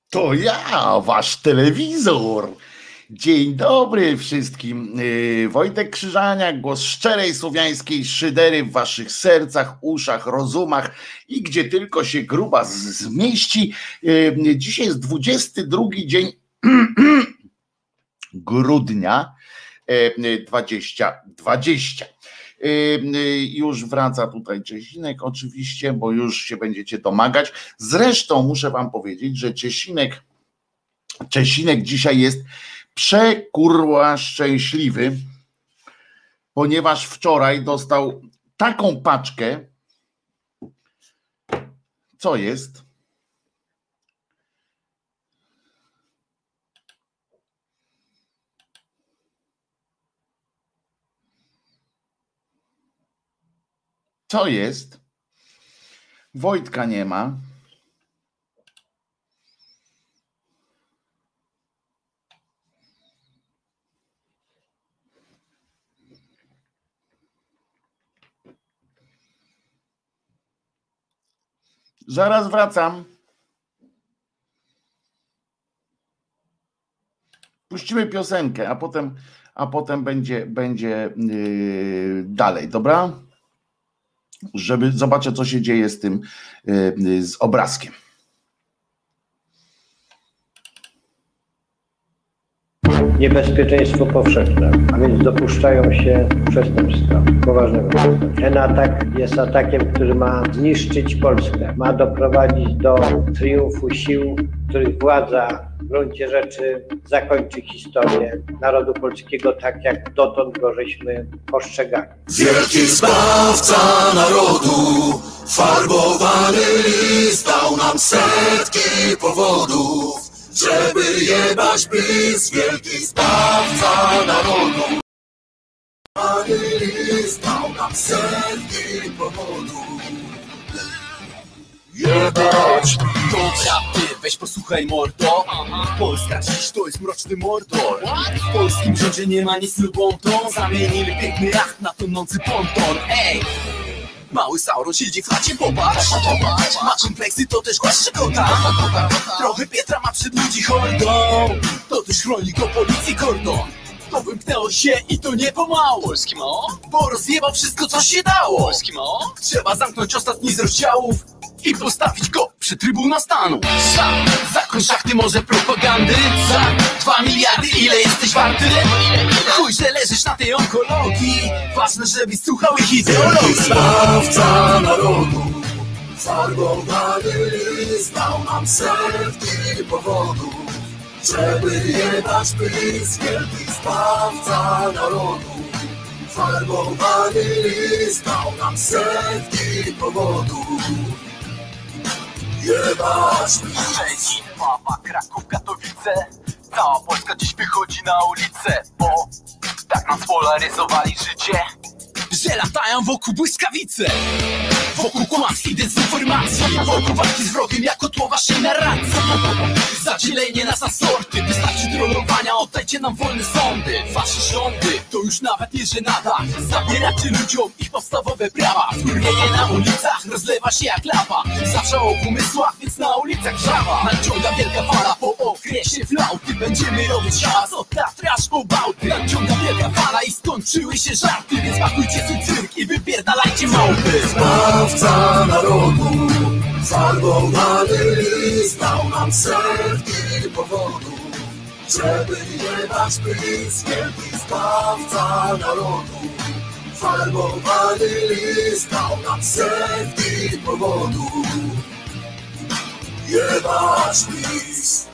To ja, wasz telewizor. Dzień dobry wszystkim. Wojtek Krzyżaniak, głos szczerej słowiańskiej szydery w waszych sercach, uszach, rozumach i gdzie tylko się gruba zmieści. Dzisiaj jest 22 dzień grudnia 2020. Już wraca tutaj Czesinek oczywiście, bo już się będziecie domagać. Zresztą muszę wam powiedzieć, że Czesinek dzisiaj jest przekurła szczęśliwy, ponieważ wczoraj dostał taką paczkę. Co jest? Co jest? Wojtka nie ma. Zaraz wracam. Puścimy piosenkę, a potem będzie dalej, dobra? Żeby zobaczyć, co się dzieje z tym, z obrazkiem. Niebezpieczeństwo powszechne, a więc dopuszczają się przestępstwa, poważnego przestępstwa. Ten atak jest atakiem, który ma zniszczyć Polskę, ma doprowadzić do triumfu sił, których władza w gruncie rzeczy zakończy historię narodu polskiego tak, jak dotąd go żeśmy postrzegali. Wielki zbawca narodu, farbowany list dał nam setki powodów, żeby jebać PiS. Wielki zbawca narodu, farbowany list dał nam setki powodów. Jebać Dobra, ty weź posłuchaj mordo. Polska dziś to jest mroczny mordor. W polskim rządzie nie ma nic lubątą. Zamienili piękny jacht na tonący ponton. Ej! Mały Sauron siedzi w chacie, popatrz. Ma kompleksy, to też głaszcze kota. Trochę Pietra ma przed ludzi hordą. To też chroni go policji kordon. To wymknęło się i to nie pomału. Polski mo? Bo rozjebał wszystko, co się dało. Polski mo? Trzeba zamknąć ostatni z rozdziałów i postawić go przy Trybunał Stanu. Zakon szachty, może propagandy. Za 2 miliardy ile jesteś warty? Chuj, że leżysz na tej onkologii. Ważne, żebyś słuchał ich ideologii. zbawca narodu, farbowany list dał nam setki powodów, żeby jebać PiS. Wielki zbawca narodu, farbowany list dał nam setki powodów, jebać PiS. Szczecin, Wawa, Kraków, Katowice. Cała Polska dziś wychodzi na ulicę, bo tak nam spolaryzowali życie, że latają wokół błyskawice. Wokół kłamstw i dezinformacji, wokół walki z wrogiem jak kotło waszej narracji. Zadzielenie nas na sorty, wystarczy trollowania, oddajcie nam wolne sądy. Wasze rządy to już nawet nie żenada. Zabieracie ludziom ich podstawowe prawa. Wkurwienie na ulicach rozlewa się jak lawa. Zawsze o pomysłach, więc na ulicach żawa. Nadciąga wielka fala po okresie flauty. Będziemy robić hałas od Tatry aż po Bałty. Nadciąga wielka fala i skończyły się żarty, więc pakujcie swój cyrk i wypierdalajcie małpy. Zbawca narodu, farbowany list dał nam setki powodów, żeby jebać PiS. Wielki zbawca narodu, farbowany list dał nam setki powodów, jebać PiS.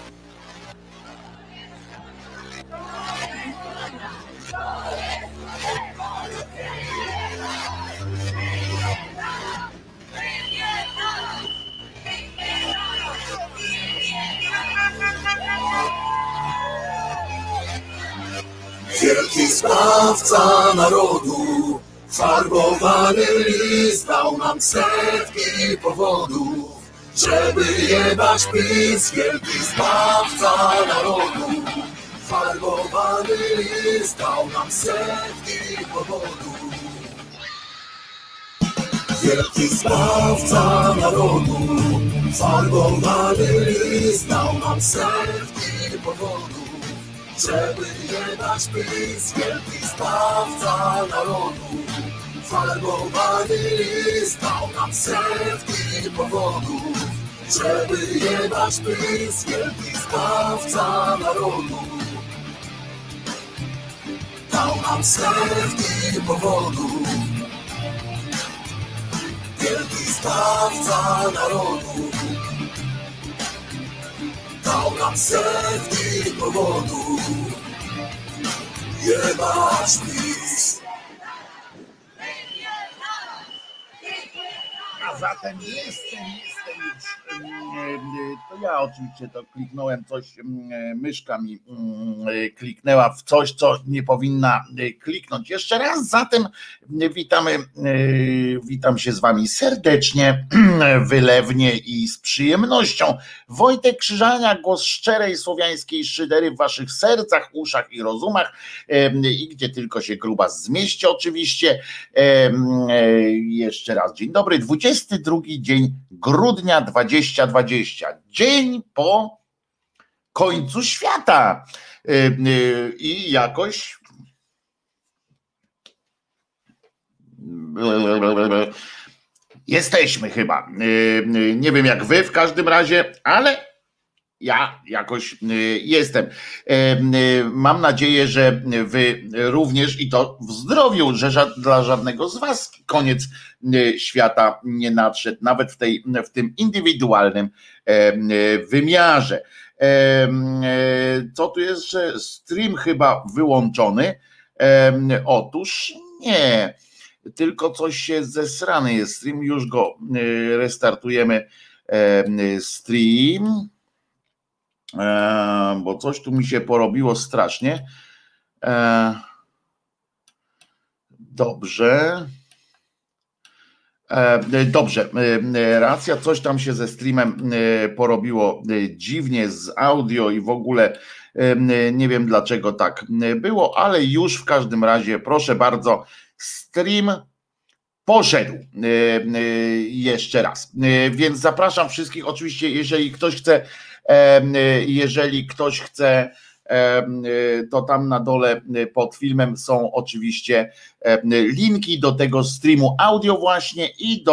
Wielki zbawca narodu, farbowany list dał nam setki powodów, żeby jebać PiS. Wielki zbawca narodu, farbowany list dał nam setki powodów. Wielki zbawca narodu, Farbowany list dał nam setki powodów, żeby nie dać pysk, wielki zbawca narodu. Farbowany list dał nam setki powodów, żeby nie dać pysk, wielki zbawca narodu. Dał nam setki powodów, wielki zbawca narodu. Dał nam setki powodów, jebać PiS. A zatem jestem już, to ja oczywiście to kliknąłem coś, myszka mi kliknęła w coś, co nie powinna kliknąć. Jeszcze raz zatem witam się z wami serdecznie, wylewnie i z przyjemnością. Wojtek Krzyżania, głos szczerej słowiańskiej szydery w waszych sercach, uszach i rozumach i gdzie tylko się grubas zmieści oczywiście. Jeszcze raz dzień dobry, 22 dzień grudnia 2020, dzień po końcu świata i jakoś jesteśmy chyba, nie wiem jak wy w każdym razie, ale ja jakoś jestem. Mam nadzieję, że wy również i to w zdrowiu, że dla żadnego z was koniec świata nie nadszedł, nawet w tym indywidualnym wymiarze. Co tu jest, że stream chyba wyłączony? Otóż nie, tylko coś się zesrany jest stream, już go restartujemy stream. Bo coś tu mi się porobiło strasznie. Dobrze. Dobrze, racja, coś tam się ze streamem porobiło dziwnie z audio i w ogóle nie wiem dlaczego tak było, ale już w każdym razie proszę bardzo, stream poszedł jeszcze raz, więc zapraszam wszystkich, oczywiście jeżeli ktoś chce, to tam na dole pod filmem są oczywiście linki do tego streamu audio właśnie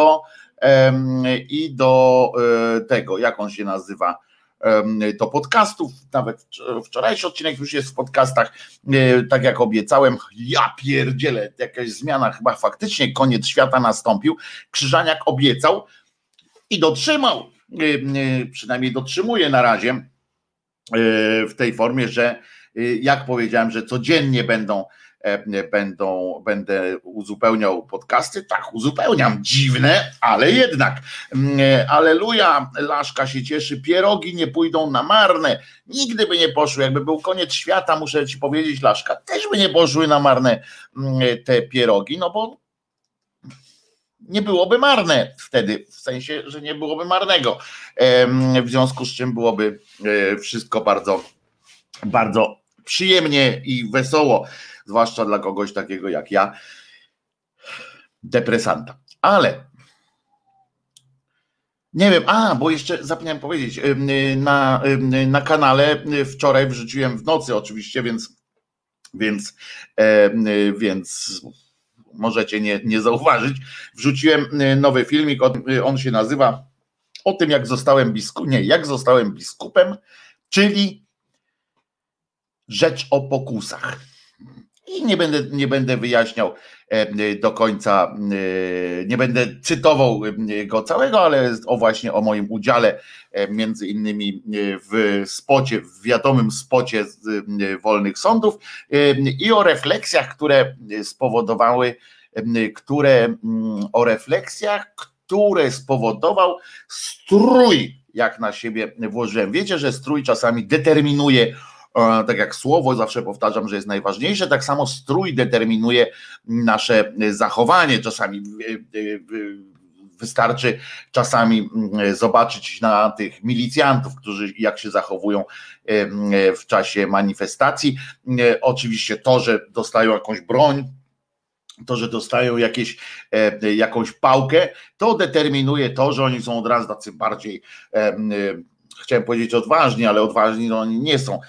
i do tego, jak on się nazywa, do podcastów, nawet wczorajszy odcinek już jest w podcastach, tak jak obiecałem. Ja pierdzielę, jakaś zmiana, chyba faktycznie koniec świata nastąpił. Krzyżaniak obiecał i dotrzymał, przynajmniej dotrzymuje na razie w tej formie, że jak powiedziałem, że codziennie będę uzupełniał podcasty, tak uzupełniam, dziwne, ale jednak. Alleluja, Laszka się cieszy, pierogi nie pójdą na marne, nigdy by nie poszły, jakby był koniec świata, muszę ci powiedzieć, Laszka, też by nie poszły na marne te pierogi, no bo nie byłoby marne wtedy, w sensie, że nie byłoby marnego, w związku z czym byłoby wszystko bardzo, bardzo przyjemnie i wesoło, zwłaszcza dla kogoś takiego jak ja, depresanta. Ale nie wiem, bo jeszcze zapomniałem powiedzieć, na kanale wczoraj wrzuciłem w nocy oczywiście, więc możecie nie zauważyć, wrzuciłem nowy filmik, on się nazywa o tym, jak zostałem biskupem, czyli rzecz o pokusach. I nie będę wyjaśniał do końca, nie będę cytował go całego, ale właśnie o moim udziale między innymi w spocie, w wiadomym spocie z wolnych sądów i o refleksjach, które spowodował strój, jak na siebie włożyłem. Wiecie, że strój czasami determinuje, tak jak słowo, zawsze powtarzam, że jest najważniejsze, tak samo strój determinuje nasze zachowanie. Czasami wystarczy zobaczyć na tych milicjantów, którzy jak się zachowują w czasie manifestacji. Oczywiście to, że dostają jakąś broń, to, że dostają jakąś pałkę, to determinuje to, że oni są od razu tacy bardziej, chciałem powiedzieć odważni, ale odważni no oni nie są.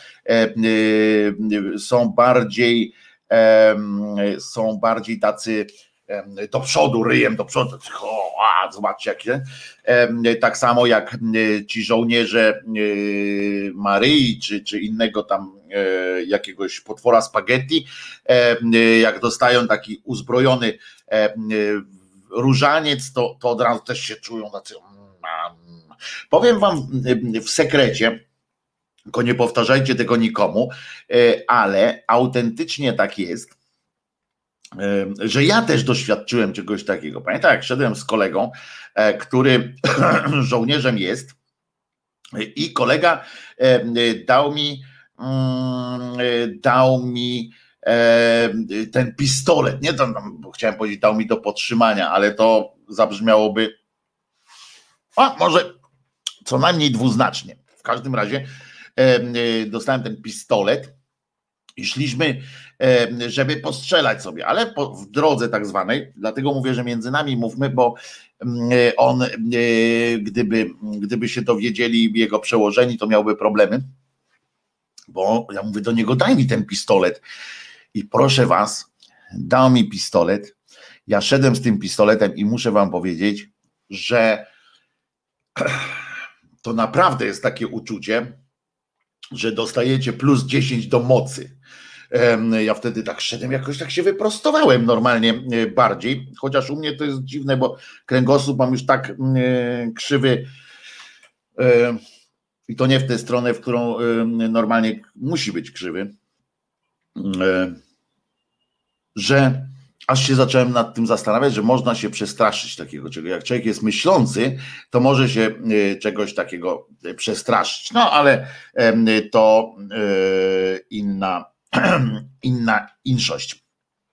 Są bardziej tacy do przodu, ryjem do przodu. Zobaczcie, jakie. Tak samo jak ci żołnierze Maryi, czy innego tam jakiegoś potwora spaghetti, jak dostają taki uzbrojony różaniec, to od razu też się czują tacy. Powiem wam w sekrecie, tylko nie powtarzajcie tego nikomu, ale autentycznie tak jest, że ja też doświadczyłem czegoś takiego. Pamiętam, jak szedłem z kolegą, który żołnierzem jest, i kolega dał mi ten pistolet, nie chciałem powiedzieć, dał mi do podtrzymania, ale to zabrzmiałoby może co najmniej dwuznacznie. W każdym razie dostałem ten pistolet i szliśmy, żeby postrzelać sobie, ale w drodze tak zwanej, dlatego mówię, że między nami mówmy, bo on, gdyby się dowiedzieli jego przełożeni, to miałby problemy, bo ja mówię do niego, daj mi ten pistolet i proszę was, dał mi pistolet, ja szedłem z tym pistoletem i muszę wam powiedzieć, że to naprawdę jest takie uczucie, że dostajecie plus 10 do mocy. Ja wtedy tak szedłem, jakoś tak się wyprostowałem normalnie bardziej, chociaż u mnie to jest dziwne, bo kręgosłup mam już tak krzywy i to nie w tę stronę, w którą normalnie musi być krzywy, że aż się zacząłem nad tym zastanawiać, że można się przestraszyć takiego czego. Jak człowiek jest myślący, to może się czegoś takiego przestraszyć. No ale to inna inszość.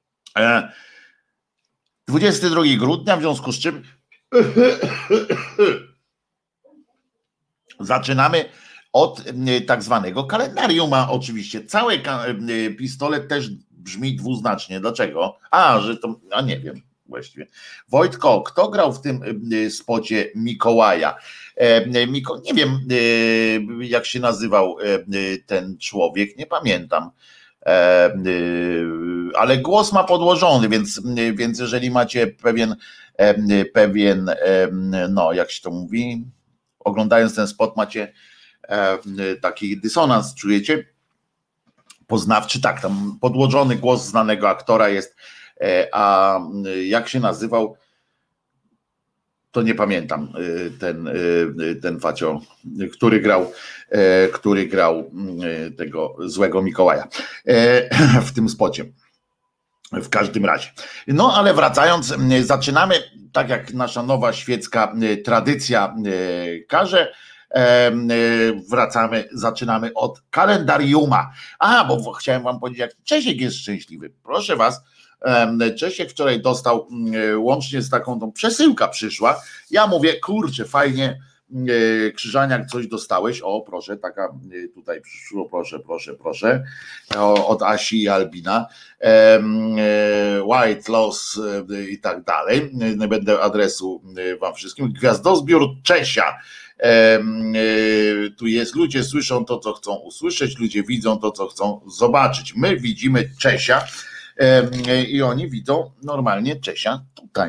22 grudnia, w związku z czym zaczynamy od tak zwanego kalendarium, a oczywiście cały pistolet też brzmi dwuznacznie. Dlaczego? Nie wiem właściwie. Wojtko, kto grał w tym spocie Mikołaja? Nie wiem, jak się nazywał ten człowiek, nie pamiętam. Ale głos ma podłożony, więc jeżeli macie pewien, no jak się to mówi, oglądając ten spot macie taki dysonans, czujecie? Poznawczy, tak, tam podłożony głos znanego aktora jest, a jak się nazywał, to nie pamiętam, ten facio, który grał tego złego Mikołaja w tym spocie. W każdym razie. No ale wracając, zaczynamy, tak jak nasza nowa świecka tradycja każe, zaczynamy od kalendariuma. Bo chciałem wam powiedzieć, jak Czesiek jest szczęśliwy. Proszę was, Czesiek wczoraj dostał, łącznie z taką tą przesyłka przyszła. Ja mówię, kurczę, fajnie, Krzyżaniak, coś dostałeś. O, proszę, taka tutaj przyszło, proszę. Od Asi i Albina. White Loss i tak dalej. Nie będę adresu wam wszystkim. Gwiazdozbiór Czesia. Tu jest, ludzie słyszą to, co chcą usłyszeć, ludzie widzą to, co chcą zobaczyć. My widzimy Czesia i oni widzą normalnie Czesia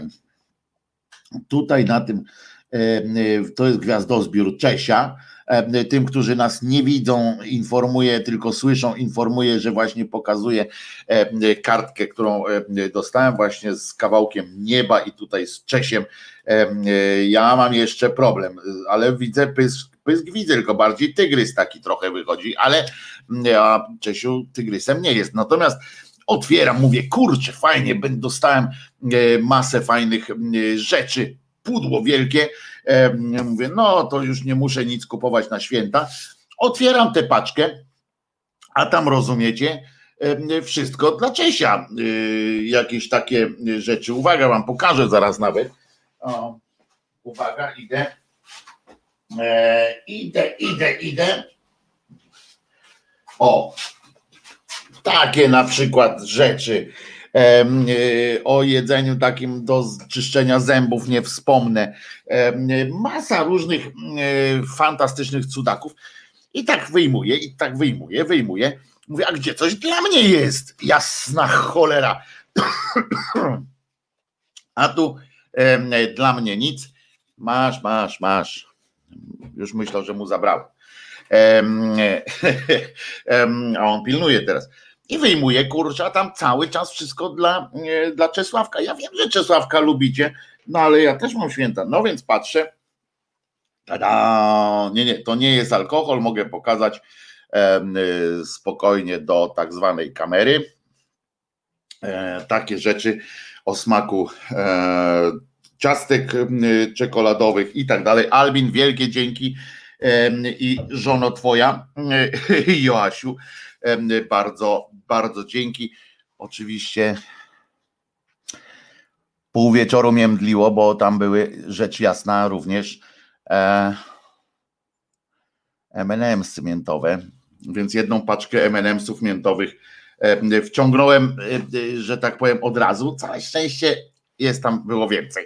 tutaj na tym, to jest gwiazdozbiór Czesia. Tym, którzy nas nie widzą, informuję, tylko słyszą, informuję, że właśnie pokazuję kartkę, którą dostałem właśnie z kawałkiem nieba i tutaj z Czesiem. Ja mam jeszcze problem, ale widzę pysk widzę, tylko bardziej tygrys taki trochę wychodzi, ale ja Czesiu tygrysem nie jest. Natomiast otwieram, mówię, kurczę, fajnie, dostałem masę fajnych rzeczy, pudło wielkie. Mówię, no to już nie muszę nic kupować na święta. Otwieram tę paczkę, a tam rozumiecie, wszystko dla Czesia. Jakieś takie rzeczy. Uwaga, wam pokażę zaraz nawet. O, uwaga, idę. O, takie na przykład rzeczy. O jedzeniu takim do czyszczenia zębów nie wspomnę. Masa różnych fantastycznych cudaków. I tak wyjmuję. Mówię, a gdzie coś dla mnie jest? Jasna cholera. A tu dla mnie nic. Masz. Już myślał, że mu zabrałem. A on pilnuje teraz. I wyjmuje, kurczę, a tam cały czas wszystko dla Czesławka. Ja wiem, że Czesławka lubicie, no ale ja też mam święta. No więc patrzę. Tada! Nie, to nie jest alkohol, mogę pokazać spokojnie do tak zwanej kamery. Takie rzeczy o smaku ciastek czekoladowych i tak dalej. Albin, wielkie dzięki i żono twoja, Joasiu, bardzo, bardzo dzięki. Oczywiście pół wieczoru mnie mdliło, bo tam były rzecz jasna również M&Msy miętowe, więc jedną paczkę M&Msów miętowych wciągnąłem, że tak powiem, od razu. Całe szczęście było więcej.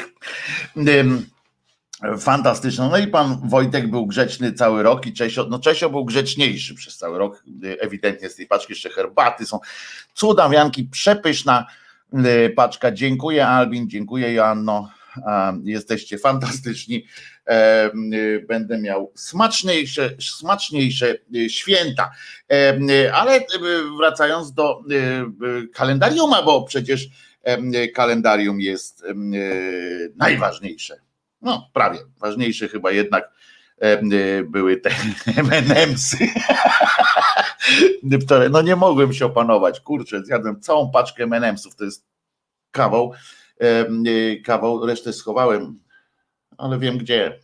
Fantastyczne. No i pan Wojtek był grzeczny cały rok i Czesio był grzeczniejszy przez cały rok. Ewidentnie z tej paczki jeszcze herbaty są. Cudawianki, przepyszna paczka. Dziękuję Albin, dziękuję Joanno. Jesteście fantastyczni. Będę miał smaczniejsze święta. Ale wracając do kalendarium, bo przecież kalendarium jest najważniejsze. No prawie, ważniejsze chyba jednak były te M&Msy. Wczoraj, no nie mogłem się opanować, kurczę, zjadłem całą paczkę M&Msów, to jest kawał, resztę schowałem, ale wiem gdzie.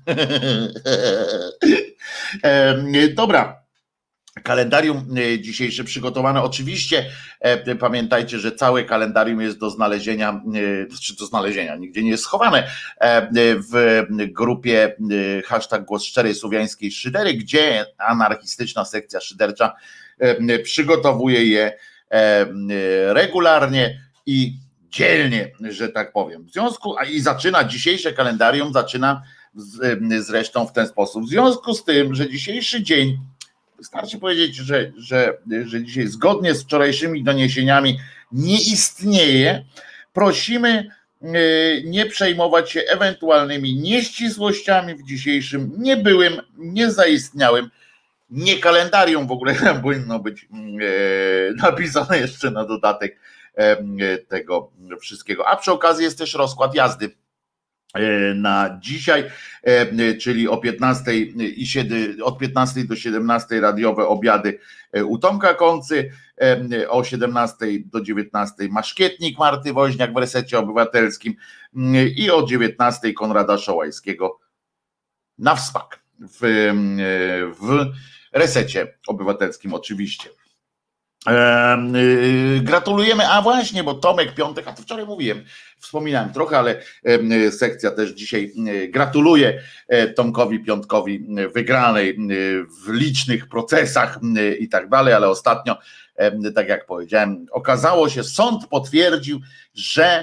Dobra. Kalendarium dzisiejsze przygotowane. Oczywiście pamiętajcie, że całe kalendarium jest do znalezienia, nigdzie nie jest schowane w grupie hashtag Głos Szczerej Słowiańskiej Szydery, gdzie anarchistyczna sekcja szydercza przygotowuje je regularnie i dzielnie, że tak powiem. Dzisiejsze kalendarium zaczyna zresztą w ten sposób. W związku z tym, że dzisiejszy dzień, wystarczy powiedzieć, że dzisiaj zgodnie z wczorajszymi doniesieniami nie istnieje, prosimy nie przejmować się ewentualnymi nieścisłościami w dzisiejszym niebyłym, niezaistniałym, nie kalendarium, w ogóle powinno być napisane jeszcze na dodatek tego wszystkiego. A przy okazji jest też rozkład jazdy na dzisiaj, czyli od 15 do 17 radiowe obiady u Tomka Koncy, o 17 do 19 Maszkietnik Marty Woźniak w Resecie Obywatelskim i o 19 Konrada Szołajskiego na WSPAK w Resecie Obywatelskim oczywiście. Gratulujemy, a właśnie, bo Tomek Piątek, a to wczoraj mówiłem, wspominałem trochę, ale sekcja też dzisiaj gratuluje Tomkowi Piątkowi wygranej w licznych procesach i tak dalej, ale ostatnio, tak jak powiedziałem, okazało się, sąd potwierdził, że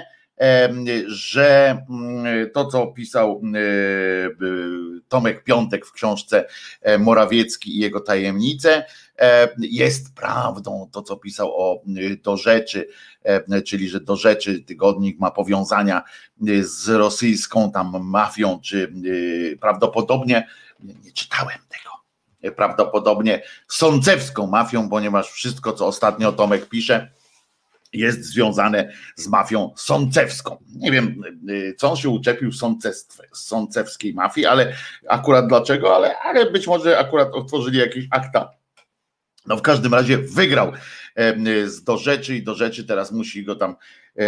to, co pisał Tomek Piątek w książce Morawiecki i jego tajemnice, jest prawdą. To, co pisał o Do Rzeczy, czyli że Do Rzeczy tygodnik ma powiązania z rosyjską tam mafią, czy prawdopodobnie, nie czytałem tego, prawdopodobnie sącewską mafią, ponieważ wszystko, co ostatnio Tomek pisze, jest związane z mafią sącewską. Nie wiem, co on się uczepił sącewskiej mafii, ale akurat dlaczego, ale być może akurat otworzyli jakieś akta. No w każdym razie wygrał z Do Rzeczy i Do Rzeczy teraz musi go tam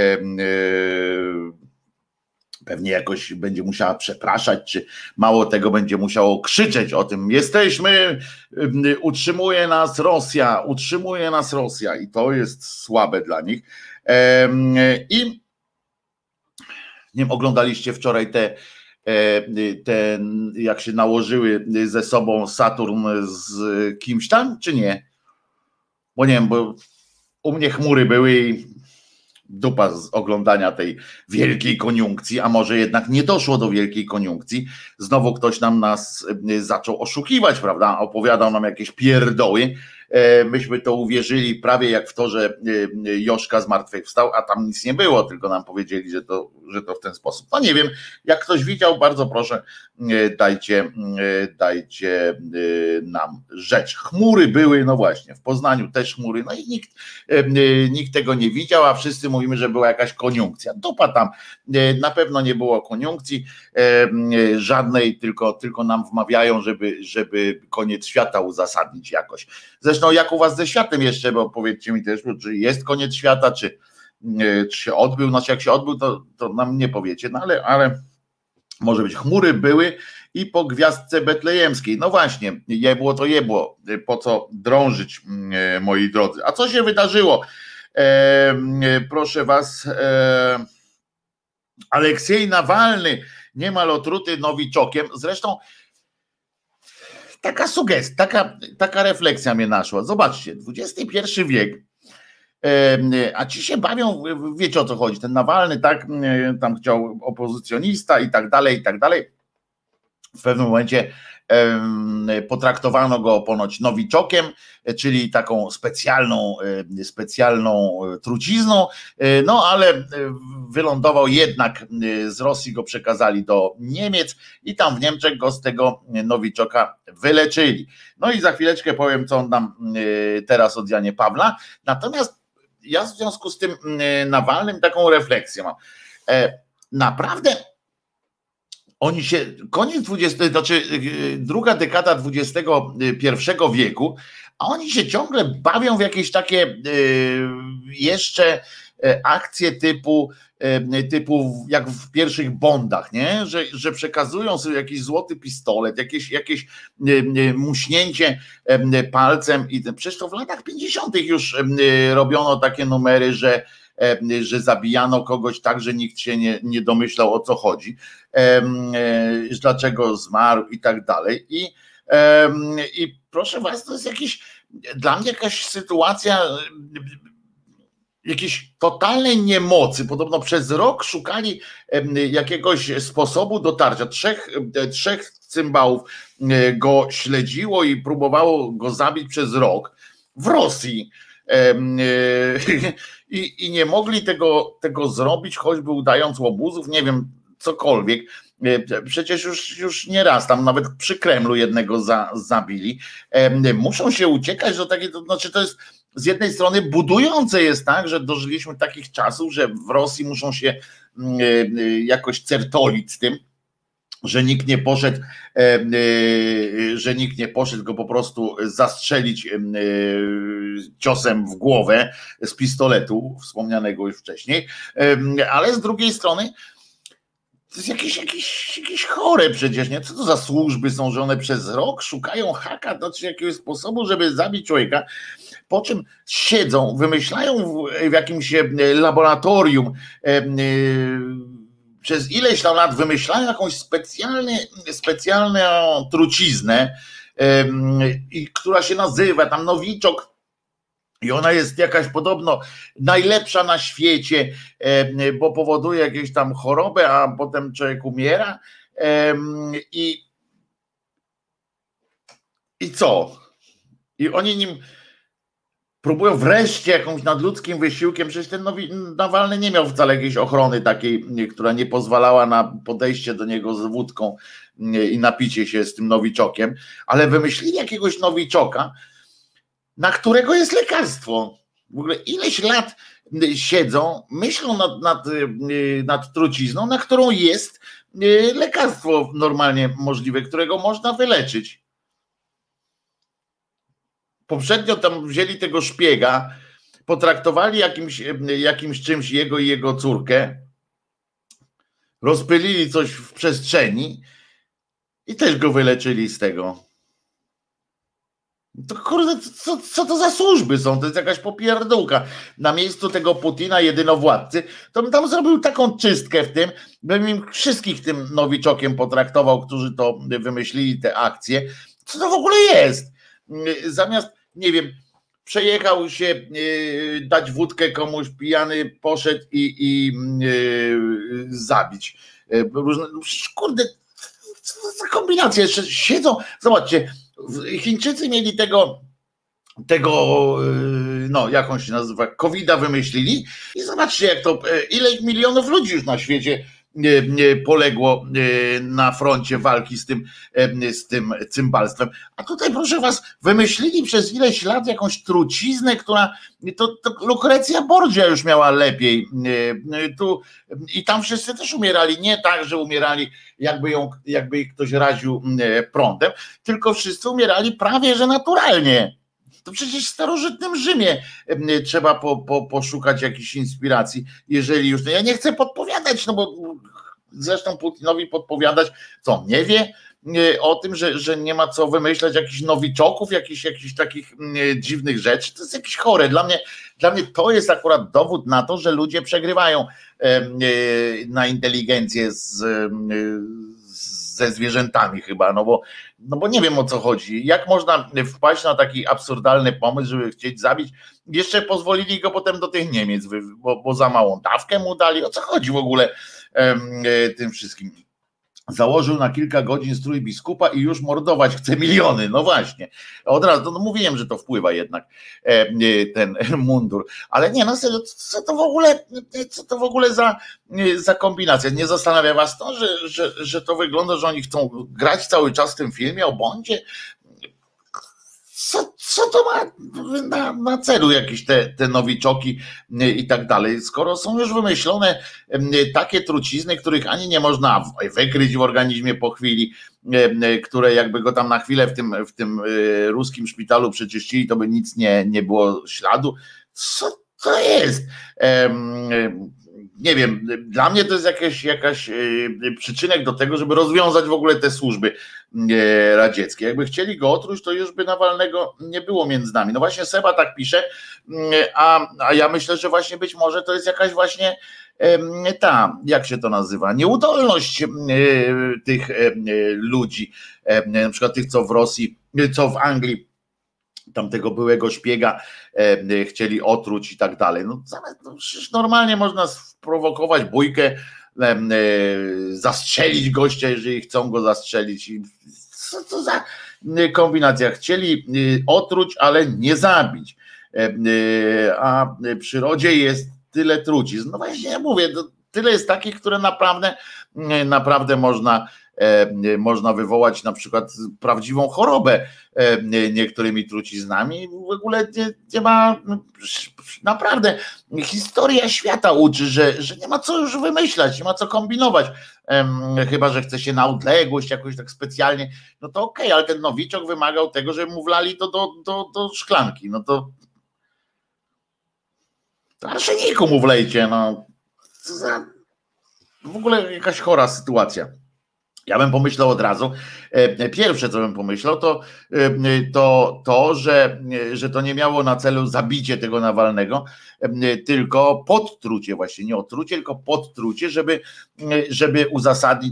pewnie jakoś będzie musiała przepraszać, czy mało tego będzie musiało krzyczeć o tym. Utrzymuje nas Rosja i to jest słabe dla nich. I nie wiem, oglądaliście wczoraj te jak się nałożyły ze sobą Saturn z kimś tam, czy nie? Bo nie wiem, bo u mnie chmury były i dupa z oglądania tej wielkiej koniunkcji, a może jednak nie doszło do wielkiej koniunkcji. Znowu ktoś nas zaczął oszukiwać, prawda? Opowiadał nam jakieś pierdoły. Myśmy to uwierzyli prawie jak w to, że Joszka zmartwychwstał, a tam nic nie było, tylko nam powiedzieli, że to w ten sposób. No nie wiem, jak ktoś widział, bardzo proszę, dajcie nam rzecz. Chmury były, no właśnie, w Poznaniu też chmury, no i nikt tego nie widział, a wszyscy mówimy, że była jakaś koniunkcja. Dupa tam, na pewno nie było koniunkcji żadnej, tylko nam wmawiają, żeby koniec świata uzasadnić jakoś. Zresztą jak u was ze światem jeszcze, bo powiedzcie mi też, czy jest koniec świata, czy się odbył, znaczy jak się odbył, to nam nie powiecie, no ale może być, chmury były i po gwiazdce betlejemskiej. No właśnie, jebło to jebło, po co drążyć, moi drodzy. A co się wydarzyło? Proszę was, Aleksiej Nawalny, niemal otruty nowiczokiem, zresztą taka sugestia, taka refleksja mnie naszła. Zobaczcie, XXI wiek, a ci się bawią, wiecie o co chodzi, ten Nawalny, tak, tam chciał opozycjonista i tak dalej, w pewnym momencie potraktowano go ponoć nowiczokiem, czyli taką specjalną trucizną, no ale wylądował jednak, z Rosji go przekazali do Niemiec i tam w Niemczech go z tego nowiczoka wyleczyli. No i za chwileczkę powiem, co on nam teraz od Janie Pawła. Natomiast ja w związku z tym Nawalnym taką refleksję mam. Naprawdę oni się, druga dekada XXI wieku, a oni się ciągle bawią w jakieś takie jeszcze akcje typu jak w pierwszych Bondach, nie? Że przekazują sobie jakiś złoty pistolet, jakieś muśnięcie palcem i przecież to w latach 50. już robiono takie numery, że zabijano kogoś tak, że nikt się nie domyślał, o co chodzi, dlaczego zmarł i tak dalej. I proszę was, to jest dla mnie jakaś sytuacja jakiejś totalnej niemocy. Podobno przez rok szukali jakiegoś sposobu dotarcia. Trzech cymbałów go śledziło i próbowało go zabić przez rok w Rosji. I nie mogli tego zrobić, choćby udając łobuzów, nie wiem, cokolwiek. Przecież już nie raz, tam nawet przy Kremlu jednego zabili. Muszą się uciekać do takiej, to znaczy to jest z jednej strony budujące jest, tak, że dożyliśmy takich czasów, że w Rosji muszą się jakoś certolić z tym, że nikt nie poszedł go po prostu zastrzelić ciosem w głowę z pistoletu, wspomnianego już wcześniej, ale z drugiej strony to jest jakieś chore przecież, nie? Co to za służby są, że one przez rok szukają haka, znaczy jakiegoś sposobu, żeby zabić człowieka, po czym siedzą, wymyślają w jakimś laboratorium, przez ileś tam lat wymyślają jakąś specjalną truciznę, która się nazywa tam nowiczok i ona jest jakaś podobno najlepsza na świecie, bo powoduje jakieś tam chorobę, a potem człowiek umiera i co? I oni nim próbują wreszcie jakimś nadludzkim wysiłkiem, przecież ten Nawalny nie miał wcale jakiejś ochrony takiej, która nie pozwalała na podejście do niego z wódką i napicie się z tym nowiczokiem, ale wymyślili jakiegoś nowiczoka, na którego jest lekarstwo. W ogóle ileś lat siedzą, myślą nad trucizną, na którą jest lekarstwo normalnie możliwe, którego można wyleczyć. Poprzednio tam wzięli tego szpiega, potraktowali jakimś czymś jego i jego córkę, rozpylili coś w przestrzeni i też go wyleczyli z tego. To kurde, co to za służby są? To jest jakaś popierdółka. Na miejscu tego Putina, jedynowładcy, to bym tam zrobił taką czystkę w tym, bym im wszystkich tym nowiczokiem potraktował, którzy to wymyślili, te akcje. Co to w ogóle jest? Zamiast, nie wiem, przejechał się dać wódkę komuś, pijany poszedł i zabić. Kurde, co za kombinacja, jeszcze siedzą, zobaczcie, Chińczycy mieli tego, no jak on się nazywa, COVID-a wymyślili i zobaczcie jak to, ile milionów ludzi już na świecie poległo na froncie walki z tym cymbalstwem. A tutaj proszę was, wymyślili przez ileś lat jakąś truciznę, która to Lukrecja Borgia już miała lepiej. Tu, i tam wszyscy też umierali, nie tak, że umierali jakby ich ktoś raził prądem, tylko wszyscy umierali prawie że naturalnie. To przecież w starożytnym Rzymie trzeba poszukać jakichś inspiracji, jeżeli już. No ja nie chcę podpowiadać, no bo zresztą Putinowi podpowiadać, co on nie wie o tym, że nie ma co wymyślać jakichś nowiczoków, jakichś takich dziwnych rzeczy. To jest jakieś chore. Dla mnie to jest akurat dowód na to, że ludzie przegrywają na inteligencję ze zwierzętami chyba, no bo nie wiem o co chodzi. Jak można wpaść na taki absurdalny pomysł, żeby chcieć zabić? Jeszcze pozwolili go potem do tych Niemiec, bo za małą dawkę mu dali. O co chodzi w ogóle tym wszystkim? Założył na kilka godzin strój biskupa i już mordować chce miliony. No właśnie. Od razu no mówiłem, że to wpływa jednak ten mundur. Ale nie, no serio, co to w ogóle za kombinacja? Nie zastanawia was to, że to wygląda, że oni chcą grać cały czas w tym filmie o Bondzie? Co to ma na celu jakieś te nowiczoki i tak dalej, skoro są już wymyślone takie trucizny, których ani nie można wykryć w organizmie po chwili, które jakby go tam na chwilę w tym ruskim szpitalu przeczyścili, to by nic nie było śladu. Co to jest? Nie wiem, dla mnie to jest jakaś przyczynek do tego, żeby rozwiązać w ogóle te służby radzieckie. Jakby chcieli go otruć, to już by Nawalnego nie było między nami. No właśnie Seba tak pisze, a ja myślę, że właśnie być może to jest jakaś właśnie jak się to nazywa, nieudolność tych ludzi, na przykład tych, co w Rosji, co w Anglii, tamtego byłego szpiega chcieli otruć i tak dalej. No przecież normalnie można sprowokować bójkę, zastrzelić gościa, jeżeli chcą go zastrzelić. Co to za kombinacja? Chcieli otruć, ale nie zabić. A w przyrodzie jest tyle trucizn. No właśnie ja mówię, tyle jest takich, które naprawdę można wywołać na przykład prawdziwą chorobę niektórymi truciznami. W ogóle nie ma, naprawdę historia świata uczy, że nie ma co już wymyślać, nie ma co kombinować, chyba że chce się na odległość jakoś tak specjalnie, no to okej, ale ten nowiczok wymagał tego, żeby mu wlali to do szklanki, no to arszeniku mu wlejcie, no co za w ogóle jakaś chora sytuacja. Ja bym pomyślał od razu, pierwsze co bym pomyślał to że to nie miało na celu zabicie tego Nawalnego, tylko podtrucie właśnie, nie otrucie, tylko podtrucie, żeby uzasadnić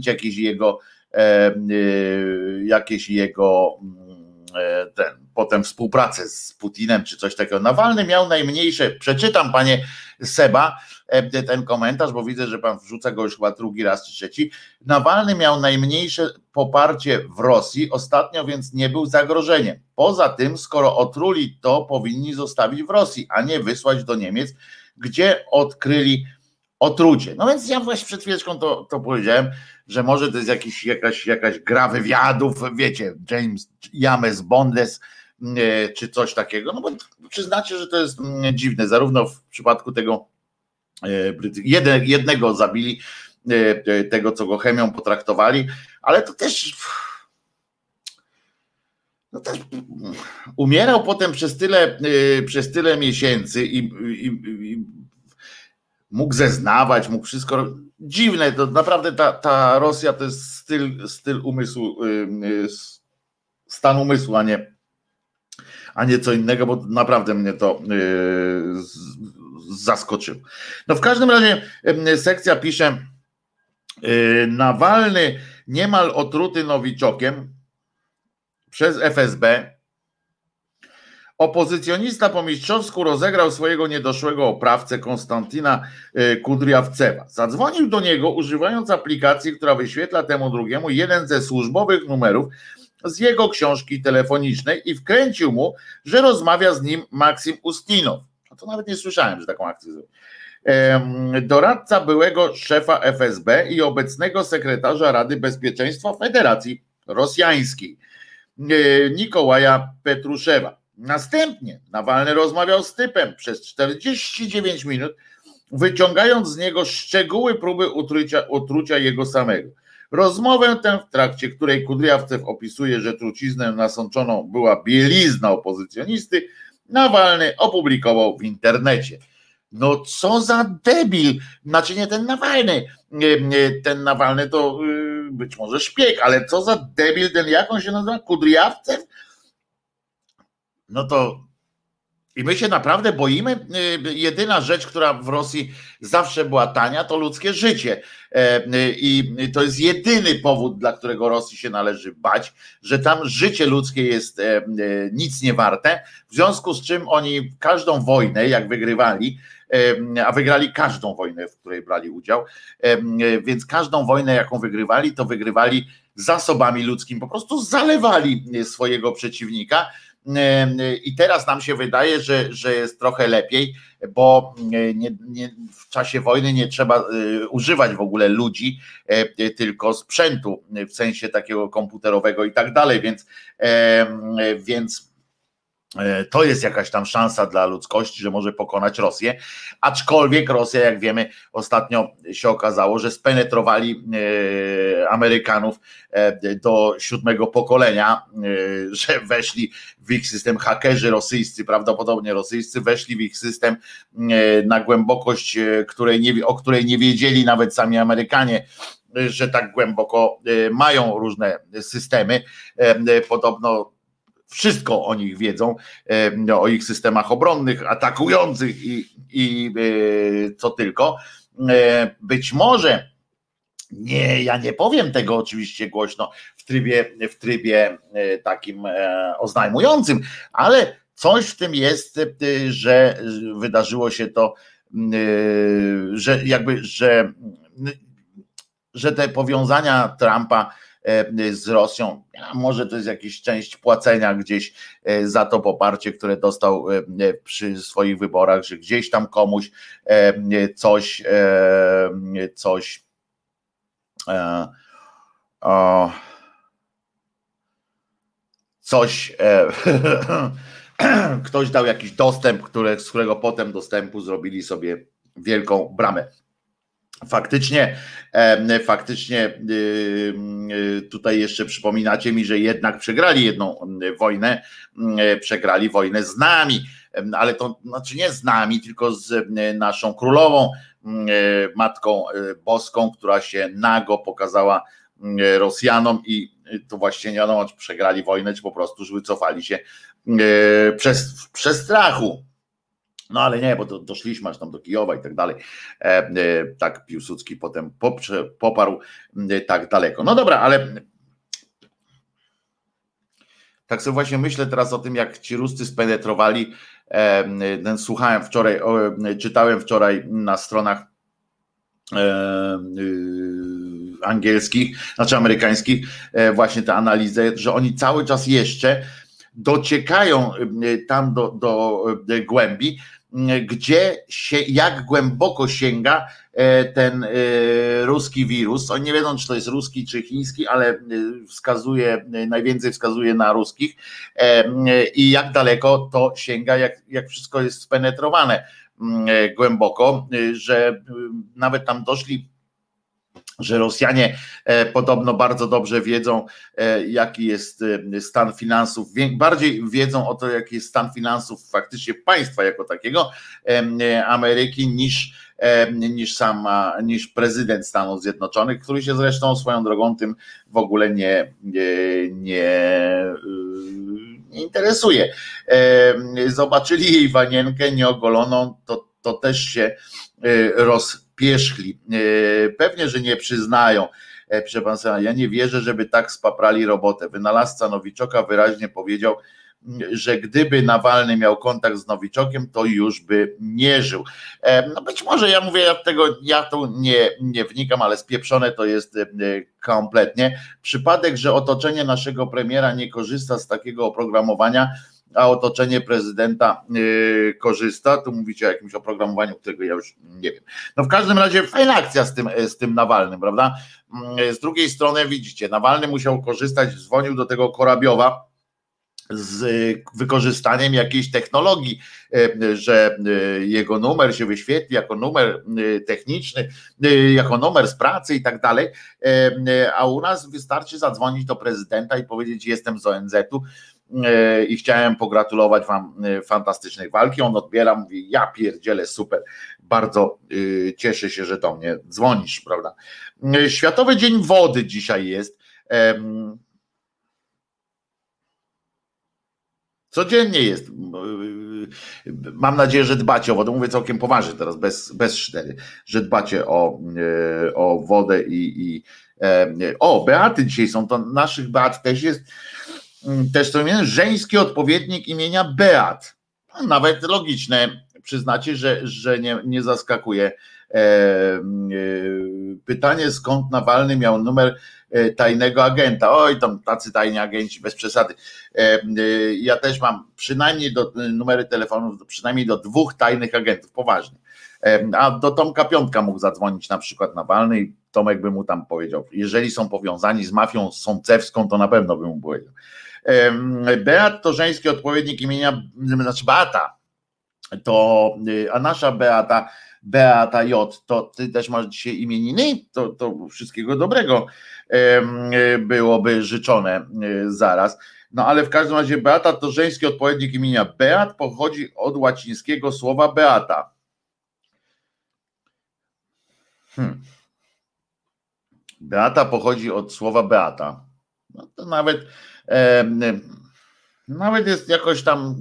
jakieś jego potem współpracę z Putinem czy coś takiego. Nawalny miał najmniejsze, przeczytam panie Seba ten komentarz, bo widzę, że pan wrzuca go już chyba drugi raz czy trzeci. Nawalny miał najmniejsze poparcie w Rosji ostatnio, więc nie był zagrożeniem. Poza tym, skoro otruli, to powinni zostawić w Rosji, a nie wysłać do Niemiec, gdzie odkryli otrucie. No więc ja właśnie przed chwileczką to powiedziałem, że może to jest jakaś gra wywiadów, wiecie, James Bondes czy coś takiego, no bo przyznacie, że to jest dziwne, zarówno w przypadku tego jednego zabili, tego co go chemią potraktowali, ale to też umierał potem przez tyle miesięcy i mógł zeznawać, mógł wszystko. Dziwne, to naprawdę ta Rosja to jest styl umysłu, stan umysłu, a nie co innego, bo naprawdę mnie to zaskoczył. No w każdym razie sekcja pisze, Nawalny niemal otruty nowiczokiem przez FSB Opozycjonista po mistrzowsku rozegrał swojego niedoszłego oprawcę Konstantyna Kudriawcewa. Zadzwonił do niego używając aplikacji, która wyświetla temu drugiemu jeden ze służbowych numerów z jego książki telefonicznej i wkręcił mu, że rozmawia z nim Maksim Ustinow. No to nawet nie słyszałem, że taką akcję zrobił. Doradca byłego szefa FSB i obecnego sekretarza Rady Bezpieczeństwa Federacji Rosyjskiej, Nikołaja Petruszewa. Następnie Nawalny rozmawiał z typem przez 49 minut, wyciągając z niego szczegóły próby otrucia jego samego. Rozmowę tę, w trakcie której Kudriawcew opisuje, że truciznę nasączoną była bielizna opozycjonisty, Nawalny opublikował w internecie. No co za debil, znaczy nie ten Nawalny to być może szpieg, ale co za debil ten, jak on się nazywa, Kudriawcew? No to i my się naprawdę boimy. Jedyna rzecz, która w Rosji zawsze była tania, to ludzkie życie. I to jest jedyny powód, dla którego Rosji się należy bać, że tam życie ludzkie jest nic nie warte, w związku z czym oni każdą wojnę, jak wygrywali, a wygrali każdą wojnę, w której brali udział, więc każdą wojnę, jaką wygrywali, to wygrywali zasobami ludzkimi, po prostu zalewali swojego przeciwnika. I teraz nam się wydaje, że jest trochę lepiej, bo w czasie wojny nie trzeba używać w ogóle ludzi, tylko sprzętu w sensie takiego komputerowego i tak dalej, więc to jest jakaś tam szansa dla ludzkości, że może pokonać Rosję, aczkolwiek Rosja, jak wiemy, ostatnio się okazało, że spenetrowali Amerykanów do 7. pokolenia, że weszli w ich system hakerzy rosyjscy, prawdopodobnie rosyjscy, weszli w ich system na głębokość, o której nie wiedzieli nawet sami Amerykanie, że tak głęboko mają różne systemy, podobno wszystko o nich wiedzą, o ich systemach obronnych, atakujących i co tylko. Być może, ja nie powiem tego oczywiście głośno w trybie takim oznajmującym, ale coś w tym jest, że wydarzyło się to, że te powiązania Trumpa z Rosją, może to jest jakaś część płacenia gdzieś za to poparcie, które dostał przy swoich wyborach, że gdzieś tam komuś ktoś dał jakiś dostęp, z którego potem dostępu zrobili sobie wielką bramę. Faktycznie tutaj jeszcze przypominacie mi, że jednak przegrali jedną wojnę, przegrali wojnę z nami, ale to znaczy nie z nami, tylko z naszą królową, Matką Boską, która się nago pokazała Rosjanom i to właśnie nie wiadomo, czy przegrali wojnę, czy po prostu już wycofali się przez strachu. No ale nie, bo doszliśmy aż tam do Kijowa i tak dalej. Tak Piłsudski potem poparł tak daleko. No dobra, ale tak sobie właśnie myślę teraz o tym, jak ci Ruscy spenetrowali. Słuchałem wczoraj, czytałem wczoraj na stronach angielskich, znaczy amerykańskich, właśnie tę analizę, że oni cały czas jeszcze dociekają tam do głębi, jak głęboko sięga ten ruski wirus. Oni nie wiedzą, czy to jest ruski, czy chiński, ale najwięcej wskazuje na ruskich i jak daleko to sięga, jak wszystko jest spenetrowane głęboko, że nawet tam doszli, że Rosjanie podobno bardzo dobrze wiedzą, jaki jest stan finansów, bardziej wiedzą o to, jaki jest stan finansów faktycznie państwa jako takiego Ameryki niż prezydent Stanów Zjednoczonych, który się zresztą swoją drogą tym w ogóle nie interesuje. Zobaczyli jej wanienkę nieogoloną, to też się rozpierzchli. Pewnie, że nie przyznają. Proszę pana, ja nie wierzę, żeby tak spaprali robotę. Wynalazca Nowiczoka wyraźnie powiedział, że gdyby Nawalny miał kontakt z Nowiczokiem, to już by nie żył. No być może, ja mówię, ja tu nie wnikam, ale spieprzone to jest kompletnie. Przypadek, że otoczenie naszego premiera nie korzysta z takiego oprogramowania, a otoczenie prezydenta korzysta, tu mówicie o jakimś oprogramowaniu, którego ja już nie wiem. No w każdym razie fajna akcja z tym Nawalnym, prawda? Z drugiej strony widzicie, Nawalny musiał korzystać, dzwonił do tego Korabiowa z wykorzystaniem jakiejś technologii, że jego numer się wyświetli jako numer techniczny, jako numer z pracy i tak dalej, a u nas wystarczy zadzwonić do prezydenta i powiedzieć: jestem z ONZ-u i chciałem pogratulować wam fantastycznej walki. On odbiera, mówi: ja pierdzielę, super, bardzo cieszę się, że do mnie dzwonisz, prawda? Światowy Dzień Wody dzisiaj jest. Codziennie jest. Mam nadzieję, że dbacie o wodę. Mówię całkiem poważnie teraz, bez sztery, że dbacie o wodę i beaty dzisiaj są, to naszych beat też to imię, żeński odpowiednik imienia Beat. Nawet logiczne, przyznacie, że nie zaskakuje. Pytanie, skąd Nawalny miał numer tajnego agenta? Oj, tam tacy tajni agenci, bez przesady. Ja też mam przynajmniej numery telefonów, przynajmniej do 2 tajnych agentów, poważnie. A do Tomka Piątka mógł zadzwonić na przykład Nawalny i Tomek by mu tam powiedział, jeżeli są powiązani z mafią sącewską, to na pewno by mu powiedział. Beat to żeński odpowiednik imienia, znaczy Beata, a nasza Beata J, to ty też masz dzisiaj imieniny, to wszystkiego dobrego byłoby życzone zaraz. No ale w każdym razie Beata to żeński odpowiednik imienia Beat, pochodzi od łacińskiego słowa Beata. Beata pochodzi od słowa Beata. No to nawet jest jakoś tam,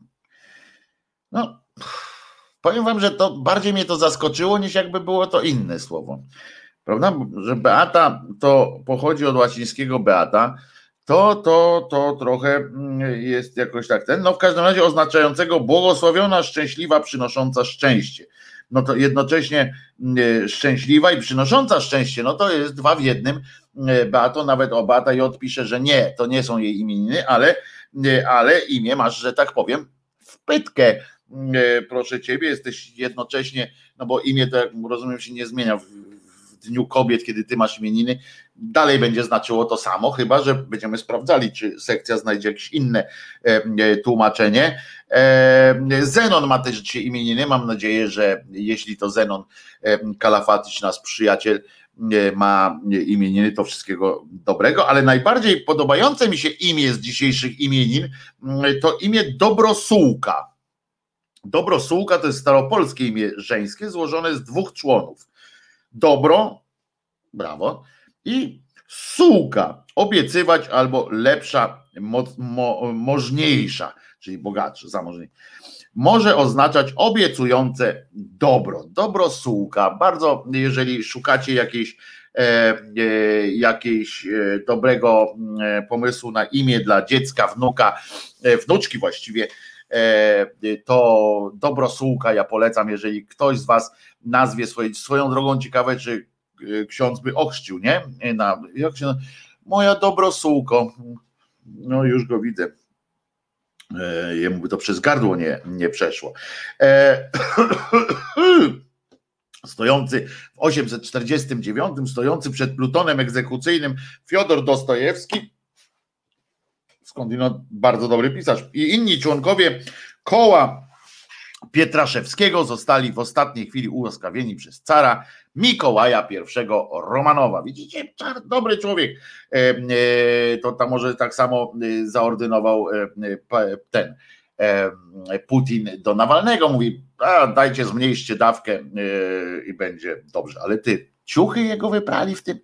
no powiem wam, że to bardziej mnie to zaskoczyło, niż jakby było to inne słowo. Prawda? Że Beata to pochodzi od łacińskiego Beata, to trochę jest jakoś tak no w każdym razie oznaczającego błogosławiona, szczęśliwa, przynosząca szczęście. No to jednocześnie szczęśliwa i przynosząca szczęście, no to jest 2 w 1. Beato, nawet o Beata J pisze, że nie, to nie są jej imieniny, ale imię masz, że tak powiem, w pytkę. Proszę ciebie, jesteś jednocześnie, no bo imię to, jak rozumiem, się nie zmienia w Dniu Kobiet, kiedy ty masz imieniny, dalej będzie znaczyło to samo, chyba że będziemy sprawdzali, czy sekcja znajdzie jakieś inne tłumaczenie. Zenon ma też dzisiaj imieniny, mam nadzieję, że jeśli to Zenon Kalafatycz, nasz przyjaciel, ma imieniny, to wszystkiego dobrego, ale najbardziej podobające mi się imię z dzisiejszych imienin to imię Dobrosółka. Dobrosółka to jest staropolskie imię żeńskie, złożone z 2 członów. Dobro, brawo, i sułka, obiecywać albo lepsza, możniejsza, czyli bogatsza, zamożniejsza. Może oznaczać obiecujące dobro. Dobrosółka. Bardzo, jeżeli szukacie jakiejś dobrego pomysłu na imię dla dziecka, wnuka, wnuczki właściwie, to Dobrosółka ja polecam, jeżeli ktoś z was nazwie swoją drogą, ciekawe, czy ksiądz by ochrzcił, nie? Jak się, moja Dobrosółko, no już go widzę, jemu by to przez gardło nie przeszło. Stojący w 849, stojący przed plutonem egzekucyjnym Fiodor Dostojewski, skądinąd bardzo dobry pisarz, i inni członkowie koła Pietraszewskiego zostali w ostatniej chwili ułaskawieni przez cara Mikołaja I Romanowa. Widzicie, dobry człowiek. To tam może tak samo zaordynował ten Putin do Nawalnego. Mówi: dajcie, zmniejszcie dawkę i będzie dobrze. Ale ty, ciuchy jego wyprali w tym.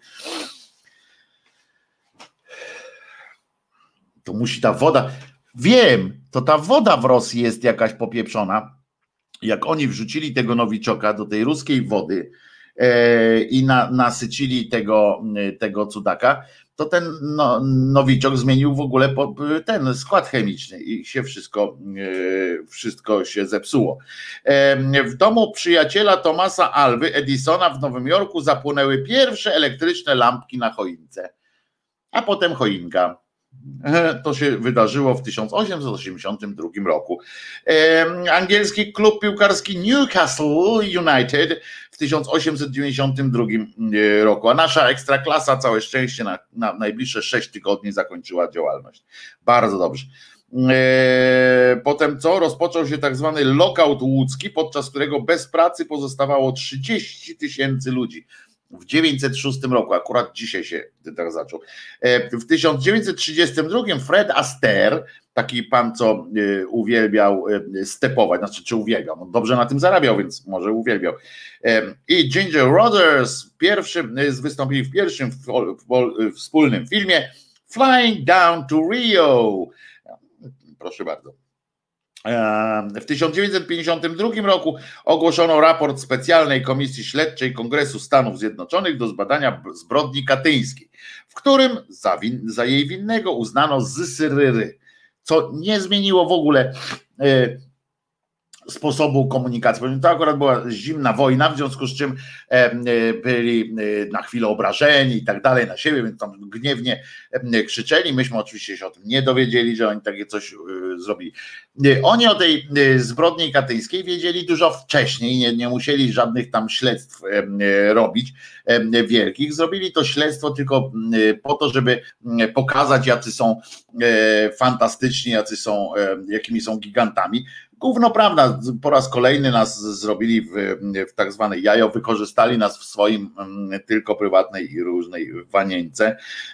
To musi ta woda, wiem, to ta woda w Rosji jest jakaś popieprzona. Jak oni wrzucili tego Nowiczoka do tej ruskiej wody, i nasycili tego cudaka, to ten nowiczok zmienił w ogóle ten skład chemiczny i się wszystko się zepsuło. W domu przyjaciela Thomasa Alwy Edisona w Nowym Jorku zapłonęły pierwsze elektryczne lampki na choince, a potem choinka. To się wydarzyło w 1882 roku. Angielski klub piłkarski Newcastle United w 1892 roku, a nasza ekstraklasa, całe szczęście, na najbliższe 6 tygodni zakończyła działalność. Bardzo dobrze. Potem co? Rozpoczął się tak zwany lockout łódzki, podczas którego bez pracy pozostawało 30 000 ludzi. W 1906 roku, akurat dzisiaj się tak zaczął. W 1932 Fred Astaire, taki pan, co uwielbiał stepować, znaczy czy uwielbiał, no dobrze na tym zarabiał, więc może uwielbiał. I Ginger Rogers wystąpili w pierwszym wspólnym filmie Flying Down to Rio. Proszę bardzo. W 1952 roku ogłoszono raport Specjalnej Komisji Śledczej Kongresu Stanów Zjednoczonych do zbadania zbrodni katyńskiej, w którym za jej winnego uznano Zysyryry, co nie zmieniło w ogóle sposobu komunikacji. To akurat była zimna wojna, w związku z czym byli na chwilę obrażeni i tak dalej na siebie, więc tam gniewnie krzyczeli. Myśmy oczywiście się o tym nie dowiedzieli, że oni takie coś zrobili. Oni o tej zbrodni katyńskiej wiedzieli dużo wcześniej, nie musieli żadnych tam śledztw robić wielkich. Zrobili to śledztwo tylko po to, żeby pokazać, jacy są fantastyczni, jakimi są gigantami. Gówno prawda, po raz kolejny nas zrobili w tak zwane jajo, wykorzystali nas w swoim tylko prywatnej i różnej wanieńce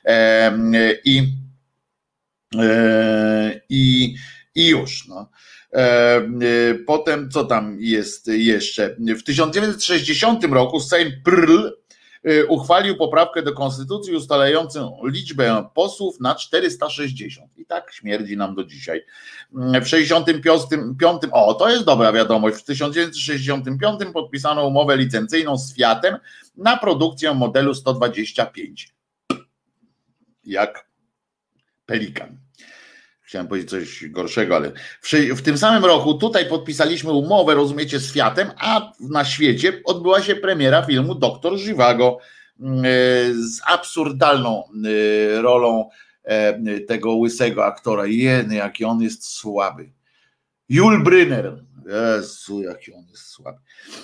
i już. No. Potem co tam jest jeszcze? W 1960 roku Sejm uchwalił poprawkę do konstytucji ustalającą liczbę posłów na 460. I tak śmierdzi nam do dzisiaj. W 65, to jest dobra wiadomość, w 1965 podpisano umowę licencyjną z Fiatem na produkcję modelu 125. Jak Pelikan. Chciałem powiedzieć coś gorszego, ale w tym samym roku tutaj podpisaliśmy umowę, rozumiecie, z Fiatem, a na świecie odbyła się premiera filmu Doktor Żywago z absurdalną rolą tego łysego aktora. Jeny, jaki on jest słaby. Yul Brynner. Jezu, jaki on jest słaby.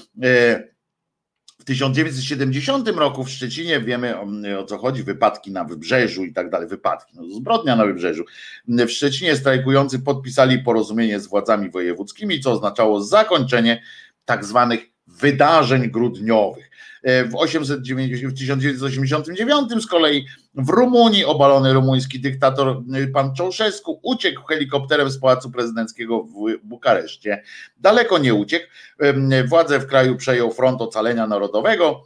W 1970 roku w Szczecinie, wiemy o co chodzi, wypadki na Wybrzeżu i tak dalej, zbrodnia na Wybrzeżu. W Szczecinie strajkujący podpisali porozumienie z władzami wojewódzkimi, co oznaczało zakończenie tak zwanych wydarzeń grudniowych. W 1989 z kolei w Rumunii obalony rumuński dyktator pan Ceausescu uciekł helikopterem z Pałacu Prezydenckiego w Bukareszcie. Daleko nie uciekł. Władzę w kraju przejął Front Ocalenia Narodowego.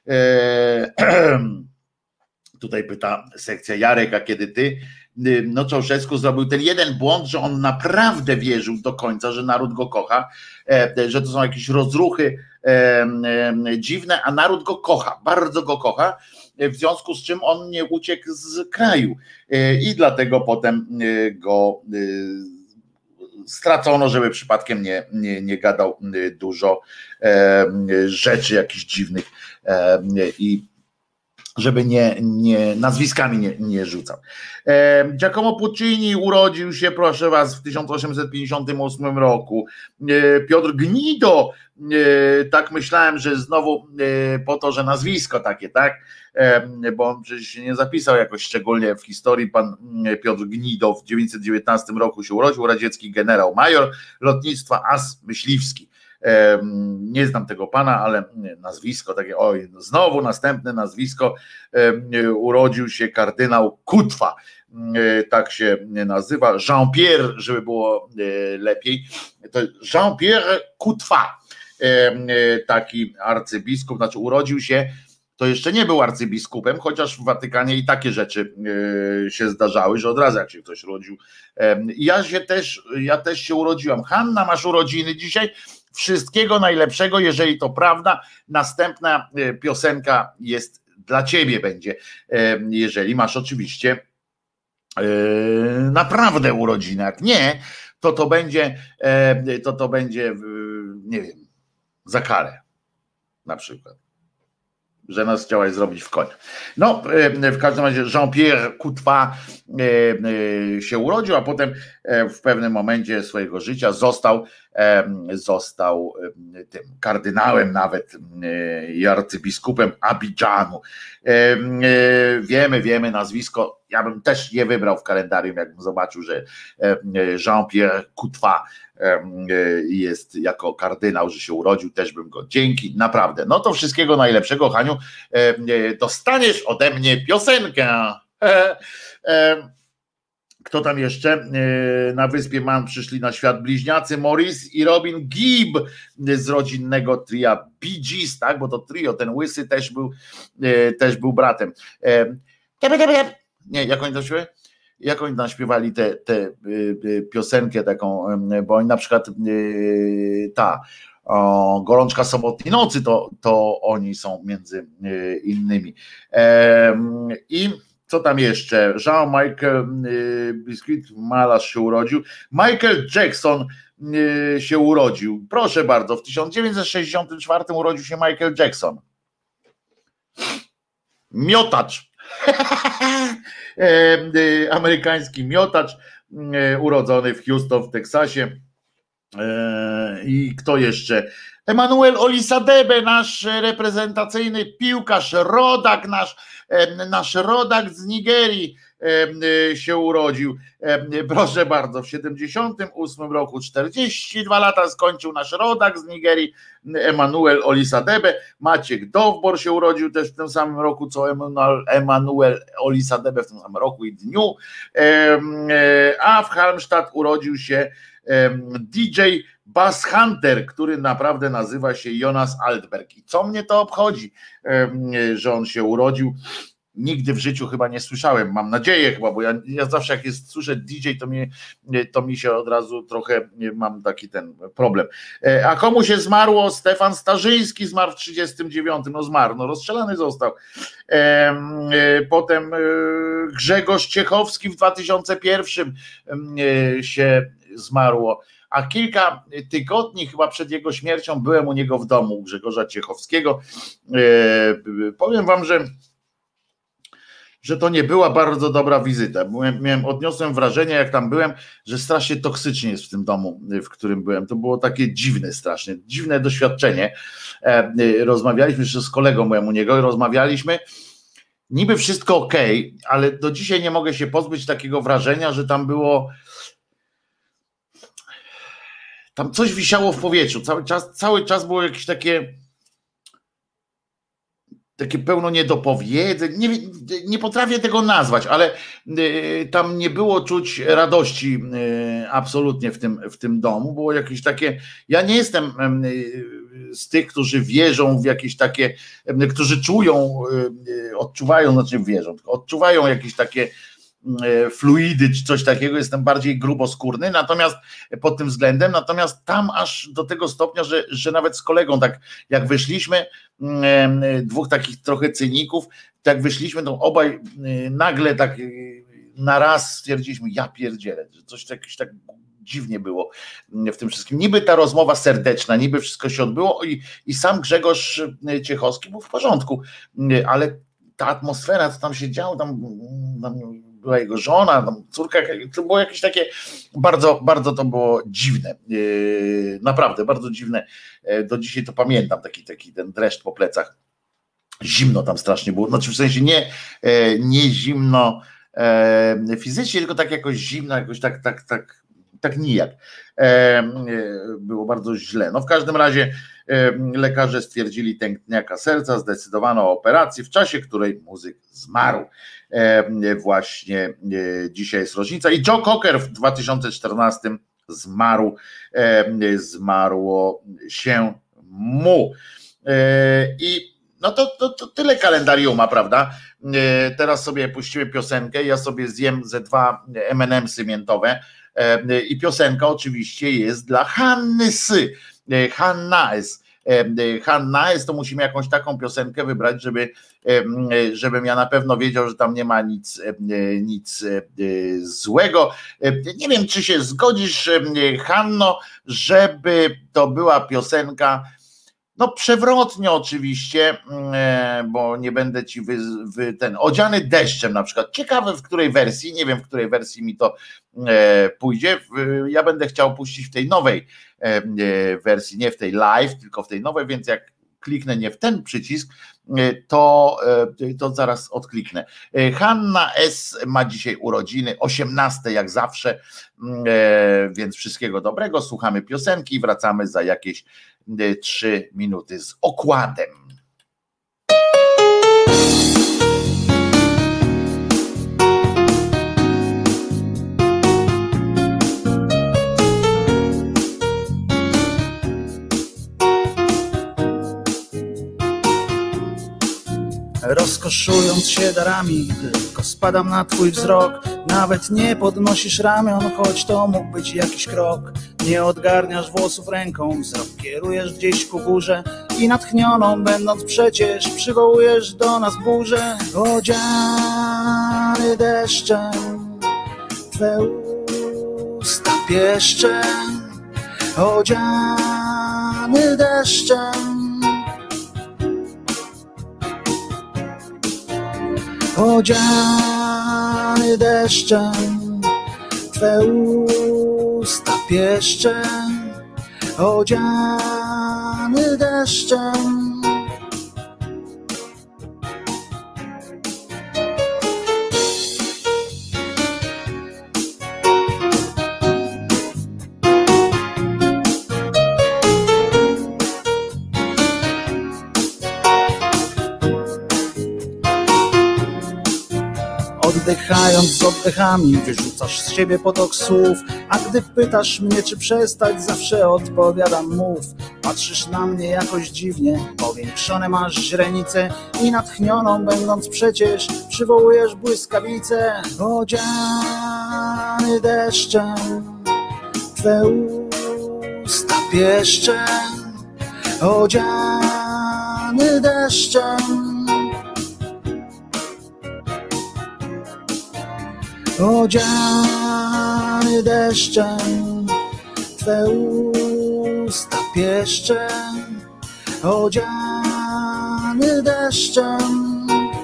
Tutaj pyta sekcja Jarek, a kiedy ty? No Ceausescu zrobił ten jeden błąd, że on naprawdę wierzył do końca, że naród go kocha, że to są jakieś rozruchy dziwne, a naród go kocha, bardzo go kocha, w związku z czym on nie uciekł z kraju i dlatego potem go stracono, żeby przypadkiem nie gadał dużo rzeczy jakichś dziwnych i żeby nazwiskami nie rzucał. Giacomo Puccini urodził się, proszę was, w 1858 roku. Piotr Gnido, tak myślałem, że znowu po to, że nazwisko takie, tak? Bo on przecież się nie zapisał jakoś szczególnie w historii. Pan Piotr Gnido w 1919 roku się urodził, radziecki generał major lotnictwa, as myśliwski. Nie znam tego pana, ale nazwisko takie, oj, znowu następne nazwisko, urodził się kardynał Kutwa, tak się nazywa, Jean-Pierre, żeby było lepiej, to Jean-Pierre Kutwa, taki arcybiskup, znaczy urodził się, to jeszcze nie był arcybiskupem, chociaż w Watykanie i takie rzeczy się zdarzały, że od razu jak się ktoś urodził. Ja też się urodziłam. Hanna, masz urodziny dzisiaj? Wszystkiego najlepszego, jeżeli to prawda. Następna piosenka jest dla ciebie będzie, jeżeli masz oczywiście naprawdę urodziny. Jak nie, to będzie, nie wiem, za karę na przykład, że nas chciałaś zrobić w konia. No, w każdym razie Jean-Pierre Coutfa się urodził, a potem w pewnym momencie swojego życia został tym kardynałem nawet i arcybiskupem Abidżanu. Wiemy nazwisko, ja bym też je wybrał w kalendarium, jakbym zobaczył, że Jean-Pierre Coutfa jest jako kardynał, że się urodził, też bym go, dzięki, naprawdę. No to wszystkiego najlepszego, Haniu, dostaniesz ode mnie piosenkę. Kto tam jeszcze? Na Wyspie Man przyszli na świat bliźniacy Maurice i Robin Gibb z rodzinnego tria Bee Gees, tak? Bo to trio, ten łysy też był bratem. Nie, jak oni to śpiewają? Jak oni tam śpiewali tę piosenkę taką, bo oni na przykład Gorączka sobotniej nocy, to oni są między innymi. I co tam jeszcze? Jean-Michel Biscuit Malarz się urodził. Michael Jackson się urodził. Proszę bardzo, w 1964 urodził się Michael Jackson. Miotacz. Amerykański miotacz, urodzony w Houston w Teksasie. I kto jeszcze? Emanuel Olisadebe, nasz reprezentacyjny piłkarz, rodak, nasz rodak z Nigerii się urodził. Proszę bardzo, w 78 roku, 42 lata skończył nasz rodak z Nigerii, Emanuel Olisadebe. Maciek Dowbor się urodził też w tym samym roku, co Emanuel Olisadebe w tym samym roku i dniu. A w Halmstad urodził się DJ Bass Hunter, który naprawdę nazywa się Jonas Altberg. I co mnie to obchodzi, że on się urodził? Nigdy w życiu chyba nie słyszałem, mam nadzieję chyba, bo ja zawsze jak słyszę DJ, to mi się od razu trochę, mam taki ten problem. A komu się zmarło? Stefan Starzyński zmarł w 39, zmarł, rozstrzelany został. Potem Grzegorz Ciechowski w 2001 się zmarło. A kilka tygodni chyba przed jego śmiercią byłem u niego w domu, u Grzegorza Ciechowskiego. Powiem wam, że to nie była bardzo dobra wizyta. Odniosłem wrażenie, jak tam byłem, że strasznie toksycznie jest w tym domu, w którym byłem. To było takie dziwne, strasznie, dziwne doświadczenie. Rozmawialiśmy jeszcze z kolegą byłem u niego, rozmawialiśmy. Niby wszystko okej, ale do dzisiaj nie mogę się pozbyć takiego wrażenia, że tam było... Tam coś wisiało w powietrzu. Cały czas było jakieś takie pełno niedopowiedzeń, nie potrafię tego nazwać, ale tam nie było czuć radości absolutnie w tym domu, było jakieś takie, ja nie jestem z tych, którzy wierzą w jakieś takie, którzy odczuwają jakieś takie fluidy czy coś takiego, jestem bardziej gruboskórny, natomiast pod tym względem, natomiast tam aż do tego stopnia, że nawet z kolegą tak jak wyszliśmy, dwóch takich trochę cyników, tak wyszliśmy, to obaj nagle tak na raz stwierdziliśmy, ja pierdzielę, że coś jakieś tak dziwnie było w tym wszystkim. Niby ta rozmowa serdeczna, niby wszystko się odbyło i sam Grzegorz Ciechowski był w porządku, ale ta atmosfera, co tam się działo, tam była jego żona, tam córka, to było jakieś takie bardzo, bardzo to było dziwne, naprawdę bardzo dziwne, do dzisiaj to pamiętam, taki ten dreszcz po plecach, zimno tam strasznie było, znaczy w sensie nie zimno fizycznie, tylko tak jakoś zimno, jakoś tak nijak. Było bardzo źle. No w każdym razie lekarze stwierdzili tętniaka serca, zdecydowano o operacji, w czasie której muzyk zmarł. Właśnie dzisiaj jest rocznica i Joe Cocker w 2014 zmarło się mu. I no to tyle kalendarium ma, prawda? Teraz sobie puścimy piosenkę, ja sobie zjem ze 2 M&M'sy miętowe i piosenka oczywiście jest dla Hanny Sy. Hanna S. Hanna S, to musimy jakąś taką piosenkę wybrać, żebym ja na pewno wiedział, że tam nie ma nic złego. Nie wiem, czy się zgodzisz, Hanno, żeby to była piosenka, no przewrotnie oczywiście, bo nie będę ci odziany deszczem na przykład. Ciekawe w której wersji, nie wiem w której wersji mi to pójdzie. Ja będę chciał puścić w tej nowej wersji, nie w tej live, tylko w tej nowej, więc jak kliknę nie w ten przycisk, to zaraz odkliknę. Hanna S. ma dzisiaj urodziny, 18 jak zawsze, więc wszystkiego dobrego. Słuchamy piosenki i wracamy za jakieś 3 minuty z okładem. Rozkoszując się darami, tylko spadam na twój wzrok. Nawet nie podnosisz ramion, choć to mógł być jakiś krok. Nie odgarniasz włosów ręką, wzrok kierujesz gdzieś ku górze i natchnioną będąc przecież przywołujesz do nas burzę. Odziany deszczem, twe usta pieszczem. Odziany deszczem, odziany deszczem, twe usta pieszczem. Odziany deszczem. Oddychając z oddechami, wyrzucasz z siebie potok słów. A gdy pytasz mnie, czy przestać, zawsze odpowiadam mów. Patrzysz na mnie jakoś dziwnie, powiększone masz źrenice i natchnioną będąc przecież przywołujesz błyskawicę. Odziany deszczem, twe usta pieszczem. Odziany deszczem, odziany deszczem, twe usta pieszczem. Odziany deszczem.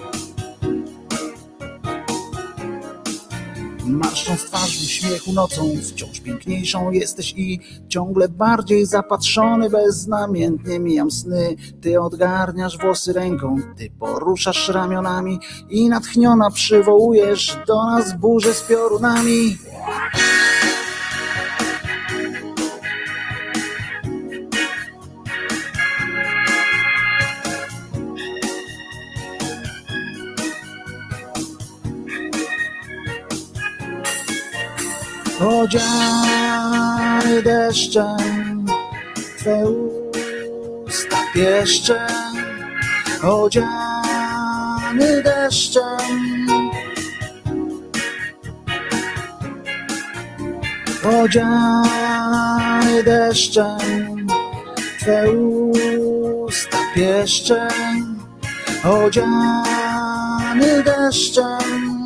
Marszcząc twarz w uśmiechu nocą, wciąż piękniejszą jesteś i ciągle bardziej zapatrzony, beznamiętnie mijam sny. Ty odgarniasz włosy ręką, ty poruszasz ramionami i natchniona przywołujesz do nas burzę z piorunami. Odziany deszczem, twe usta pieszczem. Odziany deszczem, odziany deszczem, twe usta pieszczem. Odziany deszczem.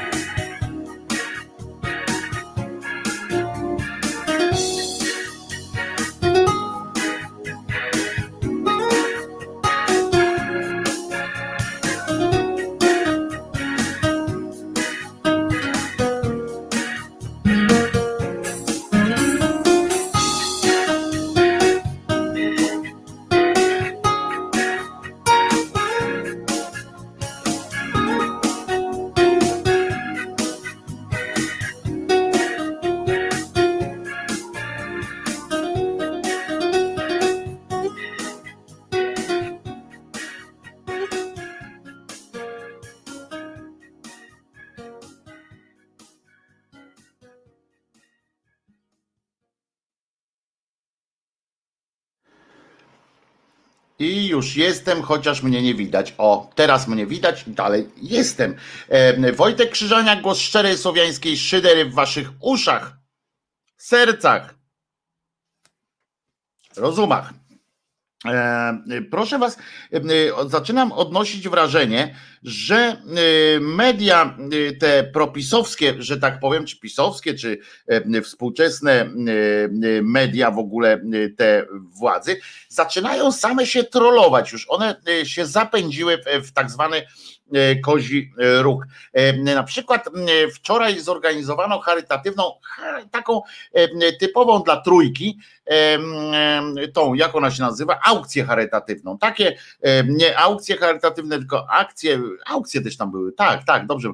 I już jestem, chociaż mnie nie widać. O, teraz mnie widać, dalej jestem. Wojtek Krzyżaniak, głos szczerej słowiańskiej szydery w waszych uszach, sercach. rozumach. Proszę was, zaczynam odnosić wrażenie, że media te propisowskie, że tak powiem, czy pisowskie, czy współczesne media w ogóle te władzy, zaczynają same się trollować już. One się zapędziły w tak zwany kozi róg. Na przykład wczoraj zorganizowano charytatywną, taką typową dla Trójki, tą, jak ona się nazywa, aukcję charytatywną. Takie nie aukcje charytatywne, tylko aukcje też tam były. Tak, dobrze.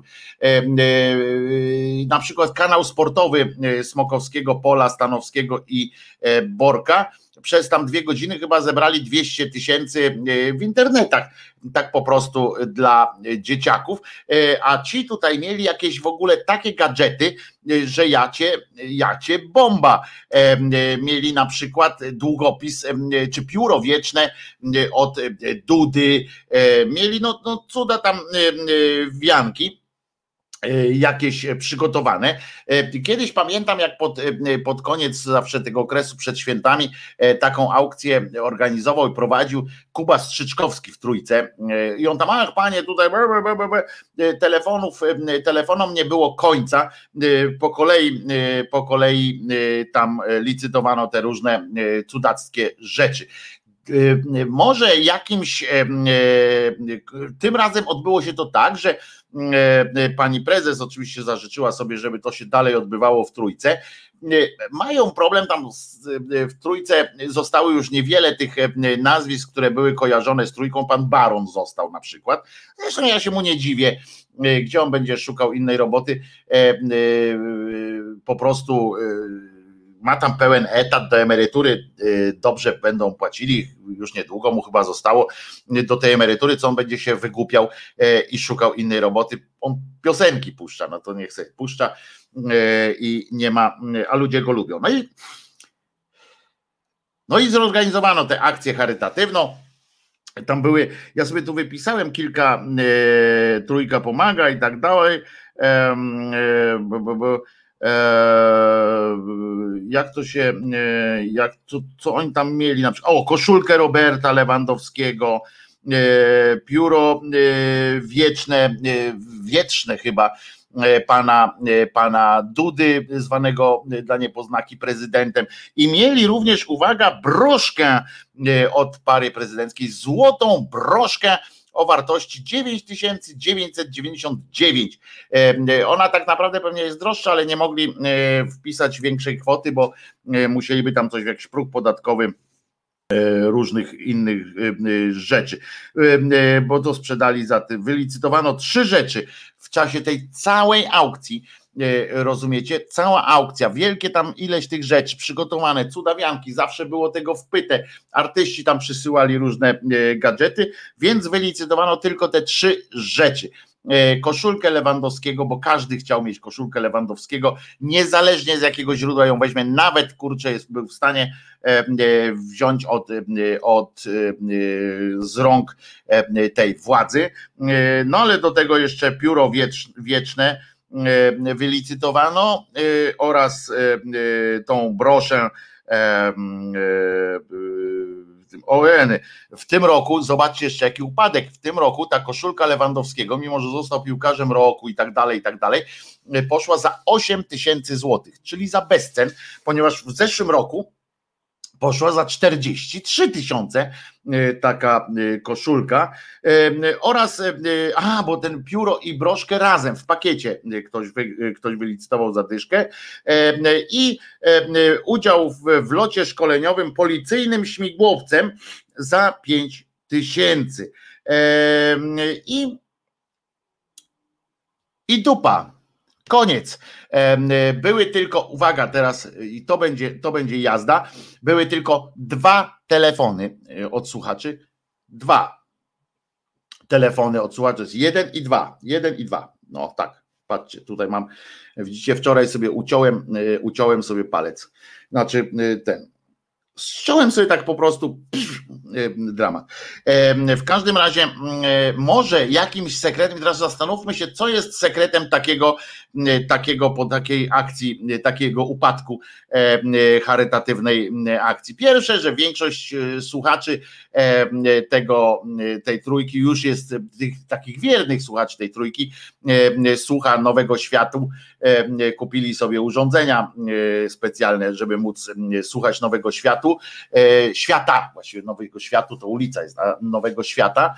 Na przykład kanał sportowy Smokowskiego, Pola, Stanowskiego i Borka przez tam 2 godziny chyba zebrali 200 000 w internetach, tak po prostu dla dzieciaków, a ci tutaj mieli jakieś w ogóle takie gadżety, że jacie bomba. Mieli na przykład długopis czy pióro wieczne od Dudy, mieli no cuda tam wianki jakieś przygotowane. Kiedyś pamiętam, jak pod koniec zawsze tego okresu przed świętami taką aukcję organizował i prowadził Kuba Strzyczkowski w Trójce i on tam, ach panie, tutaj telefonom nie było końca, po kolei tam licytowano te różne cudackie rzeczy. Może jakimś tym razem odbyło się to tak, że pani prezes oczywiście zażyczyła sobie, żeby to się dalej odbywało w Trójce. Mają problem tam w Trójce, zostały już niewiele tych nazwisk, które były kojarzone z Trójką. Pan Baron został na przykład. Zresztą ja się mu nie dziwię, gdzie on będzie szukał innej roboty. Po prostu ma tam pełen etat, do emerytury dobrze będą płacili, już niedługo mu chyba zostało do tej emerytury, co on będzie się wygłupiał i szukał innej roboty. On piosenki puszcza, no to niech sobie puszcza i nie ma, a ludzie go lubią. No i zorganizowano tę akcję charytatywną. Tam były, ja sobie tu wypisałem kilka, Trójka pomaga i tak dalej. Jak to się, co oni tam mieli, na przykład, koszulkę Roberta Lewandowskiego, pióro wieczne chyba pana Dudy, zwanego dla niepoznaki prezydentem, i mieli również, uwaga, broszkę od pary prezydenckiej, złotą broszkę o wartości 9999. Ona tak naprawdę pewnie jest droższa, ale nie mogli wpisać większej kwoty, bo musieliby tam coś w jakiś próg podatkowy różnych innych rzeczy, bo to sprzedali za tym. Wylicytowano 3 rzeczy w czasie tej całej aukcji. Rozumiecie? Cała aukcja, wielkie tam ileś tych rzeczy przygotowane, cudawianki, zawsze było tego wpyte, artyści tam przysyłali różne gadżety, więc wylicytowano tylko te 3 rzeczy. Koszulkę Lewandowskiego, bo każdy chciał mieć koszulkę Lewandowskiego, niezależnie z jakiego źródła ją weźmie, nawet kurczę był w stanie wziąć z rąk tej władzy, no ale do tego jeszcze pióro wieczne wylicytowano oraz tą broszę w tym roku, zobaczcie jeszcze jaki upadek, w tym roku ta koszulka Lewandowskiego, mimo że został piłkarzem roku i tak dalej, poszła za 8 000 złotych, czyli za bezcen, ponieważ w zeszłym roku poszła za 43 000 taka koszulka oraz, bo ten pióro i broszkę razem w pakiecie ktoś wylicytował za dyszkę i udział w locie szkoleniowym policyjnym śmigłowcem za 5 000 i dupa. Koniec. Były tylko, uwaga teraz, i to będzie jazda, były tylko 2 telefony od słuchaczy. 2 telefony od słuchaczy, jest 1 i 2. No tak, patrzcie, tutaj mam, widzicie, wczoraj sobie uciąłem sobie palec. Znaczy ściąłem sobie tak po prostu dramat. W każdym razie może jakimś sekretem, teraz zastanówmy się, co jest sekretem takiego po takiej akcji, takiego upadku charytatywnej akcji. Pierwsze, że większość słuchaczy tej trójki już jest, tych takich wiernych słuchaczy tej trójki, słucha Nowego Światu, kupili sobie urządzenia specjalne, żeby móc słuchać Nowego Świata, właściwie Nowego Światu, to ulica jest Nowego Świata,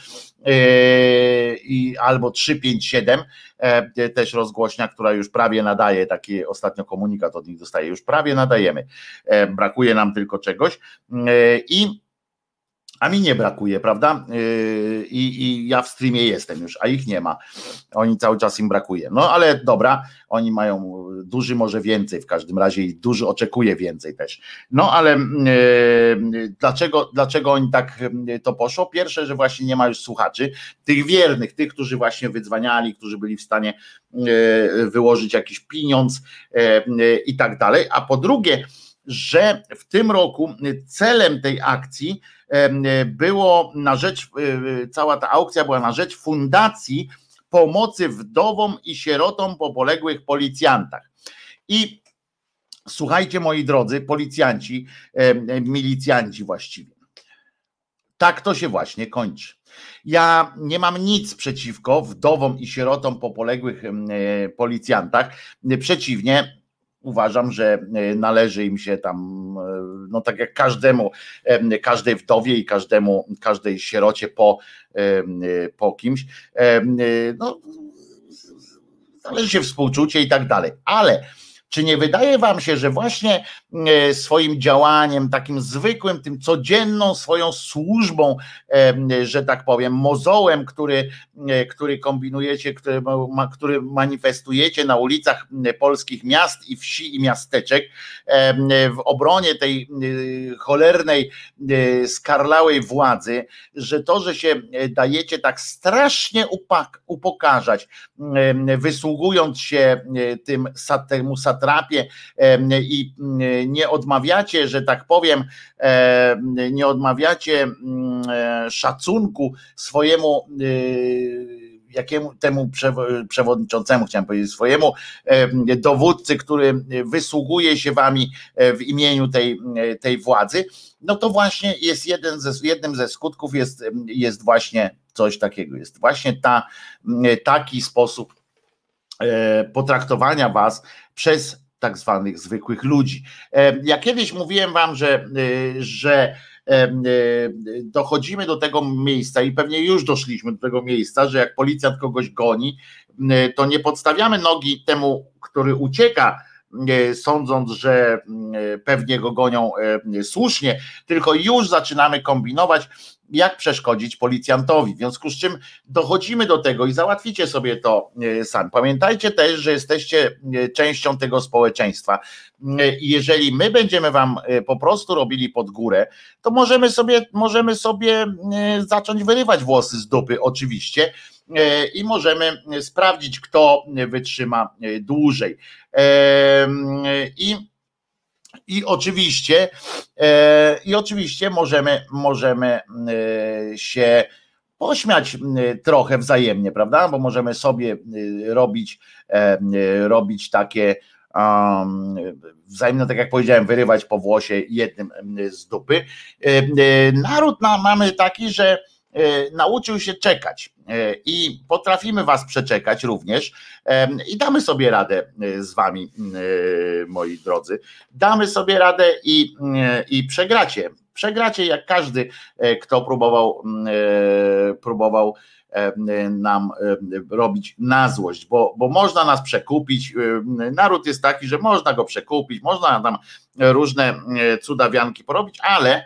i albo 357 też rozgłośnia, która już prawie nadaje, taki ostatnio komunikat od nich dostaje, już prawie nadajemy, brakuje nam tylko czegoś a mi nie brakuje, prawda? I ja w streamie jestem już, a ich nie ma. Oni cały czas im brakuje. No ale dobra, oni mają duży, może więcej w każdym razie i duży oczekuje więcej też. No ale dlaczego oni tak to poszło? Pierwsze, że właśnie nie ma już słuchaczy, tych wiernych, tych, którzy właśnie wydzwaniali, którzy byli w stanie wyłożyć jakiś pieniądz i tak dalej. A po drugie, że w tym roku celem tej akcji było na rzecz, cała ta aukcja była na rzecz fundacji pomocy wdowom i sierotom po poległych policjantach. I słuchajcie, moi drodzy policjanci, milicjanci właściwie, tak to się właśnie kończy. Ja nie mam nic przeciwko wdowom i sierotom po poległych policjantach, przeciwnie, uważam, że należy im się tam, no tak jak każdej wdowie i każdej sierocie po kimś, no należy się współczucie i tak dalej, ale czy nie wydaje wam się, że właśnie swoim działaniem, takim zwykłym, tym codzienną swoją służbą, że tak powiem, mozołem, który kombinujecie, który manifestujecie na ulicach polskich miast i wsi i miasteczek w obronie tej cholernej, skarlałej władzy, że to, że się dajecie tak strasznie upokarzać, wysługując się temu satrapie i nie odmawiacie, że tak powiem, nie odmawiacie szacunku swojemu temu przewodniczącemu, chciałem powiedzieć, swojemu dowódcy, który wysługuje się wami w imieniu tej władzy, no to właśnie jest jednym ze skutków jest właśnie coś takiego, jest właśnie taki sposób potraktowania was przez tak zwanych zwykłych ludzi. Ja kiedyś mówiłem wam, że dochodzimy do tego miejsca i pewnie już doszliśmy do tego miejsca, że jak policjant kogoś goni, to nie podstawiamy nogi temu, który ucieka, sądząc, że pewnie go gonią słusznie, tylko już zaczynamy kombinować, jak przeszkodzić policjantowi. W związku z czym dochodzimy do tego i załatwicie sobie to sami. Pamiętajcie też, że jesteście częścią tego społeczeństwa. I jeżeli my będziemy wam po prostu robili pod górę, to możemy sobie zacząć wyrywać włosy z dupy oczywiście i możemy sprawdzić, kto wytrzyma dłużej. I oczywiście możemy się pośmiać trochę wzajemnie, prawda? Bo możemy sobie robić takie wzajemnie, tak jak powiedziałem, wyrywać po włosie jednym z dupy. Naród mamy taki, że nauczył się czekać i potrafimy was przeczekać również i damy sobie radę z wami, moi drodzy, damy sobie radę i przegracie jak każdy, kto próbował nam robić na złość, bo można nas przekupić, naród jest taki, że można go przekupić, można tam różne cudawianki porobić, ale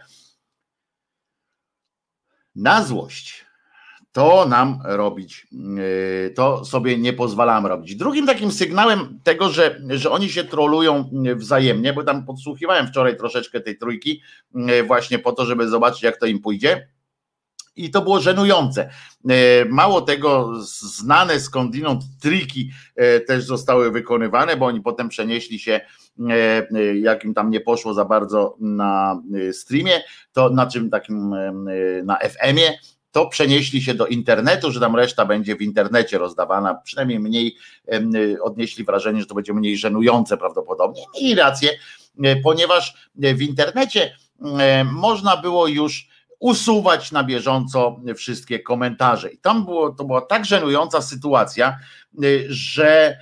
na złość to nam robić, to sobie nie pozwalamy robić. Drugim takim sygnałem tego, że oni się trolują wzajemnie, bo tam podsłuchiwałem wczoraj troszeczkę tej trójki właśnie po to, żeby zobaczyć, jak to im pójdzie. I to było żenujące. Mało tego, znane skądinąd triki też zostały wykonywane, bo oni potem przenieśli się, jak im tam nie poszło za bardzo na streamie, to na czym takim na FM-ie, to przenieśli się do internetu, że tam reszta będzie w internecie rozdawana, przynajmniej mniej, odnieśli wrażenie, że to będzie mniej żenujące prawdopodobnie. Mieli rację, ponieważ w internecie można było już usuwać na bieżąco wszystkie komentarze. I tam to była tak żenująca sytuacja, że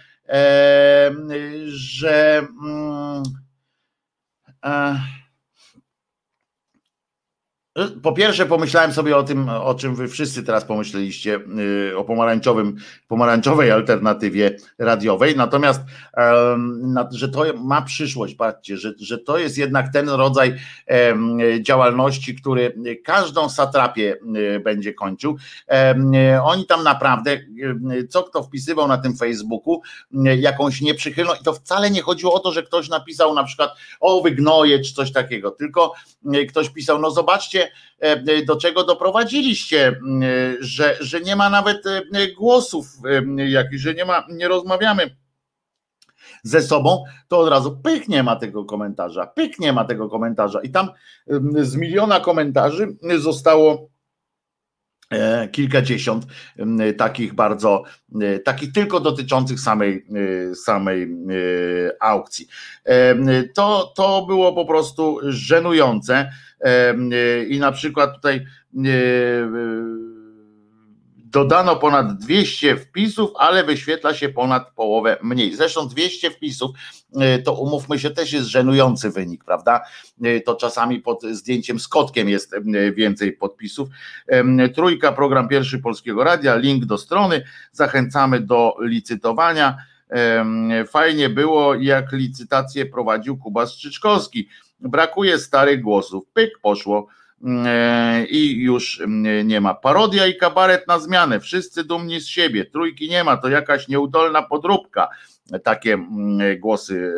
po pierwsze pomyślałem sobie o tym, o czym wy wszyscy teraz pomyśleliście, o pomarańczowej alternatywie radiowej, natomiast że to ma przyszłość, patrzcie, że to jest jednak ten rodzaj działalności, który każdą satrapię będzie kończył. Oni tam naprawdę, co kto wpisywał na tym Facebooku, jakąś nieprzychylną, i to wcale nie chodziło o to, że ktoś napisał na przykład o wygnoje czy coś takiego, tylko ktoś pisał, no zobaczcie, do czego doprowadziliście, że nie ma nawet głosów jakichś, że nie rozmawiamy ze sobą, to od razu pyk, nie ma tego komentarza i tam z miliona komentarzy zostało kilkadziesiąt takich tylko dotyczących samej aukcji. To było po prostu żenujące i na przykład tutaj dodano ponad 200 wpisów, ale wyświetla się ponad połowę mniej. Zresztą 200 wpisów, to umówmy się, też jest żenujący wynik, prawda? To czasami pod zdjęciem z kotkiem jest więcej podpisów. Trójka, program pierwszy Polskiego Radia, link do strony, zachęcamy do licytowania. Fajnie było, jak licytację prowadził Kuba Strzyczkowski. Brakuje starych głosów. Pyk, poszło. I już nie ma. Parodia i kabaret na zmianę, wszyscy dumni z siebie, trójki nie ma, to jakaś nieudolna podróbka. Takie głosy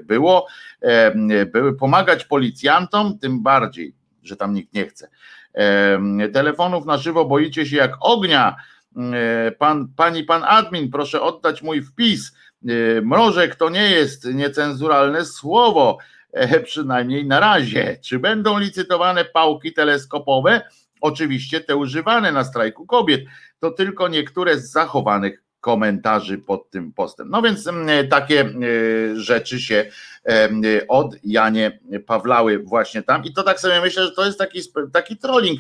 były. Pomagać policjantom, tym bardziej, że tam nikt nie chce. Telefonów na żywo boicie się jak ognia. Pan admin, proszę oddać mój wpis. Mrożek to nie jest niecenzuralne słowo, przynajmniej na razie. Czy będą licytowane pałki teleskopowe? Oczywiście te używane na strajku kobiet. To tylko niektóre z zachowanych komentarzy pod tym postem. No więc takie rzeczy się od Janie Pawlały właśnie tam i to tak sobie myślę, że to jest taki trolling,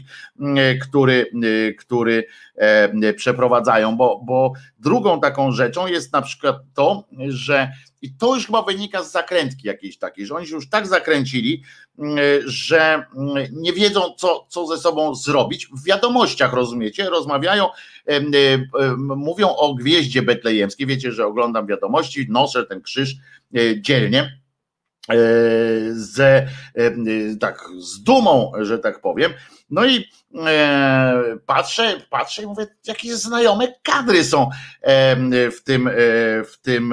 który przeprowadzają, bo drugą taką rzeczą jest na przykład to, że i to już chyba wynika z zakrętki jakiejś takiej, że oni się już tak zakręcili, że nie wiedzą co ze sobą zrobić. W wiadomościach, rozumiecie, rozmawiają, mówią o gwieździe betlejemskiej, wiecie, że oglądam wiadomości, noszę ten krzyż dzielnie, z dumą, że tak powiem. No i patrzę i mówię, jakie znajome kadry są w tym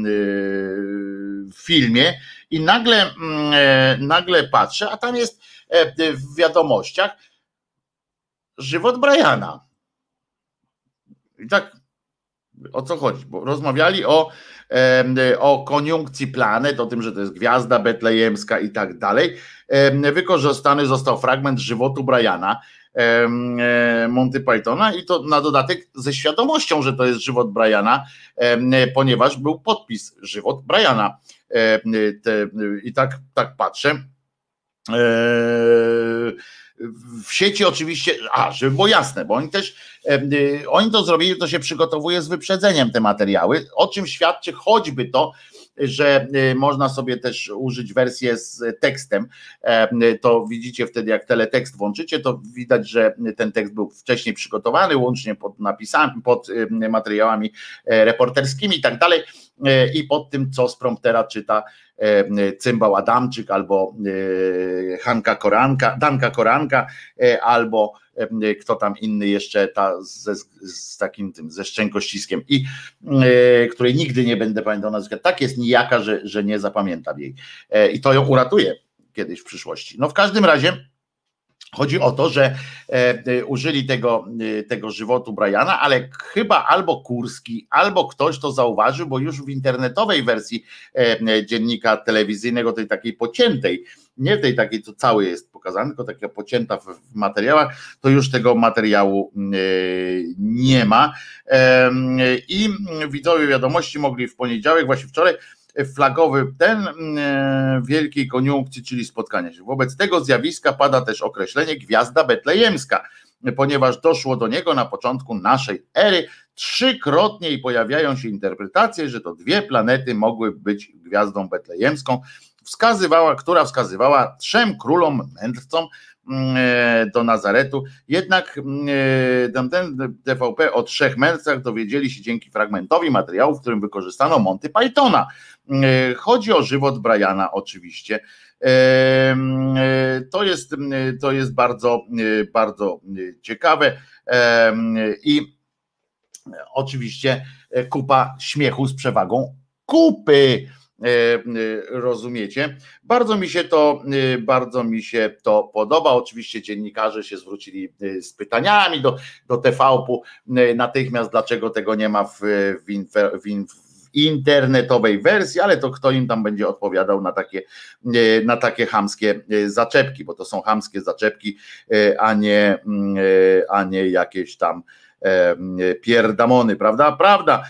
filmie i nagle patrzę, a tam jest w wiadomościach żywot Briana. I tak o co chodzi? Bo rozmawiali o koniunkcji planet, o tym, że to jest gwiazda betlejemska i tak dalej. Wykorzystany został fragment żywotu Briana, Monty Pythona, i to na dodatek ze świadomością, że to jest żywot Briana, ponieważ był podpis żywot Briana. I tak patrzę. W sieci oczywiście, żeby było jasne, bo oni to zrobili, to się przygotowuje z wyprzedzeniem te materiały, o czym świadczy choćby to, że można sobie też użyć wersję z tekstem. To widzicie wtedy, jak teletekst włączycie, to widać, że ten tekst był wcześniej przygotowany, łącznie pod napisami, pod materiałami reporterskimi i tak dalej, i pod tym, co z promptera czyta Cymbał Adamczyk albo Danka Koranka, albo kto tam inny jeszcze, z takim tym, ze szczękościskiem, i której nigdy nie będę pamiętał nazwiska. Tak jest nijaka, że nie zapamiętam jej. I to ją uratuje kiedyś w przyszłości. No w każdym razie Chodzi o to, że użyli tego żywotu Briana, ale chyba albo Kurski, albo ktoś to zauważył, bo już w internetowej wersji dziennika telewizyjnego, tej takiej pociętej, nie tej takiej, co cały jest pokazany, tylko taka pocięta w materiałach, to już tego materiału nie ma. I widzowie Wiadomości mogli w poniedziałek, właśnie wczoraj, flagowy ten wielkiej koniunkcji, czyli spotkania się. Wobec tego zjawiska pada też określenie gwiazda betlejemska, ponieważ doszło do niego na początku naszej ery. Trzykrotnie pojawiają się interpretacje, że to dwie planety mogły być gwiazdą betlejemską, która wskazywała trzem królom mędrcom do Nazaretu. Jednak tamten TVP o trzech mędrcach dowiedzieli się dzięki fragmentowi materiału, w którym wykorzystano Monty Pythona. Chodzi o żywot Briana oczywiście. To jest bardzo, bardzo ciekawe i oczywiście kupa śmiechu z przewagą kupy. Rozumiecie? Bardzo mi się to podoba. Oczywiście dziennikarze się zwrócili z pytaniami do TVP-u natychmiast, dlaczego tego nie ma w internetowej wersji, ale to kto im tam będzie odpowiadał na takie chamskie zaczepki, bo to są chamskie zaczepki, a nie jakieś tam pierdamony, prawda? Prawda.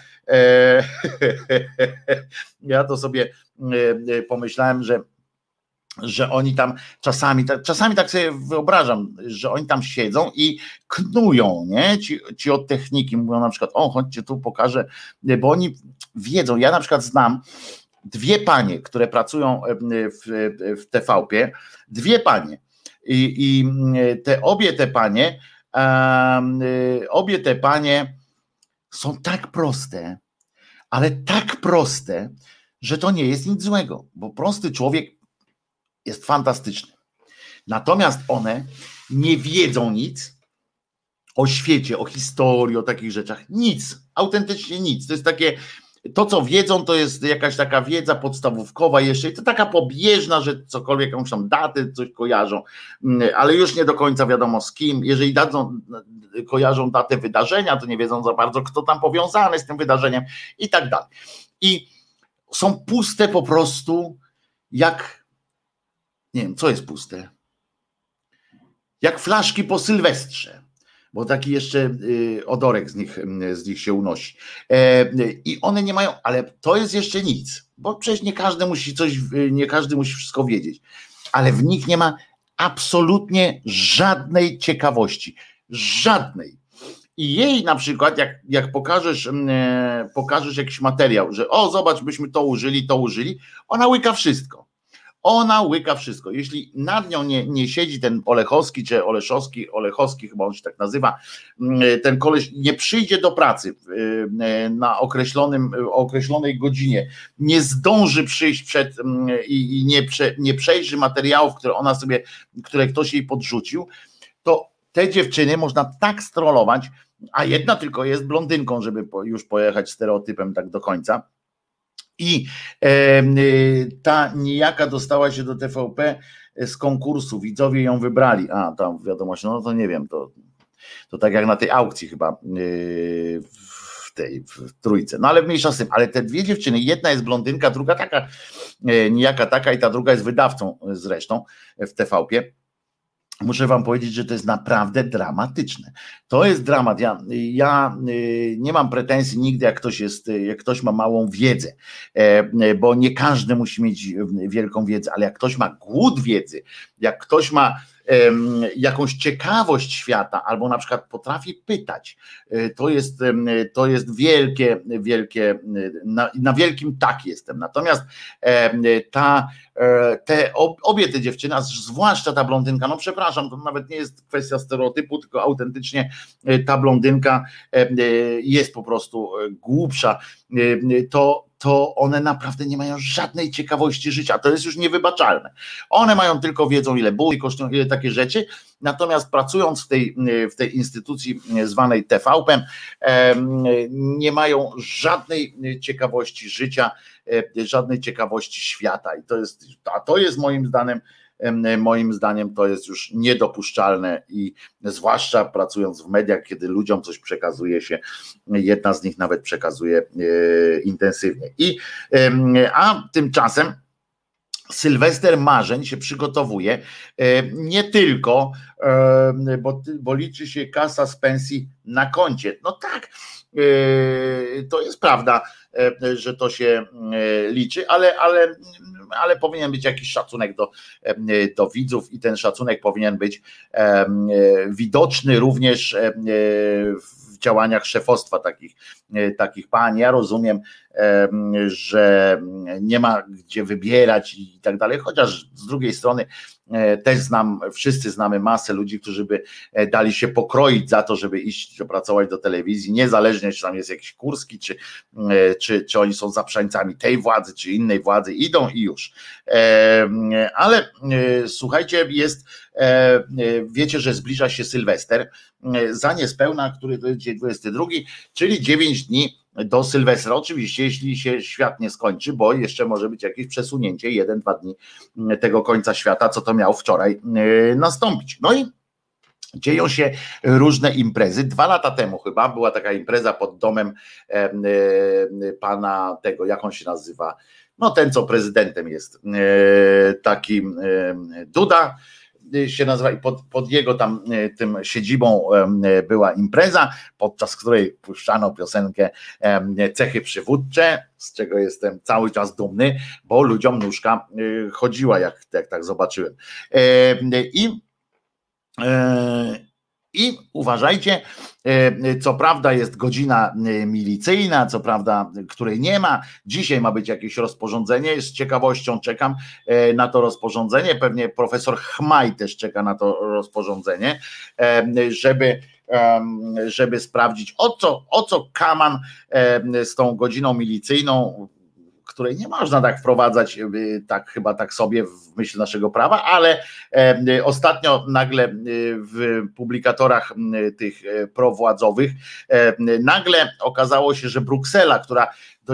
Ja to sobie pomyślałem, że oni tam czasami tak sobie wyobrażam, że oni tam siedzą i knują, nie? Ci od techniki mówią na przykład, chodźcie tu pokażę, bo oni wiedzą, ja na przykład znam dwie panie, które pracują w TVP, dwie panie i obie te panie są tak proste, ale tak proste, że to nie jest nic złego, bo prosty człowiek jest fantastyczny. Natomiast one nie wiedzą nic o świecie, o historii, o takich rzeczach. Nic, autentycznie nic. To jest takie, to co wiedzą, to jest jakaś taka wiedza podstawówkowa jeszcze i to taka pobieżna, że cokolwiek, jakąś tam datę, coś kojarzą, ale już nie do końca wiadomo z kim. Jeżeli kojarzą datę wydarzenia, to nie wiedzą za bardzo, kto tam powiązany z tym wydarzeniem i tak dalej. I są puste po prostu jak, nie wiem, co jest puste? Jak flaszki po Sylwestrze, bo taki jeszcze odorek z nich się unosi. I one nie mają, ale to jest jeszcze nic, bo przecież nie każdy musi wszystko wiedzieć, ale w nich nie ma absolutnie żadnej ciekawości. Żadnej. I jej na przykład, jak pokażesz jakiś materiał, że zobacz, byśmy to użyli, ona łyka wszystko. Ona łyka wszystko. Jeśli nad nią nie siedzi ten Olechowski, czy Olechowski chyba on się tak nazywa, ten koleś nie przyjdzie do pracy na określonej godzinie, nie zdąży przyjść i nie przejrzy materiałów, które ktoś jej podrzucił, to te dziewczyny można tak strollować, a jedna tylko jest blondynką, żeby już pojechać stereotypem tak do końca. I ta nijaka dostała się do TVP z konkursu, widzowie ją wybrali. Tam wiadomość, no to nie wiem, to tak jak na tej aukcji chyba w Trójce. No ale mniejsza z tym, ale te dwie dziewczyny, jedna jest blondynka, druga taka nijaka taka i ta druga jest wydawcą zresztą w TVP. Muszę wam powiedzieć, że to jest naprawdę dramatyczne. To jest dramat. Ja nie mam pretensji nigdy, jak ktoś ma małą wiedzę, bo nie każdy musi mieć wielką wiedzę, ale jak ktoś ma głód wiedzy, jak ktoś ma jakąś ciekawość świata, albo na przykład potrafi pytać, to jest wielkie, na wielkim tak jestem. Natomiast obie te dziewczyny, zwłaszcza ta blondynka, no przepraszam, to nawet nie jest kwestia stereotypu, tylko autentycznie ta blondynka jest po prostu głupsza, to one naprawdę nie mają żadnej ciekawości życia, to jest już niewybaczalne. One mają tylko wiedzą, ile buły kosztują, ile takie rzeczy, natomiast pracując w tej instytucji zwanej TVP, nie mają żadnej ciekawości życia, żadnej ciekawości świata i to jest moim zdaniem moim zdaniem to jest już niedopuszczalne i zwłaszcza pracując w mediach, kiedy ludziom coś przekazuje się, jedna z nich nawet przekazuje intensywnie. A tymczasem Sylwester marzeń się przygotowuje nie tylko, bo liczy się kasa z pensji na koncie. No tak, to jest prawda, że to się liczy, ale powinien być jakiś szacunek do widzów i ten szacunek powinien być widoczny również w działaniach szefostwa takich pań. Ja rozumiem, że nie ma gdzie wybierać i tak dalej, chociaż z drugiej strony też wszyscy znamy masę ludzi, którzy by dali się pokroić za to, żeby iść pracować do telewizji, niezależnie czy tam jest jakiś Kurski, czy oni są zaprzańcami tej władzy, czy innej władzy, idą i już. Ale słuchajcie, wiecie, że zbliża się Sylwester, za niespełna, który to jest dzień 22, czyli 9 dni do Sylwestra. Oczywiście, jeśli się świat nie skończy, bo jeszcze może być jakieś przesunięcie, 1-2 dni tego końca świata, co to miało wczoraj nastąpić. No i dzieją się różne imprezy. 2 lata temu chyba była taka impreza pod domem pana tego, jak on się nazywa, no ten, co prezydentem jest, taki Duda się nazywa, i pod jego tam tym siedzibą była impreza, podczas której puszczano piosenkę Cechy przywódcze, z czego jestem cały czas dumny, bo ludziom nóżka chodziła, jak tak zobaczyłem. I uważajcie, co prawda jest godzina milicyjna, co prawda, której nie ma. Dzisiaj ma być jakieś rozporządzenie, z ciekawością czekam na to rozporządzenie, pewnie profesor Chmaj też czeka na to rozporządzenie, żeby sprawdzić, o co kaman z tą godziną milicyjną, której nie można tak wprowadzać, chyba tak sobie w myśl naszego prawa, ale ostatnio nagle w publikatorach tych prowładzowych nagle okazało się, że Bruksela, która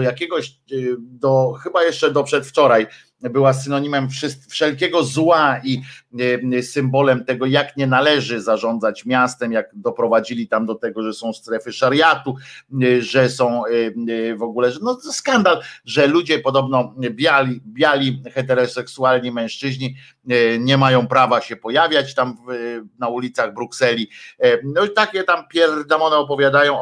chyba jeszcze do przedwczoraj była synonimem wszelkiego zła i symbolem tego, jak nie należy zarządzać miastem, jak doprowadzili tam do tego, że są strefy szariatu, że są w ogóle, no skandal, że ludzie podobno biali heteroseksualni mężczyźni nie mają prawa się pojawiać tam na ulicach Brukseli. No i takie tam pierdamone opowiadają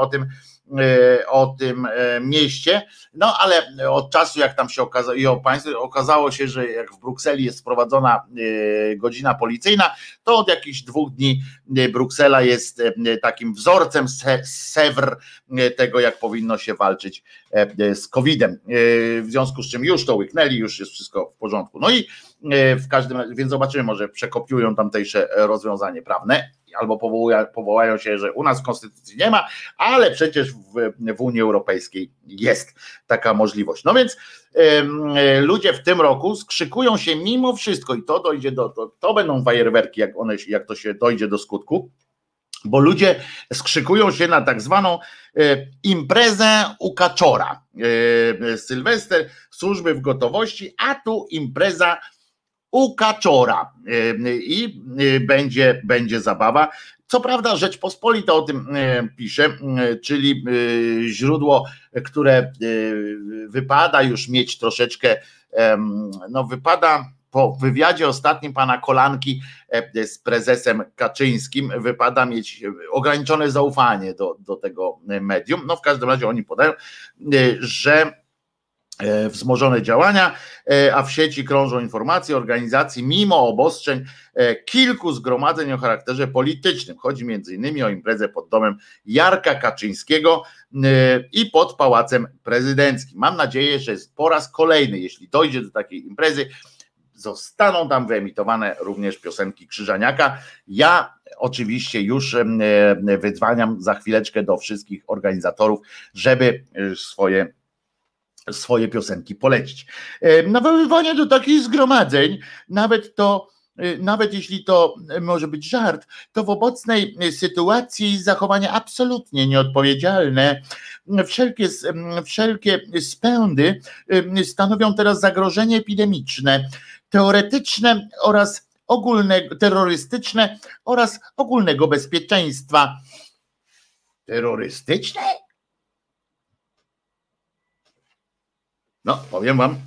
o tym mieście, no ale od czasu jak tam się okazało się, że jak w Brukseli jest wprowadzona godzina policyjna, to od jakichś 2 dni Bruksela jest takim wzorcem Sewr tego, jak powinno się walczyć z COVID-em, w związku z czym już to łyknęli, już jest wszystko w porządku. No i w każdym razie, więc zobaczymy, może przekopiują tamtejsze rozwiązanie prawne, albo powołają się, że u nas w Konstytucji nie ma, ale przecież w Unii Europejskiej jest taka możliwość. No więc ludzie w tym roku skrzykują się mimo wszystko i to dojdzie to będą fajerwerki, jak to się dojdzie do skutku, bo ludzie skrzykują się na tak zwaną imprezę u kaczora. Sylwester, służby w gotowości, a tu impreza u kaczora i będzie zabawa. Co prawda Rzeczpospolita o tym pisze, czyli źródło, które wypada już mieć troszeczkę, no wypada po wywiadzie ostatnim pana Kolanki z prezesem Kaczyńskim, wypada mieć ograniczone zaufanie do tego medium. No w każdym razie oni podają, że wzmożone działania, a w sieci krążą informacje o organizacji mimo obostrzeń kilku zgromadzeń o charakterze politycznym. Chodzi m.in. o imprezę pod domem Jarka Kaczyńskiego i pod Pałacem Prezydenckim. Mam nadzieję, że po raz kolejny, jeśli dojdzie do takiej imprezy, zostaną tam wyemitowane również piosenki Krzyżaniaka. Ja oczywiście już wydzwaniam za chwileczkę do wszystkich organizatorów, żeby swoje piosenki polecić. Nawoływanie do takich zgromadzeń, nawet jeśli to może być żart, to w obecnej sytuacji zachowania absolutnie nieodpowiedzialne. Wszelkie spędy stanowią teraz zagrożenie epidemiczne, teoretyczne oraz terrorystyczne oraz ogólnego bezpieczeństwa. Terrorystyczne? No, powiem wam.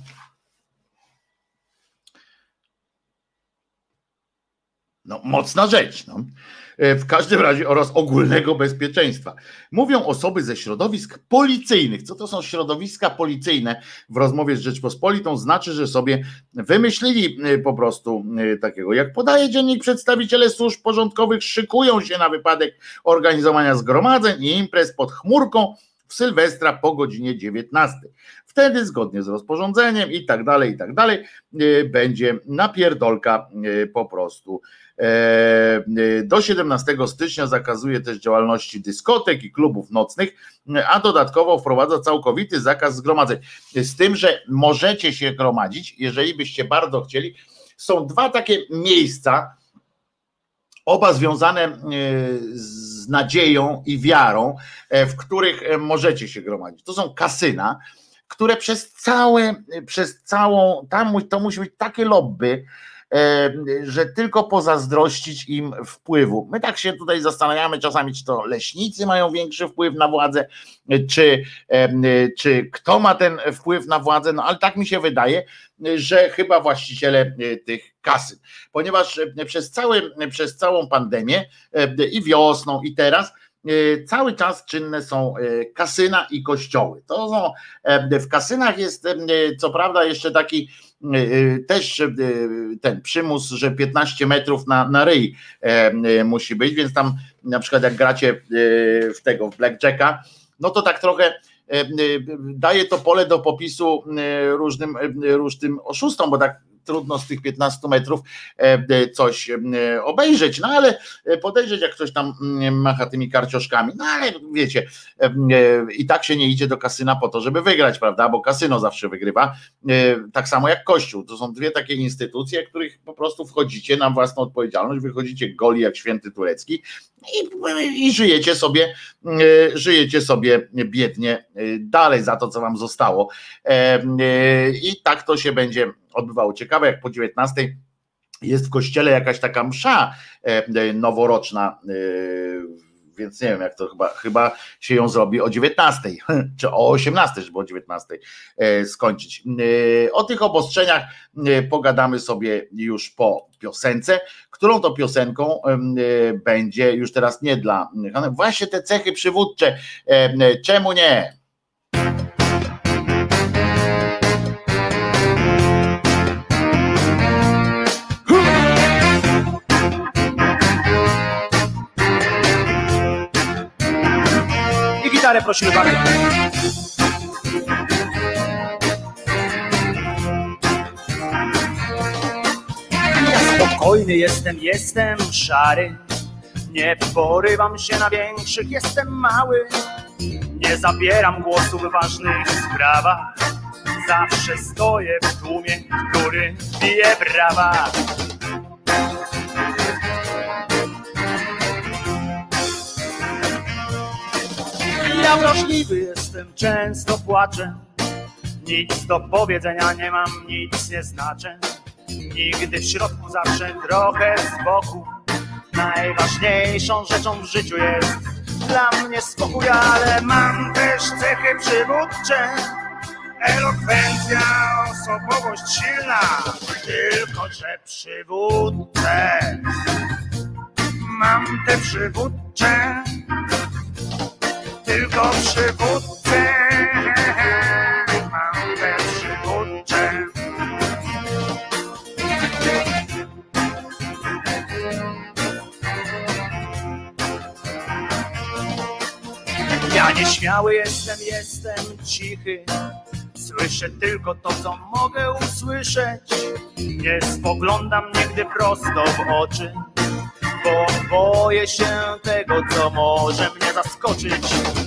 No, mocna rzecz. No. W każdym razie oraz ogólnego bezpieczeństwa. Mówią osoby ze środowisk policyjnych. Co to są środowiska policyjne? W rozmowie z Rzeczpospolitą znaczy, że sobie wymyślili po prostu takiego. Jak podaje dziennik, przedstawiciele służb porządkowych szykują się na wypadek organizowania zgromadzeń i imprez pod chmurką w Sylwestra po godzinie 19. Wtedy zgodnie z rozporządzeniem i tak dalej, będzie napierdolka po prostu. Do 17 stycznia zakazuje też działalności dyskotek i klubów nocnych, a dodatkowo wprowadza całkowity zakaz zgromadzeń. Z tym, że możecie się gromadzić, jeżeli byście bardzo chcieli. Są dwa takie miejsca, oba związane z nadzieją i wiarą, w których możecie się gromadzić. To są kasyna, które przez całą, to musi być takie lobby, że tylko pozazdrościć im wpływu. My tak się tutaj zastanawiamy czasami, czy to leśnicy mają większy wpływ na władzę, czy kto ma ten wpływ na władzę, no ale tak mi się wydaje, że chyba właściciele tych kasyn, ponieważ przez całą pandemię i wiosną i teraz cały czas czynne są kasyna i kościoły. To są, w kasynach jest co prawda jeszcze taki też ten przymus, że 15 metrów na ryj musi być, więc tam na przykład jak gracie w blackjacka, no to tak trochę daje to pole do popisu różnym oszustom, bo tak trudno z tych 15 metrów coś obejrzeć, no ale podejrzeć, jak ktoś tam macha tymi karcioszkami, no ale wiecie, i tak się nie idzie do kasyna po to, żeby wygrać, prawda, bo kasyno zawsze wygrywa, tak samo jak Kościół. To są dwie takie instytucje, w których po prostu wchodzicie na własną odpowiedzialność, wychodzicie goli jak święty turecki i żyjecie sobie biednie dalej za to, co wam zostało. I tak to się będzie odbywało. Ciekawe, jak po 19 jest w kościele jakaś taka msza noworoczna, więc nie wiem, jak to chyba się ją zrobi o 19, czy o 18, żeby o 19 skończyć. O tych obostrzeniach pogadamy sobie już po piosence, którą to piosenką będzie już teraz nie dla właśnie te cechy przywódcze, czemu nie? Prosimy bardzo. Ja spokojny jestem szary, nie porywam się na większych, jestem mały, nie zabieram głosu w ważnych sprawach, zawsze stoję w tłumie, który bije brawa. Ja wrażliwy jestem, często płaczę, nic do powiedzenia nie mam, nic nie znaczę. Nigdy w środku, zawsze trochę z boku. Najważniejszą rzeczą w życiu jest dla mnie spokój, ale mam też cechy przywódcze. Elokwencja, osobowość silna, tylko że przywódcę. Mam te przywódcze, tylko przywódcę, mam te przywódcze. Ja nieśmiały jestem cichy, słyszę tylko to, co mogę usłyszeć. Nie spoglądam nigdy prosto w oczy, bo boję się tego, co może mnie zaskoczyć.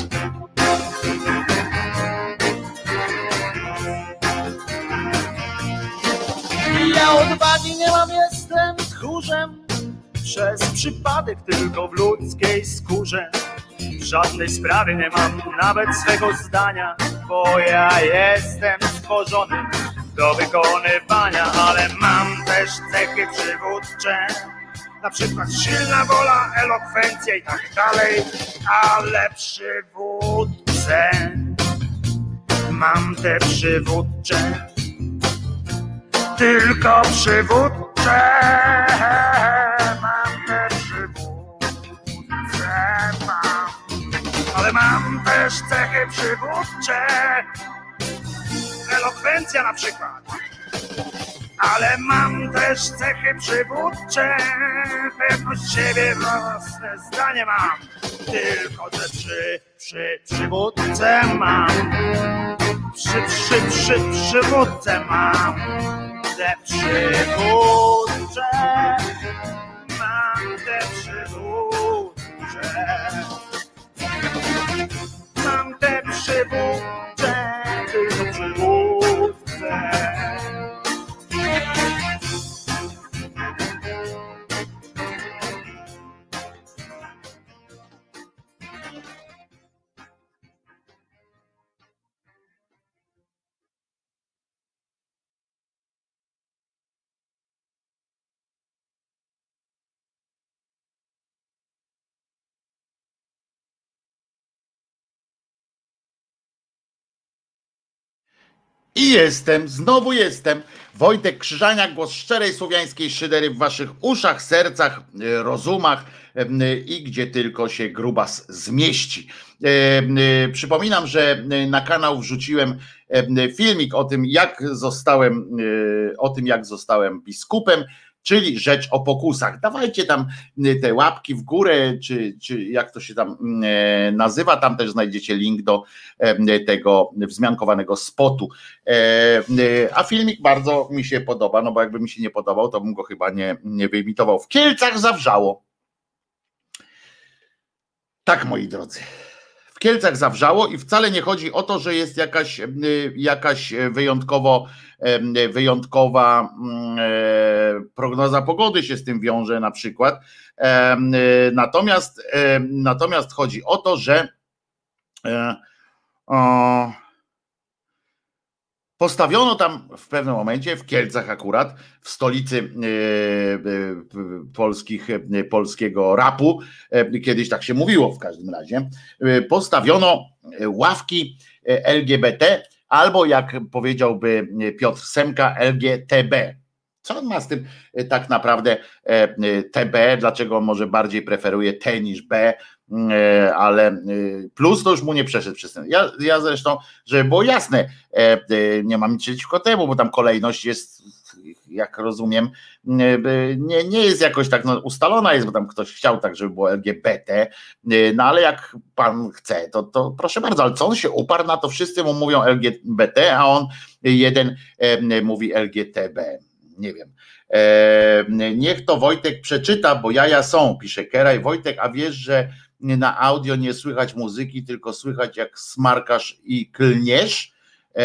Ja odwagi nie mam, jestem tchórzem, przez przypadek tylko w ludzkiej skórze. W żadnej sprawie nie mam nawet swego zdania, bo ja jestem stworzony do wykonywania, ale mam też cechy przywódcze, na przykład silna wola, elokwencja i tak dalej, ale przywódcę mam te przywódcze, tylko przywódcze, mam te przywódce, mam, ale mam też cechy przywódcze, elokwencja na przykład, ale mam też cechy przywódcze, pewność siebie, własne zdanie mam, tylko te przywódce mam, przywódce mam, te przywódcze, mam te przywódcze, mam te przywódcze, tylko przywódce. I jestem, znowu jestem. Wojtek Krzyżaniak, głos szczerej słowiańskiej szydery w waszych uszach, sercach, rozumach i gdzie tylko się grubas zmieści. Przypominam, że na kanał wrzuciłem filmik o tym, jak zostałem biskupem, czyli rzecz o pokusach. Dawajcie tam te łapki w górę, czy jak to się tam nazywa, tam też znajdziecie link do tego wzmiankowanego spotu. A filmik bardzo mi się podoba, no bo jakby mi się nie podobał, to bym go chyba nie wyimitował. W Kielcach zawrzało. Tak, moi drodzy. W Kielcach zawrzało i wcale nie chodzi o to, że jest jakaś wyjątkowa prognoza pogody się z tym wiąże na przykład. Natomiast chodzi o to, że postawiono tam w pewnym momencie, w Kielcach akurat, w stolicy polskiego rapu, kiedyś tak się mówiło w każdym razie, postawiono ławki LGBT, albo jak powiedziałby Piotr Semka, LGTB. Co on ma z tym tak naprawdę TB, dlaczego on może bardziej preferuje T niż B, ale plus to już mu nie przeszedł przez ten. Ja zresztą, żeby było jasne, nie mam nic przeciwko temu, bo tam kolejność jest, jak rozumiem, nie jest jakoś tak ustalona jest, bo tam ktoś chciał tak, żeby było LGBT, no ale jak pan chce, to proszę bardzo, ale co on się uparł na to, wszyscy mu mówią LGBT, a on jeden mówi LGTB. Nie wiem. Niech to Wojtek przeczyta, bo jaja są, pisze Keraj. Wojtek, a wiesz, że na audio nie słychać muzyki, tylko słychać jak smarkasz i klniesz?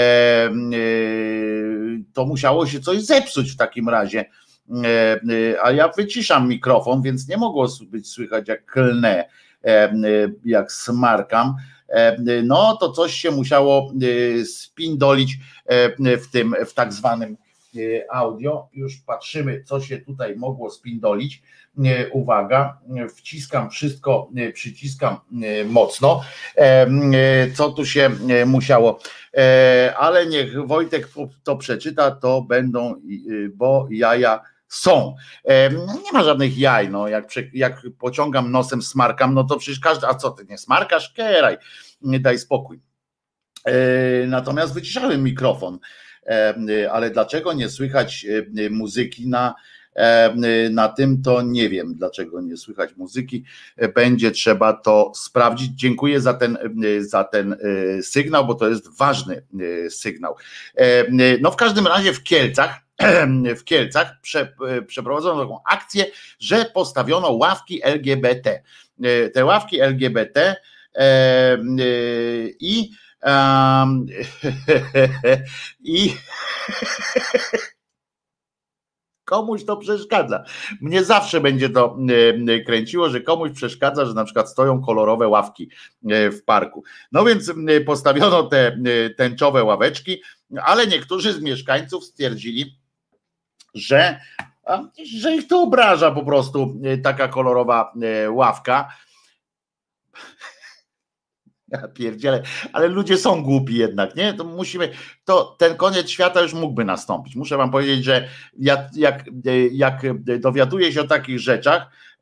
To musiało się coś zepsuć w takim razie. A ja wyciszam mikrofon, więc nie mogło być słychać jak klnę, jak smarkam. No to coś się musiało spindolić w tak zwanym audio. Już patrzymy, co się tutaj mogło spindolić. Uwaga, wciskam wszystko, przyciskam mocno, co tu się musiało, ale niech Wojtek to przeczyta, to będą, bo jaja są. Nie ma żadnych jaj, no jak pociągam nosem, smarkam, no to przecież każdy, a co ty nie smarkasz? Keraj, daj spokój. Natomiast wyciszałem mikrofon, ale dlaczego nie słychać muzyki na tym, to nie wiem, dlaczego nie słychać muzyki. Będzie trzeba to sprawdzić. Dziękuję za ten sygnał, bo to jest ważny sygnał. No w każdym razie w Kielcach przeprowadzono taką akcję, że postawiono ławki LGBT. Te ławki LGBT i komuś to przeszkadza. Mnie zawsze będzie to kręciło, że komuś przeszkadza, że na przykład stoją kolorowe ławki w parku. No więc postawiono te tęczowe ławeczki, ale niektórzy z mieszkańców stwierdzili, że ich to obraża po prostu taka kolorowa ławka. Ja pierdzielę, ale ludzie są głupi jednak, nie? To ten koniec świata już mógłby nastąpić. Muszę wam powiedzieć, że jak dowiaduję się o takich rzeczach,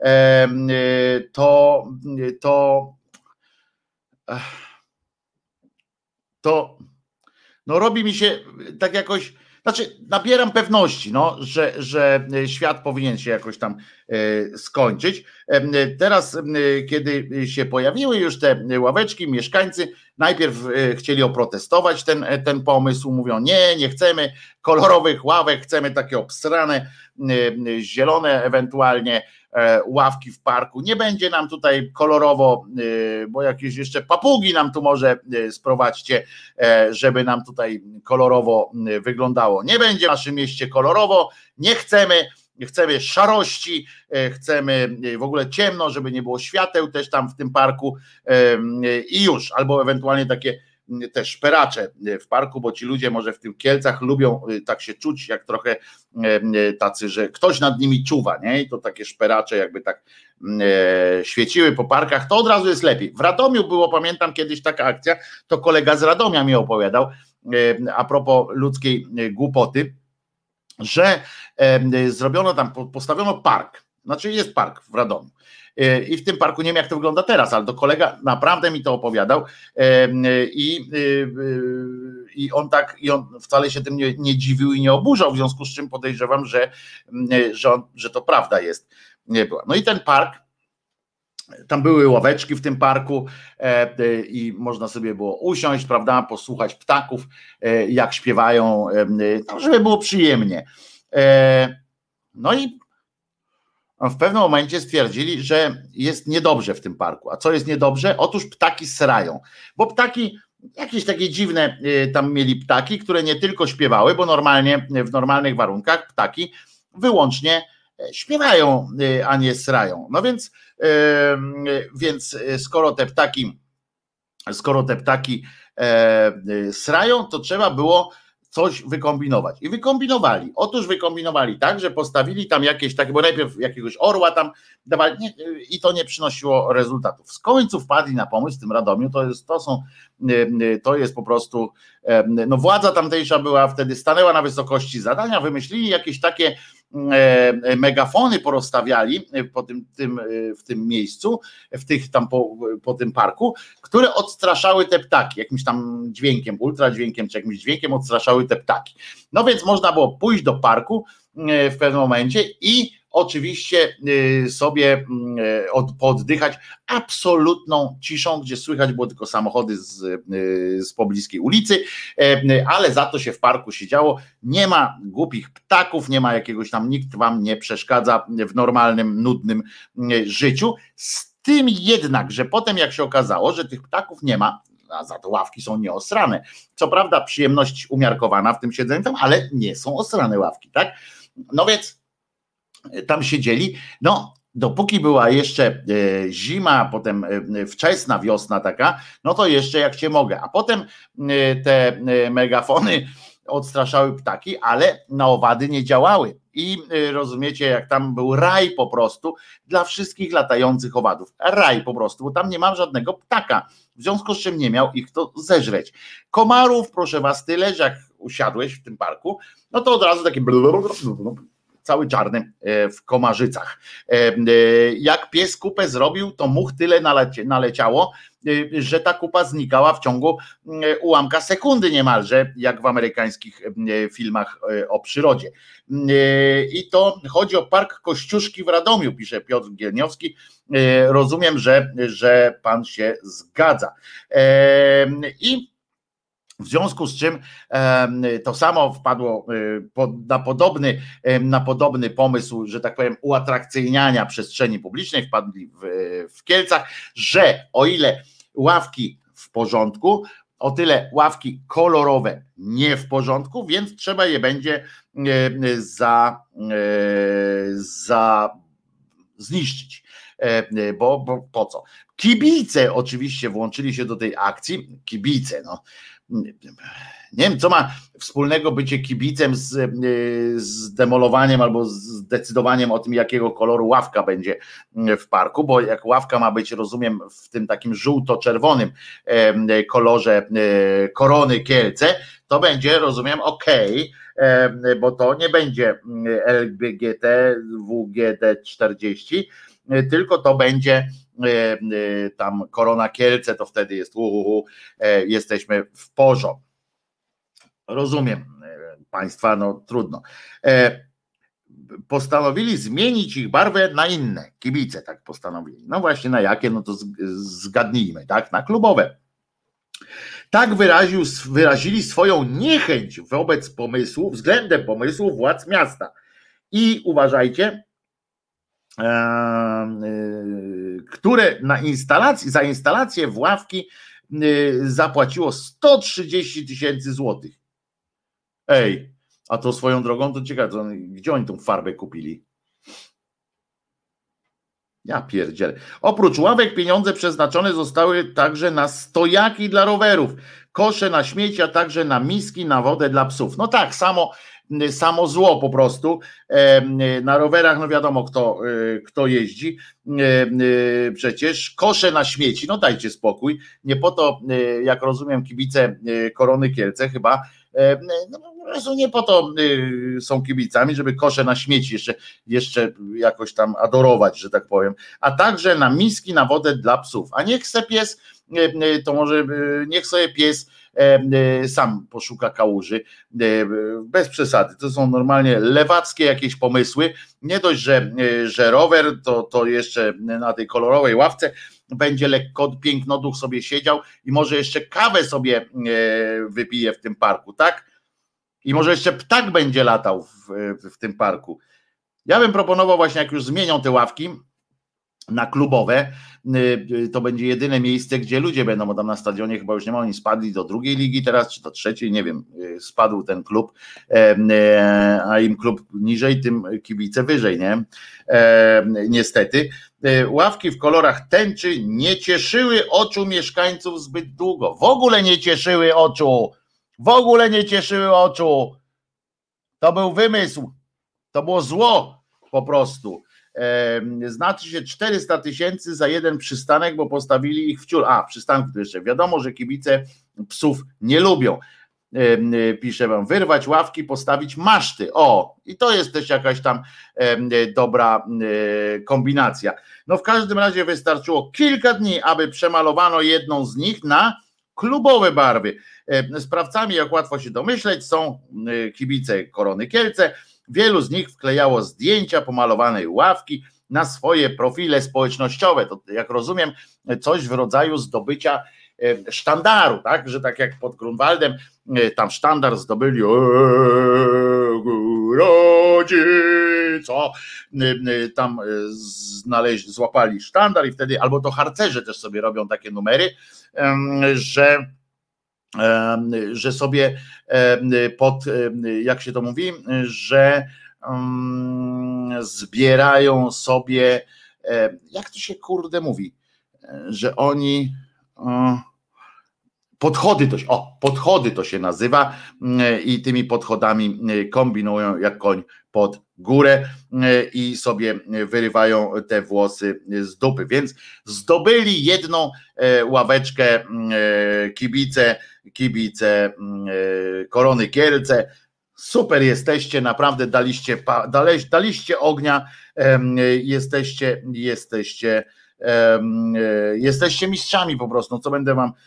to no robi mi się tak jakoś, znaczy nabieram pewności, no, że świat powinien się jakoś tam skończyć. Teraz, kiedy się pojawiły już te ławeczki, mieszkańcy najpierw chcieli oprotestować ten pomysł, mówią nie chcemy kolorowych ławek, chcemy takie obsrane, zielone ewentualnie ławki w parku, nie będzie nam tutaj kolorowo, bo jakieś jeszcze papugi nam tu może sprowadźcie, żeby nam tutaj kolorowo wyglądało. Nie będzie w naszym mieście kolorowo, nie chcemy szarości, chcemy w ogóle ciemno, żeby nie było świateł też tam w tym parku i już, albo ewentualnie takie te szperacze w parku, bo ci ludzie może w tych Kielcach lubią tak się czuć, jak trochę tacy, że ktoś nad nimi czuwa, nie? I to takie szperacze jakby tak świeciły po parkach, to od razu jest lepiej. W Radomiu było, pamiętam kiedyś taka akcja, to kolega z Radomia mi opowiadał, a propos ludzkiej głupoty, że zrobiono tam, postawiono park, znaczy jest park w Radomiu. I w tym parku, nie wiem jak to wygląda teraz, ale to kolega naprawdę mi to opowiadał i on wcale się tym nie dziwił i nie oburzał, w związku z czym podejrzewam, że to prawda jest. Nie była. No i ten park, tam były ławeczki w tym parku i można sobie było usiąść, prawda, posłuchać ptaków, jak śpiewają, no, żeby było przyjemnie. No i w pewnym momencie stwierdzili, że jest niedobrze w tym parku. A co jest niedobrze? Otóż ptaki srają, bo ptaki, jakieś takie dziwne tam mieli ptaki, które nie tylko śpiewały, bo normalnie w normalnych warunkach ptaki wyłącznie śpiewają, a nie srają. No więc skoro te ptaki srają, to trzeba było coś wykombinować. I wykombinowali. Otóż wykombinowali tak, że postawili tam jakieś takie, bo najpierw jakiegoś orła tam dawali i to nie przynosiło rezultatów. Z końcu wpadli na pomysł w tym Radomiu, to jest po prostu, no władza tamtejsza była wtedy, stanęła na wysokości zadania, wymyślili jakieś takie megafony porozstawiali w tym miejscu, po tym parku, które odstraszały te ptaki, jakimś tam dźwiękiem, ultradźwiękiem czy jakimś dźwiękiem odstraszały te ptaki. No więc można było pójść do parku w pewnym momencie i oczywiście sobie pooddychać absolutną ciszą, gdzie słychać było tylko samochody z pobliskiej ulicy, ale za to się w parku siedziało, nie ma głupich ptaków, nie ma jakiegoś tam, nikt wam nie przeszkadza w normalnym, nudnym życiu, z tym jednak, że potem jak się okazało, że tych ptaków nie ma, a za to ławki są nieosrane, co prawda przyjemność umiarkowana w tym siedzeniu tam, ale nie są osrane ławki, tak? No więc tam siedzieli, no dopóki była jeszcze zima, potem wczesna wiosna taka, no to jeszcze jak cię mogę, a potem te megafony odstraszały ptaki, ale na owady nie działały i rozumiecie, jak tam był raj po prostu dla wszystkich latających owadów, raj po prostu, bo tam nie ma żadnego ptaka, w związku z czym nie miał ich kto zeżreć. Komarów, proszę was, tyle, że jak usiadłeś w tym parku, no to od razu takie cały czarny w komarzycach. Jak pies kupę zrobił, to much tyle naleciało, że ta kupa znikała w ciągu ułamka sekundy niemalże, jak w amerykańskich filmach o przyrodzie. I to chodzi o Park Kościuszki w Radomiu, pisze Piotr Gielniowski. Rozumiem, że pan się zgadza. I w związku z czym to samo wpadło na podobny pomysł, że tak powiem, uatrakcyjniania przestrzeni publicznej, wpadli w Kielcach, że o ile ławki w porządku, o tyle ławki kolorowe nie w porządku, więc trzeba je będzie zniszczyć. Bo po co? Kibice oczywiście włączyli się do tej akcji, kibice, no Nie wiem, co ma wspólnego bycie kibicem z demolowaniem albo z decydowaniem o tym, jakiego koloru ławka będzie w parku, bo jak ławka ma być, rozumiem, w tym takim żółto-czerwonym kolorze Korony Kielce, to będzie, rozumiem, okej, bo to nie będzie LBGT WGD40, tylko to będzie tam Korona Kielce, to wtedy jest jesteśmy w porządku. Rozumiem państwa, no trudno. Postanowili zmienić ich barwę na inne. Kibice tak postanowili. No właśnie na jakie, no to zgadnijmy, tak? Na klubowe. Tak wyrazili swoją niechęć wobec pomysłu, względem pomysłu władz miasta. I uważajcie, które za instalację w ławki zapłaciło 130 000 złotych. Ej, a to swoją drogą to ciekawe, gdzie oni tą farbę kupili? Ja pierdzielę. Oprócz ławek pieniądze przeznaczone zostały także na stojaki dla rowerów, kosze na śmieci, a także na miski, na wodę dla psów. No tak, samo zło po prostu. Na rowerach, no wiadomo kto jeździ. Przecież kosze na śmieci, no dajcie spokój. Nie po to, jak rozumiem, kibice Korony Kielce chyba, nie po to są kibicami, żeby kosze na śmieci jeszcze jakoś tam adorować, że tak powiem, a także na miski, na wodę dla psów. A niech se pies, to może niech sobie pies sam poszuka kałuży, bez przesady. To są normalnie lewackie jakieś pomysły. Nie dość, że rower, to jeszcze na tej kolorowej ławce będzie lekko pięknoduch sobie siedział i może jeszcze kawę sobie wypije w tym parku, tak? I może jeszcze ptak będzie latał w tym parku. Ja bym proponował właśnie, jak już zmienią te ławki na klubowe, to będzie jedyne miejsce, gdzie ludzie będą, bo tam na stadionie chyba już nie ma, oni spadli do drugiej ligi teraz, czy do trzeciej, nie wiem, spadł ten klub, a im klub niżej, tym kibice wyżej, nie? Niestety. Ławki w kolorach tęczy nie cieszyły oczu mieszkańców zbyt długo. W ogóle nie cieszyły oczu. To był wymysł. To było zło po prostu. Znaczy się 400 000 za jeden przystanek, bo postawili ich w ciul. Przystanki to jeszcze. Wiadomo, że kibice psów nie lubią. Piszę wam, wyrwać ławki, postawić maszty. I to jest też jakaś tam dobra kombinacja. No w każdym razie wystarczyło kilka dni, aby przemalowano jedną z nich na klubowe barwy. Sprawcami, jak łatwo się domyśleć, są kibice Korony Kielce. Wielu z nich wklejało zdjęcia pomalowanej ławki na swoje profile społecznościowe. To, jak rozumiem, coś w rodzaju zdobycia sztandaru, tak? Że tak jak pod Grunwaldem tam sztandar zdobyli co tam złapali sztandar i wtedy, albo to harcerze też sobie robią takie numery, że sobie jak się to mówi, że zbierają sobie, jak to się kurde mówi, że oni podchody to się nazywa i tymi podchodami kombinują jak koń pod górę i sobie wyrywają te włosy z dupy, więc zdobyli jedną ławeczkę kibice Korony Kielce. Super jesteście, naprawdę daliście ognia, jesteście mistrzami po prostu, co będę wam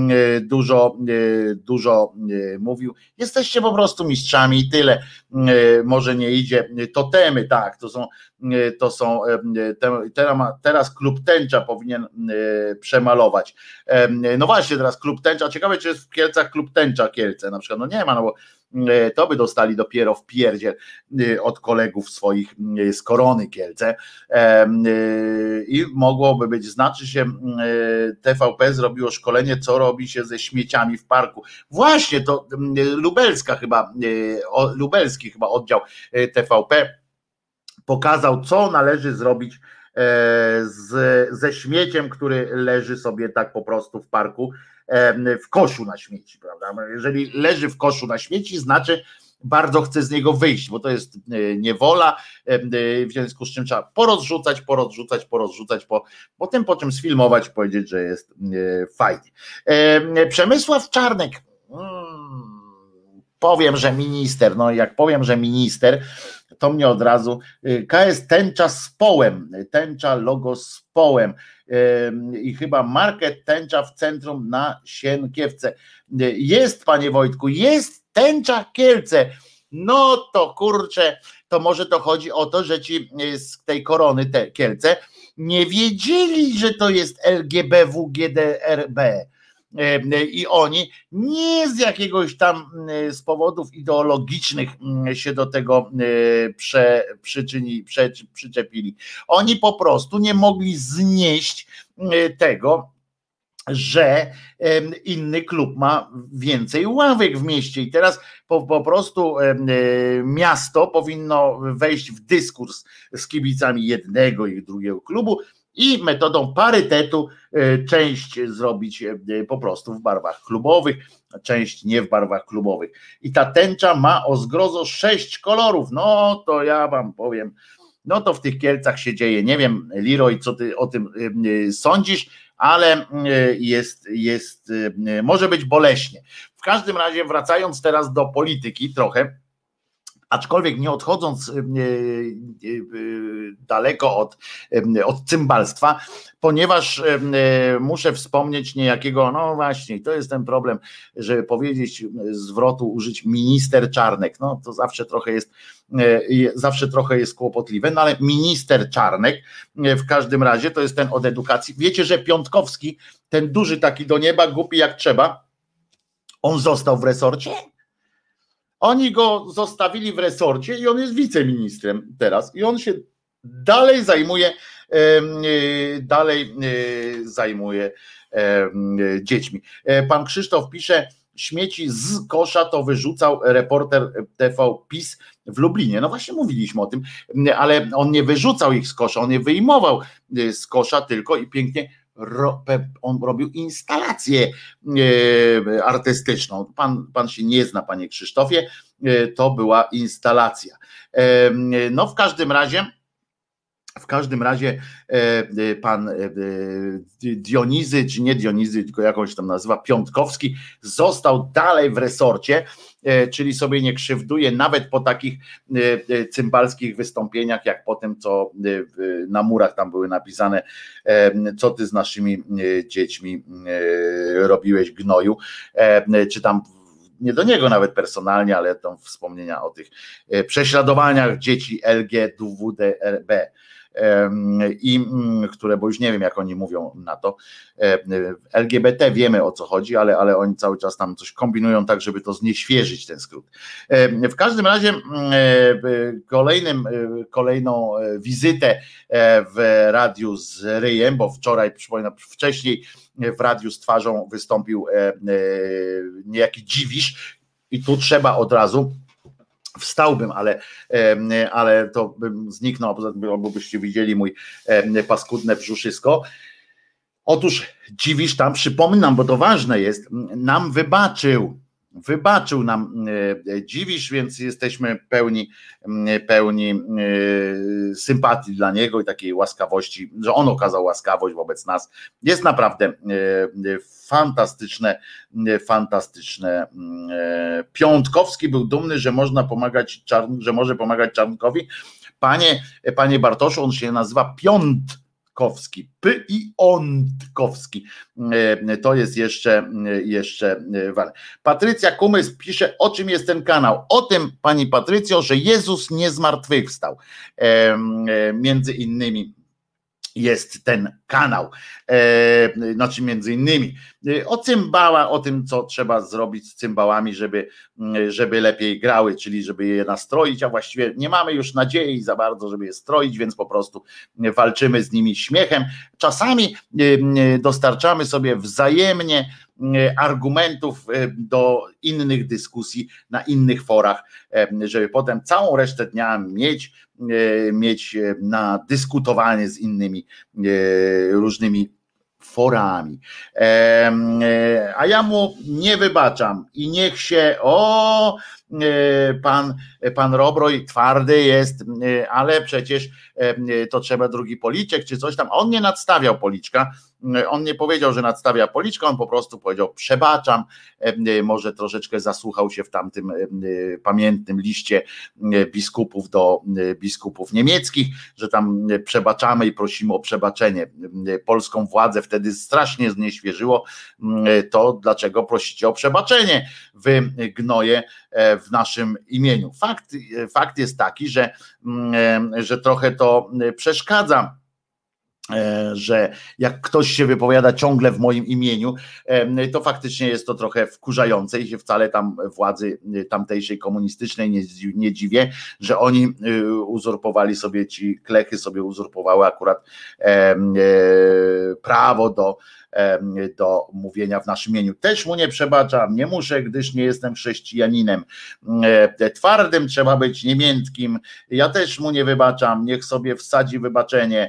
dużo mówił, jesteście po prostu mistrzami i tyle. Może nie idzie, totemy, tak, to są teraz klub tęcza powinien przemalować. No właśnie, teraz klub tęcza, ciekawe czy jest w Kielcach klub tęcza Kielce na przykład, no nie ma, no bo to by dostali dopiero w pierdziel od kolegów swoich z Korony Kielce i mogłoby być, znaczy się TVP zrobiło szkolenie, co robi się ze śmieciami w parku. Właśnie to lubelski chyba oddział TVP pokazał, co należy zrobić ze śmieciem, który leży sobie tak po prostu w parku. w koszu na śmieci, prawda? Jeżeli leży w koszu na śmieci, znaczy bardzo chce z niego wyjść, bo to jest niewola, w związku z czym trzeba porozrzucać, potem po czym sfilmować, powiedzieć, że jest fajnie. Przemysław Czarnek, powiem, że minister, no jak powiem, że minister, to mnie od razu KS tęcza z połem, tęcza logo z połem i chyba market tęcza w centrum na Sienkiewce. Jest, panie Wojtku, jest tęcza Kielce. No to kurczę, to może to chodzi o to, że ci z tej korony te Kielce nie wiedzieli, że to jest LGBWGDRB. I oni nie z jakiegoś tam z powodów ideologicznych się do tego przyczepili. Oni po prostu nie mogli znieść tego, że inny klub ma więcej ławek w mieście i teraz po prostu miasto powinno wejść w dyskurs z kibicami jednego i drugiego klubu i metodą parytetu część zrobić po prostu w barwach klubowych, część nie w barwach klubowych. I ta tęcza ma o zgrozo 6 kolorów. No to ja wam powiem, no to w tych Kielcach się dzieje. Nie wiem, Leroy, co ty o tym sądzisz, ale może być boleśnie. W każdym razie, wracając teraz do polityki trochę, aczkolwiek nie odchodząc daleko od cymbalstwa, ponieważ muszę wspomnieć niejakiego, no właśnie, to jest ten problem, żeby powiedzieć zwrotu, użyć minister Czarnek, no to zawsze trochę jest kłopotliwe, no ale minister Czarnek w każdym razie to jest ten od edukacji. Wiecie, że Piątkowski, ten duży taki do nieba, głupi jak trzeba, on został w resorcie? Oni go zostawili w resorcie i on jest wiceministrem teraz i on się dalej zajmuje dziećmi. Pan Krzysztof pisze, śmieci z kosza to wyrzucał reporter TV PiS w Lublinie. No właśnie mówiliśmy o tym, ale on nie wyrzucał ich z kosza, on je wyjmował z kosza tylko i pięknie on robił instalację artystyczną. Pan się nie zna, panie Krzysztofie, to była instalacja. No w każdym razie pan Dionizy, czy nie Dionizy, tylko jakąś tam nazywa, Piątkowski, został dalej w resorcie, czyli sobie nie krzywduje nawet po takich cymbalskich wystąpieniach, jak potem, co na murach tam były napisane, co ty z naszymi dziećmi robiłeś, gnoju, czy tam nie do niego nawet personalnie, ale tam wspomnienia o tych prześladowaniach dzieci LGBTQIA+, i które, bo już nie wiem, jak oni mówią na to, LGBT wiemy, o co chodzi, ale oni cały czas tam coś kombinują tak, żeby to znieświeżyć, ten skrót. W każdym razie kolejną wizytę w radiu z ryjem, bo wczoraj, przypominam, wcześniej w radiu z twarzą wystąpił niejaki Dziwisz i tu trzeba od razu, wstałbym, ale to bym zniknął, a poza tym, albo byście widzieli mój paskudne brzuszysko. Otóż Dziwisz tam, przypominam, bo to ważne jest, nam wybaczył nam Dziwisz, więc jesteśmy pełni sympatii dla niego i takiej łaskawości, że on okazał łaskawość wobec nas. Jest naprawdę fantastyczne. Piątkowski był dumny, że może pomagać Czarnkowi. Panie Bartoszu, on się nazywa Piątkowski, P-I-O-N-Tkowski. To jest jeszcze ważne. Patrycja Kumys pisze, o czym jest ten kanał. O tym, pani Patrycjo, że Jezus nie zmartwychwstał. Między innymi jest ten kanał, znaczy między innymi o cymbała, o tym, co trzeba zrobić z cymbałami, żeby lepiej grały, czyli żeby je nastroić, a właściwie nie mamy już nadziei za bardzo, żeby je stroić, więc po prostu walczymy z nimi śmiechem. Czasami dostarczamy sobie wzajemnie argumentów do innych dyskusji na innych forach, żeby potem całą resztę dnia mieć na dyskutowanie z innymi różnymi forami. A ja mu nie wybaczam i niech się, pan Robroj twardy jest, ale przecież to trzeba drugi policzek czy coś tam. On nie nadstawiał policzka, on nie powiedział, że nadstawia policzka, on po prostu powiedział przebaczam, może troszeczkę zasłuchał się w tamtym pamiętnym liście biskupów do biskupów niemieckich, że tam przebaczamy i prosimy o przebaczenie. Polską władzę wtedy strasznie znieświeżyło to, dlaczego prosicie o przebaczenie, wy gnoje w naszym imieniu. Fakt jest taki, że trochę to przeszkadza, że jak ktoś się wypowiada ciągle w moim imieniu, to faktycznie jest to trochę wkurzające i się wcale tam władzy tamtejszej komunistycznej nie dziwię, że oni uzurpowali sobie, ci klechy sobie uzurpowały akurat prawo do mówienia w naszym imieniu. Też mu nie przebaczam, nie muszę, gdyż nie jestem chrześcijaninem. Twardym trzeba być, nie miętkim. Ja też mu nie wybaczam, niech sobie wsadzi wybaczenie.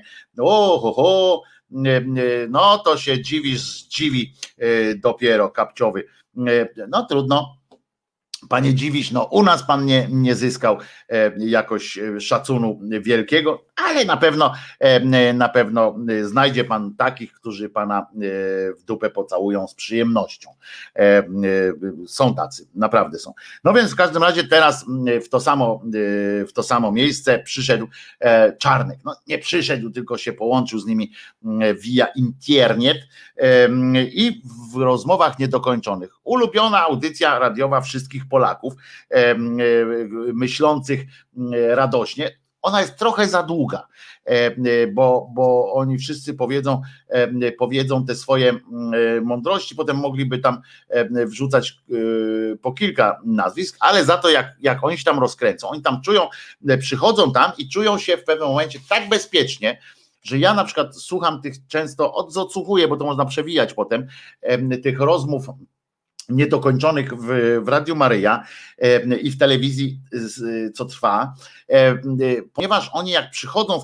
No to się zdziwi dopiero kapciowy. No trudno. Panie dziwisz, no u nas pan nie zyskał jakoś szacunu wielkiego, ale na pewno znajdzie pan takich, którzy pana w dupę pocałują z przyjemnością. Są tacy, naprawdę są. No więc w każdym razie teraz w to samo miejsce przyszedł Czarnek. No nie przyszedł, tylko się połączył z nimi via internet i w rozmowach niedokończonych. Ulubiona audycja radiowa wszystkich Polaków myślących radośnie. Ona jest trochę za długa, bo oni wszyscy powiedzą te swoje mądrości, potem mogliby tam wrzucać po kilka nazwisk, ale za to jak oni się tam rozkręcą, oni tam przychodzą tam i czują się w pewnym momencie tak bezpiecznie, że ja na przykład słucham tych często, odsłuchuję, bo to można przewijać potem, tych rozmów niedokończonych w Radiu Maryja i w telewizji, co trwa, ponieważ oni jak przychodzą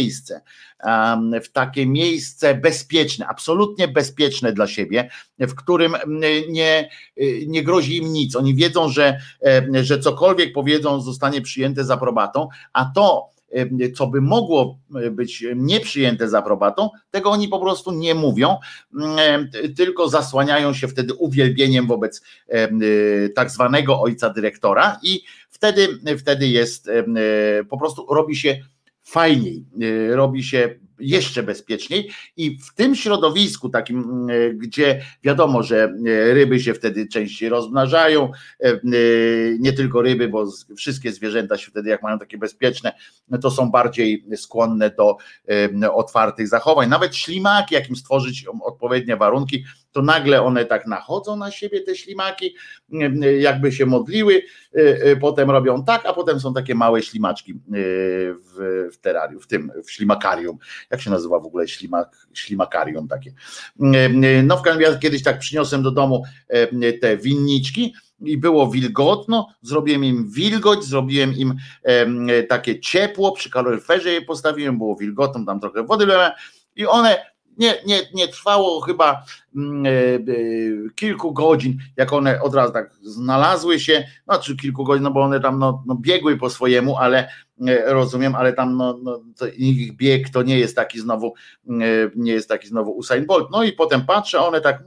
w takie miejsce bezpieczne, absolutnie bezpieczne dla siebie, w którym nie grozi im nic. Oni wiedzą, że cokolwiek powiedzą, zostanie przyjęte z aprobatą, a to, co by mogło być nieprzyjęte z aprobatą, tego oni po prostu nie mówią, tylko zasłaniają się wtedy uwielbieniem wobec tak zwanego ojca dyrektora i wtedy jest, po prostu robi się fajniej, robi się jeszcze bezpieczniej i w tym środowisku takim, gdzie wiadomo, że ryby się wtedy częściej rozmnażają, nie tylko ryby, bo wszystkie zwierzęta się wtedy, jak mają takie bezpieczne, to są bardziej skłonne do otwartych zachowań. Nawet ślimaki, jak im stworzyć odpowiednie warunki, to nagle one tak nachodzą na siebie, te ślimaki, jakby się modliły, potem robią tak, a potem są takie małe ślimaczki w terrarium, w ślimakarium. Jak się nazywa w ogóle ślimakarium takie? No w każdym razie kiedyś tak przyniosłem do domu te winniczki i było wilgotno, zrobiłem im wilgoć, zrobiłem im takie ciepło, przy kaloryferze je postawiłem, było wilgotno, tam trochę wody wlałem i one nie trwało chyba kilku godzin, jak one od razu tak znalazły się, znaczy kilku godzin, no bo one tam biegły po swojemu, ale rozumiem, ale tam to ich bieg to nie jest taki znowu Usain Bolt. No i potem patrzę, one tak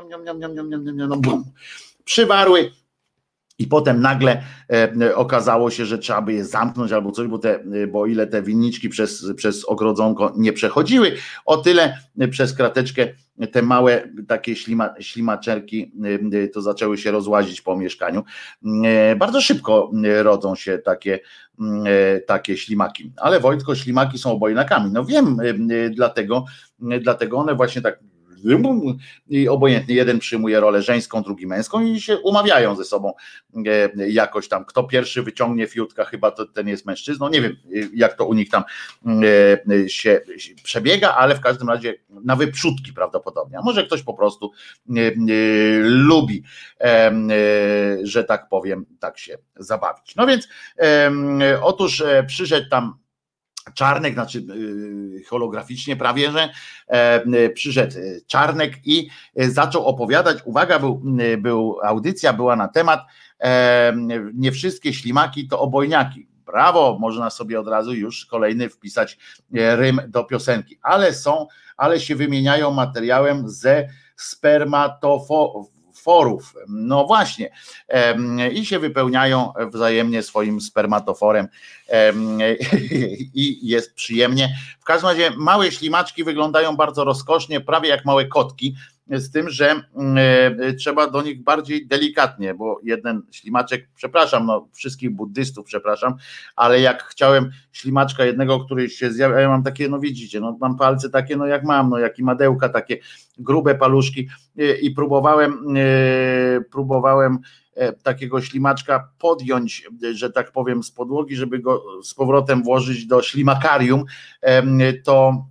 przywarły. I potem nagle okazało się, że trzeba by je zamknąć albo coś, bo ile te winniczki przez ogrodzonko nie przechodziły, o tyle przez krateczkę te małe takie ślimaczerki to zaczęły się rozłazić po mieszkaniu. Bardzo szybko rodzą się takie ślimaki. Ale Wojtko, ślimaki są obojnakami. No wiem, dlatego one właśnie tak i obojętnie jeden przyjmuje rolę żeńską, drugi męską i się umawiają ze sobą jakoś tam, kto pierwszy wyciągnie fiutka, chyba to ten jest mężczyzną, nie wiem jak to u nich tam się przebiega, ale w każdym razie na wyprzódki prawdopodobnie, a może ktoś po prostu lubi, że tak powiem, tak się zabawić. No więc otóż przyszedł tam Czarnek, znaczy holograficznie prawie, że przyszedł Czarnek i zaczął opowiadać, uwaga, audycja była na temat nie wszystkie ślimaki to obojniaki. Brawo, można sobie od razu już kolejny wpisać rym do piosenki, ale się wymieniają materiałem ze spermatoforów. No właśnie. I się wypełniają wzajemnie swoim spermatoforem i jest przyjemnie. W każdym razie małe ślimaczki wyglądają bardzo rozkosznie, prawie jak małe kotki, z tym, że trzeba do nich bardziej delikatnie, bo jeden ślimaczek, przepraszam, no wszystkich buddystów przepraszam, ale jak chciałem ślimaczka jednego, który się zjawił, ja mam takie, no widzicie, no mam palce takie, no jak mam, no jak i madełka, takie grube paluszki i próbowałem takiego ślimaczka podjąć, że tak powiem, z podłogi, żeby go z powrotem włożyć do ślimakarium, to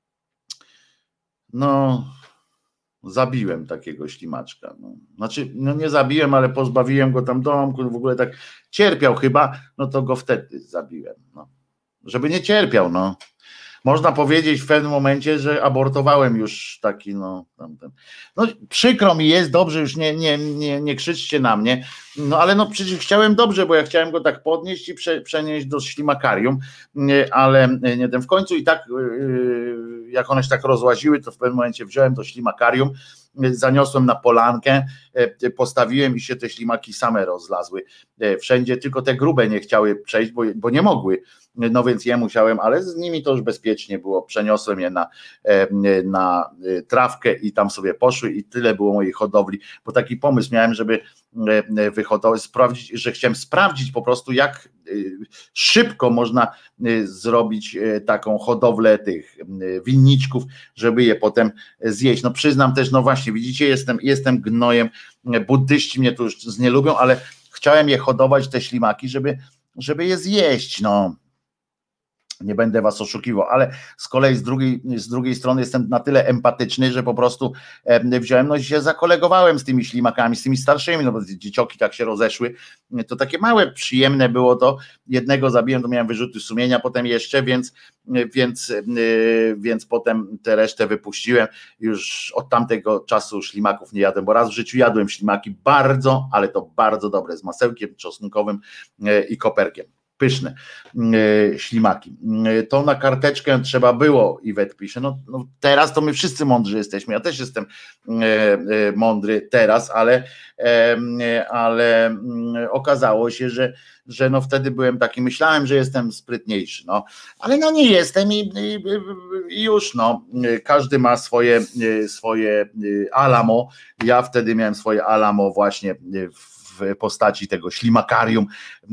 no zabiłem takiego ślimaczka. No. Znaczy, no nie zabiłem, ale pozbawiłem go tam domku, w ogóle tak cierpiał chyba, no to go wtedy zabiłem. No. Żeby nie cierpiał, no. Można powiedzieć w pewnym momencie, że abortowałem już taki, no tamten. No przykro mi jest, dobrze, już nie krzyczcie na mnie, no ale no przecież chciałem dobrze, bo ja chciałem go tak podnieść i przenieść do ślimakarium, ale nie ten w końcu i tak jak one się tak rozłaziły, to w pewnym momencie wziąłem to ślimakarium, zaniosłem na polankę, postawiłem i się te ślimaki same rozlazły wszędzie, tylko te grube nie chciały przejść, bo nie mogły, no więc je musiałem, ale z nimi to już bezpiecznie było, przeniosłem je na trawkę i tam sobie poszły i tyle było mojej hodowli, bo taki pomysł miałem, żeby wyhodować, sprawdzić, że chciałem sprawdzić po prostu, jak szybko można zrobić taką hodowlę tych winniczków, żeby je potem zjeść. No przyznam też, no właśnie, widzicie, jestem gnojem, buddyści mnie tu już nie lubią, ale chciałem je hodować, te ślimaki, żeby je zjeść, no. Nie będę was oszukiwał, ale z kolei z drugiej strony jestem na tyle empatyczny, że po prostu wziąłem, no i się zakolegowałem z tymi ślimakami, z tymi starszymi, no bo dziecioki tak się rozeszły, to takie małe, przyjemne było to, jednego zabiłem, to miałem wyrzuty sumienia, potem jeszcze, więc potem tę resztę wypuściłem, już od tamtego czasu ślimaków nie jadłem, bo raz w życiu jadłem ślimaki, bardzo, ale to bardzo dobre, z masełkiem czosnkowym i koperkiem. Pyszne ślimaki. To na karteczkę trzeba było, Iwet pisze, no teraz to my wszyscy mądrzy jesteśmy, ja też jestem mądry teraz, ale okazało się, że no wtedy byłem taki, myślałem, że jestem sprytniejszy, no, ale no nie jestem i już, no, każdy ma swoje Alamo, ja wtedy miałem swoje Alamo właśnie w postaci tego ślimakarium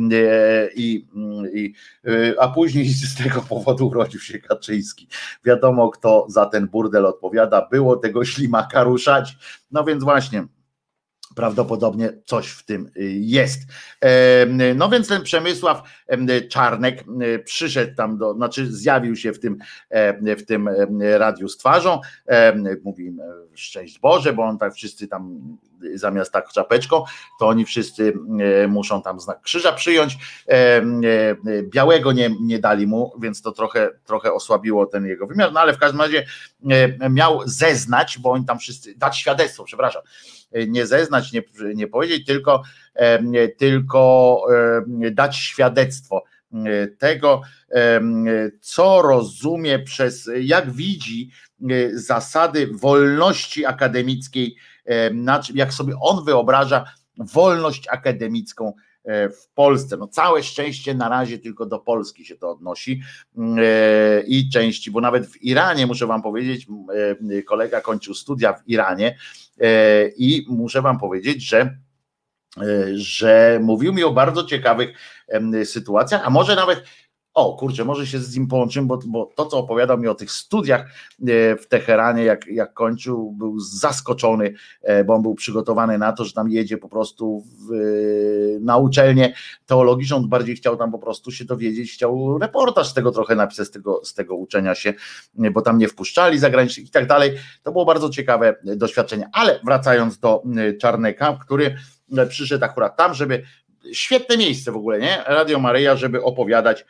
a później z tego powodu urodził się Kaczyński. Wiadomo, kto za ten burdel odpowiada, było tego ślimaka ruszać, no więc właśnie prawdopodobnie coś w tym jest. No więc ten Przemysław Czarnek przyszedł tam znaczy zjawił się w tym radiu z twarzą, mówi szczęść Boże, bo on tak wszyscy tam zamiast tak czapeczką, to oni wszyscy muszą tam znak krzyża przyjąć, białego nie dali mu, więc to trochę osłabiło ten jego wymiar, no ale w każdym razie miał zeznać, bo oni tam wszyscy, dać świadectwo, przepraszam, nie zeznać, nie powiedzieć, tylko dać świadectwo tego, co rozumie jak widzi zasady wolności akademickiej, jak sobie on wyobraża wolność akademicką w Polsce. No całe szczęście na razie tylko do Polski się to odnosi i części, bo nawet w Iranie, muszę wam powiedzieć, kolega kończył studia w Iranie i muszę wam powiedzieć, że mówił mi o bardzo ciekawych sytuacjach, a może nawet może się z nim połączymy, bo to, co opowiadał mi o tych studiach w Teheranie, jak kończył, był zaskoczony, bo on był przygotowany na to, że tam jedzie po prostu na uczelnię teologiczną, on bardziej chciał tam po prostu się dowiedzieć, chciał reportaż z tego trochę napisać, z tego uczenia się, bo tam nie wpuszczali zagranicznych i tak dalej. To było bardzo ciekawe doświadczenie, ale wracając do Czarneka, który przyszedł akurat tam, żeby Świetne miejsce w ogóle, nie? Radio Maryja, żeby opowiadać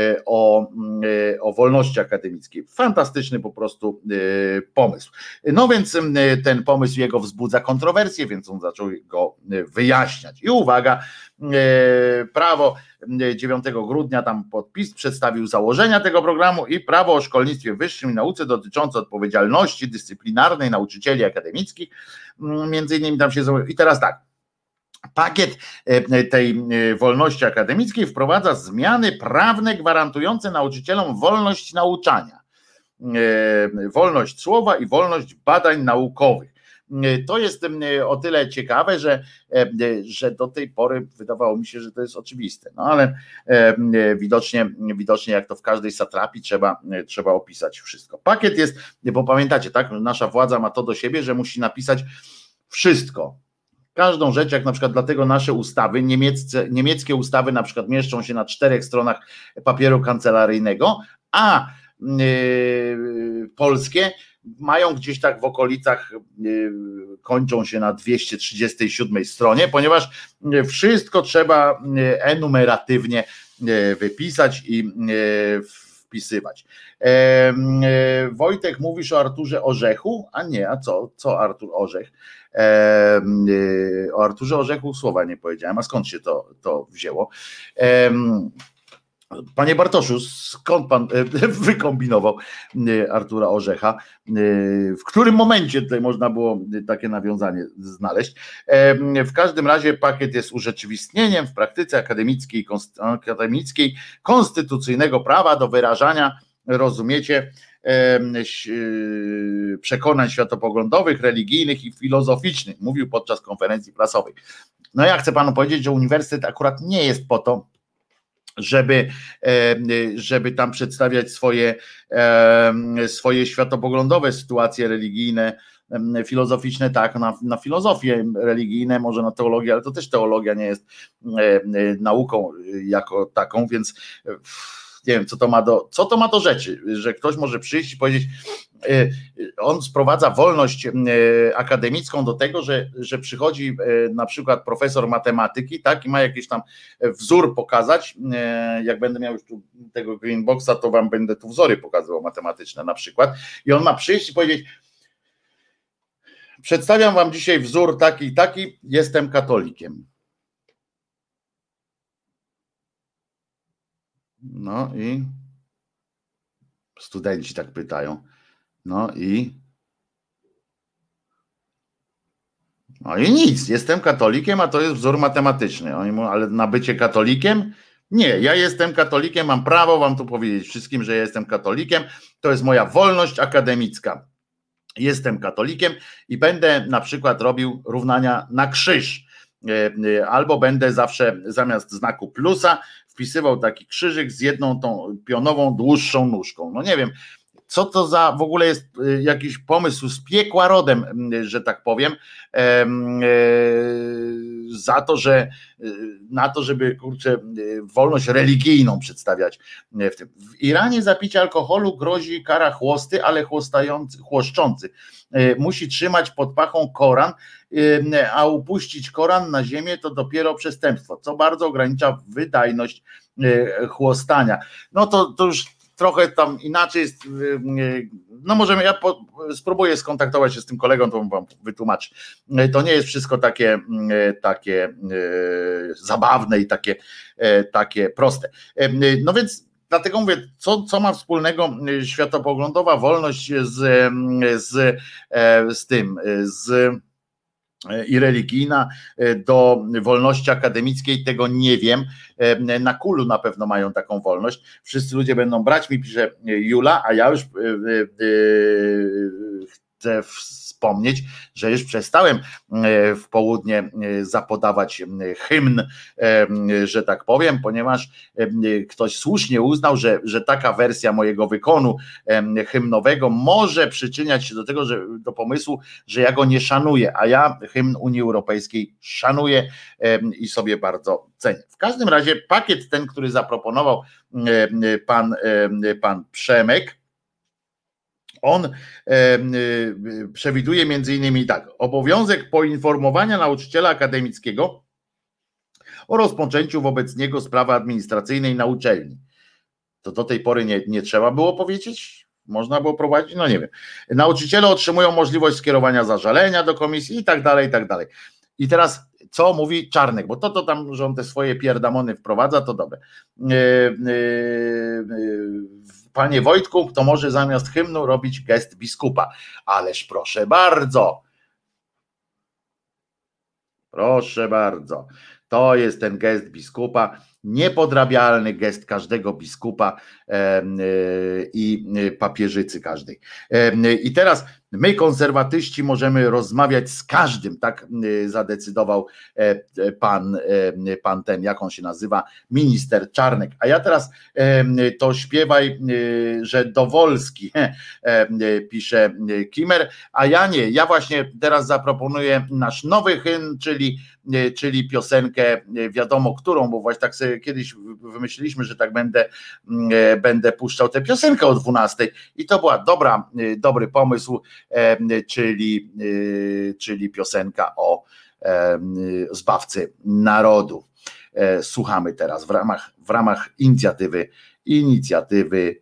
o wolności akademickiej. Fantastyczny po prostu pomysł. No więc ten pomysł jego wzbudza kontrowersje, więc on zaczął go wyjaśniać. I uwaga, prawo 9 grudnia tam podpis przedstawił założenia tego programu i prawo o szkolnictwie wyższym i nauce dotyczące odpowiedzialności dyscyplinarnej nauczycieli akademickich. Między innymi tam się... I teraz tak. Pakiet tej wolności akademickiej wprowadza zmiany prawne gwarantujące nauczycielom wolność nauczania, wolność słowa i wolność badań naukowych. To jest o tyle ciekawe, że do tej pory wydawało mi się, że to jest oczywiste, no ale widocznie jak to w każdej satrapii trzeba opisać wszystko. Pakiet jest, bo pamiętacie, tak, nasza władza ma to do siebie, że musi napisać wszystko. Każdą rzecz, jak na przykład dlatego nasze ustawy, niemieckie ustawy na przykład mieszczą się na 4 stronach papieru kancelaryjnego, a polskie mają gdzieś tak w okolicach, kończą się na 237 stronie, ponieważ wszystko trzeba enumeratywnie wypisać i wpisywać. Wojtek, mówisz o Arturze Orzechu? A nie, a co Artur Orzech? O Arturze Orzechu słowa nie powiedziałem, a skąd się to wzięło? Panie Bartoszu, skąd pan wykombinował Artura Orzecha? W którym momencie tutaj można było takie nawiązanie znaleźć? W każdym razie pakiet jest urzeczywistnieniem w praktyce akademickiej konstytucyjnego prawa do wyrażania, rozumiecie, przekonań światopoglądowych, religijnych i filozoficznych, mówił podczas konferencji prasowej. No ja chcę panu powiedzieć, że uniwersytet akurat nie jest po to, żeby tam przedstawiać swoje światopoglądowe sytuacje religijne, filozoficzne, tak, na filozofię, religijne, może na teologię, ale to też teologia nie jest nauką jako taką, więc nie wiem, co to ma do rzeczy, że ktoś może przyjść i powiedzieć, on sprowadza wolność akademicką do tego, że przychodzi na przykład profesor matematyki, tak, i ma jakiś tam wzór pokazać. Jak będę miał już tu tego Greenboxa, to wam będę tu wzory pokazywał matematyczne na przykład. I on ma przyjść i powiedzieć: przedstawiam wam dzisiaj wzór taki i taki, jestem katolikiem. No i studenci tak pytają. No i nic, jestem katolikiem, a to jest wzór matematyczny. Oni mówią, ale na bycie katolikiem? Nie, ja jestem katolikiem, mam prawo wam tu powiedzieć wszystkim, że ja jestem katolikiem, to jest moja wolność akademicka. Jestem katolikiem i będę na przykład robił równania na krzyż, albo będę zawsze zamiast znaku plusa wpisywał taki krzyżyk z jedną tą pionową, dłuższą nóżką. No nie wiem, co to za w ogóle jest jakiś pomysł z piekła rodem, że tak powiem, za to, na to, żeby kurczę, wolność religijną przedstawiać w tym. W Iranie za picie alkoholu grozi kara chłosty, ale chłoszczący musi trzymać pod pachą Koran, a upuścić Koran na ziemię to dopiero przestępstwo, co bardzo ogranicza wydajność chłostania. No to już trochę tam inaczej jest, no możemy, ja spróbuję skontaktować się z tym kolegą, to wam wytłumaczę. To nie jest wszystko takie zabawne i takie proste. No więc dlatego mówię, co ma wspólnego światopoglądowa wolność z tym, i religijna do wolności akademickiej, tego nie wiem. Na Kulu na pewno mają taką wolność. Wszyscy ludzie będą brać, mi pisze Jula, a ja już chcę wspomnieć, że już przestałem w południe zapodawać hymn, że tak powiem, ponieważ ktoś słusznie uznał, że taka wersja mojego wykonu hymnowego może przyczyniać się do tego, do pomysłu, że ja go nie szanuję, a ja hymn Unii Europejskiej szanuję i sobie bardzo cenię. W każdym razie pakiet ten, który zaproponował pan Przemek, on przewiduje między innymi tak: obowiązek poinformowania nauczyciela akademickiego o rozpoczęciu wobec niego sprawy administracyjnej na uczelni. To do tej pory nie trzeba było powiedzieć? Można było prowadzić? No nie wiem. Nauczyciele otrzymują możliwość skierowania zażalenia do komisji i tak dalej, i tak dalej. I teraz co mówi Czarnek, bo to tam, że on te swoje pierdamony wprowadza, to dobre. Panie Wojtku, kto może zamiast hymnu robić gest biskupa? Ależ proszę bardzo. Proszę bardzo. To jest ten gest biskupa, niepodrabialny gest każdego biskupa i papieżycy każdej. I teraz my, konserwatyści, możemy rozmawiać z każdym, tak zadecydował pan ten, jak on się nazywa, minister Czarnek. A ja teraz to śpiewaj, że Dowolski, pisze Kimer, a ja nie, ja właśnie teraz zaproponuję nasz nowy hymn, czyli piosenkę, wiadomo którą, bo właśnie tak sobie kiedyś wymyśliliśmy, że tak będę puszczał tę piosenkę o 12 i to była dobry pomysł, czyli piosenka o zbawcy narodu. Słuchamy teraz w ramach inicjatywy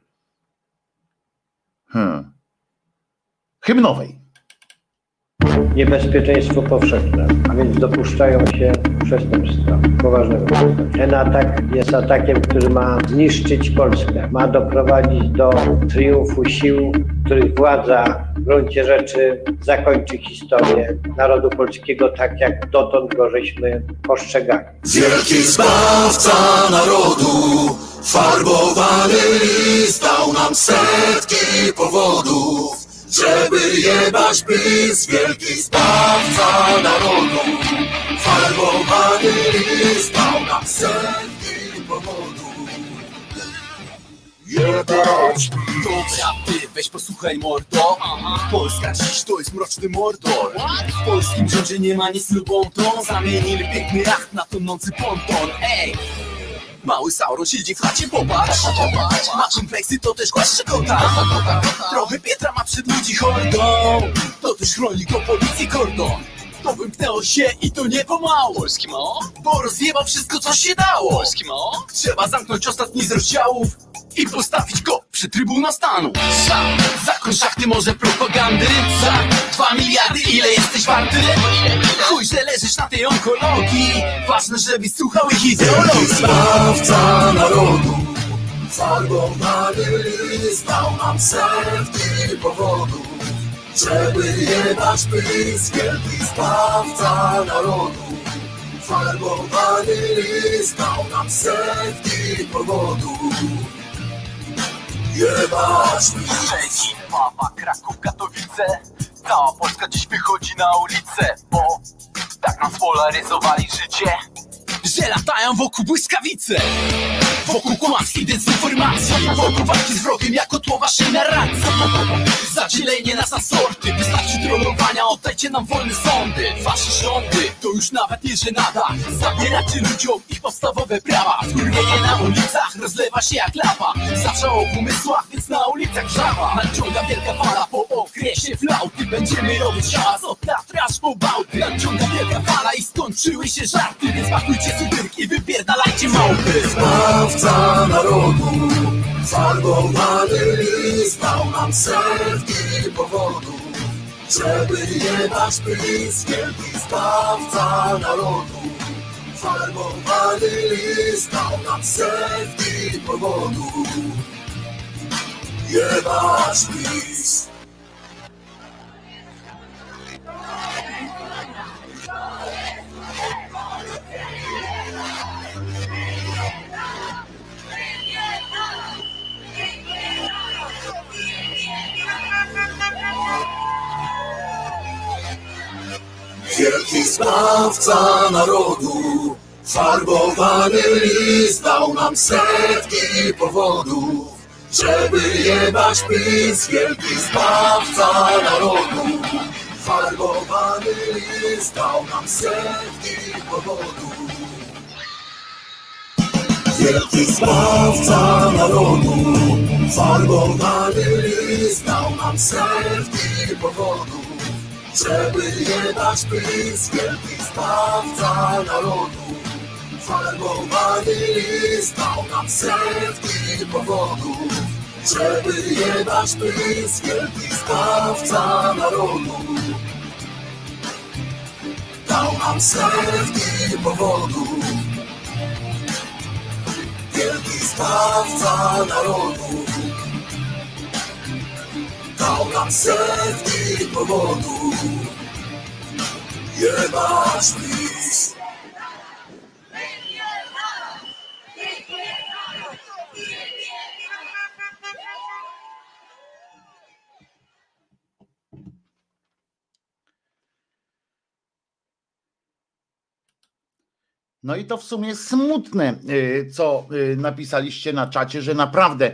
hymnowej. Niebezpieczeństwo powszechne, a więc dopuszczają się przestępstwa poważnego. Ten atak jest atakiem, który ma zniszczyć Polskę, ma doprowadzić do triumfu sił, których władza w gruncie rzeczy zakończy historię narodu polskiego tak, jak dotąd go żeśmy postrzegali. Wielki zbawca narodu, farbowany list dał nam setki powodów, żeby jebać PiS. Wielki zbawca narodu, farbowany list dał nam setki powodów, jebać PiS. Dobra, ty weź posłuchaj mordo. Polska dziś to jest mroczny mordor. W polskim rządzie nie ma nic lub bonton. Zamienili piękny jacht na tonący ponton. Ej! Mały Sauron siedzi w chacie, popatrz. Ma kompleksy, to też głaszcze kota. Trochę Pietra ma przed ludzi hordą. To też chroni go policji kordon. To wymknęło się i to nie pomału. Polski mo? Bo rozjebał wszystko, co się dało. Polski mo? Trzeba zamknąć ostatni z rozdziałów i postawić go przy Trybunał Stanu. Zakon szachty, może propagandy. Za 2 miliardy ile jesteś warty? Chuj, że leżysz na tej onkologii. Ważne, żebyś słuchał ich ideologii. Zbawca narodu, farbowany list dał nam setki powodów, żeby jebać PiS. Wielki zbawca narodu, farbowany list dał nam setki powodów, jebać PiS. Szczecin, Wawa, Kraków, Katowice. Cała Polska dziś wychodzi na ulicę, bo tak nam spolaryzowali życie, że latają wokół błyskawice, wokół kłamstw i dezinformacji, wokół walki z wrogiem jako tło waszej narracji. Zadzielenie nas na sorty, wystarczy trollowania, oddajcie nam wolne sądy. Wasze rządy to już nawet nie żenada. Zabieracie ludziom ich podstawowe prawa. Skurwienie na ulicach rozlewa się jak lawa. Zawsze o pomysłach, więc na ulicach wrzawa. Nadciąga wielka fala po okresie flauty. Będziemy robić hałas od Tatry aż po Bałty. Nadciąga wielka fala i skończyły się żarty, więc pakujcie cukierki i wypierdalajcie małpy. Zbawca narodu, farbowany list dał nam setki powodów, żeby jebać PiS. Wielki zbawca narodu, farbowany list dał nam setki powodów, jebać PiS. Wielki zbawca narodu, farbowany list dał nam setki powodów, żeby jebać PiS. Wielki zbawca narodu, farbowany list dał nam setki powodów. Wielki zbawca narodu, farbowany list dał nam setki powodów, żeby jebać PiS. Wielki zbawca narodu, Farbowany list dał nam setki powodów, żeby jebać pysk, wielki zbawca narodu. Dał nam setki powodów, wielki zbawca narodu. Dał nam setki powodów, jebać pysk. No i to w sumie smutne, co napisaliście na czacie, że naprawdę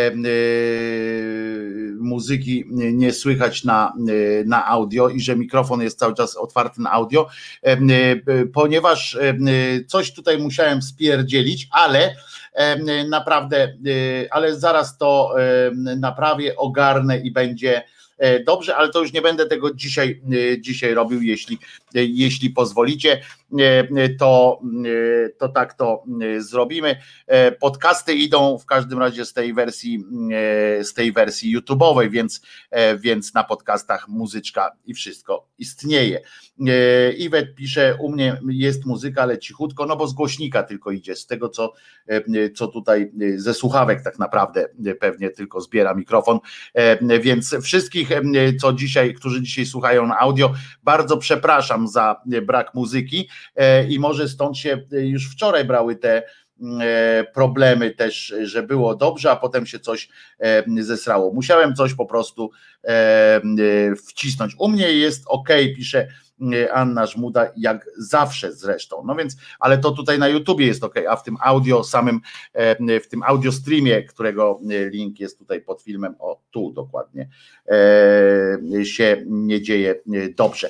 muzyki nie słychać na audio i że mikrofon jest cały czas otwarty na audio, ponieważ coś tutaj musiałem spierdzielić, ale naprawdę, ale zaraz to naprawię, ogarnę i będzie dobrze, ale to już nie będę tego dzisiaj robił, jeśli pozwolicie, to tak to zrobimy. Podcasty idą w każdym razie z tej wersji YouTube'owej, więc na podcastach muzyczka i wszystko istnieje. Iwet pisze, u mnie jest muzyka, ale cichutko, no bo z głośnika tylko idzie, z tego co tutaj ze słuchawek tak naprawdę pewnie tylko zbiera mikrofon, więc wszystkich, którzy dzisiaj słuchają na audio, bardzo przepraszam za brak muzyki i może stąd się już wczoraj brały te problemy też, że było dobrze, a potem się coś zesrało. Musiałem coś po prostu wcisnąć. U mnie jest ok, pisze Anna Żmuda, jak zawsze zresztą. No więc, ale to tutaj na YouTubie jest ok, a w tym audio samym, w tym audio streamie, którego link jest tutaj pod filmem, o tu dokładnie, się nie dzieje dobrze.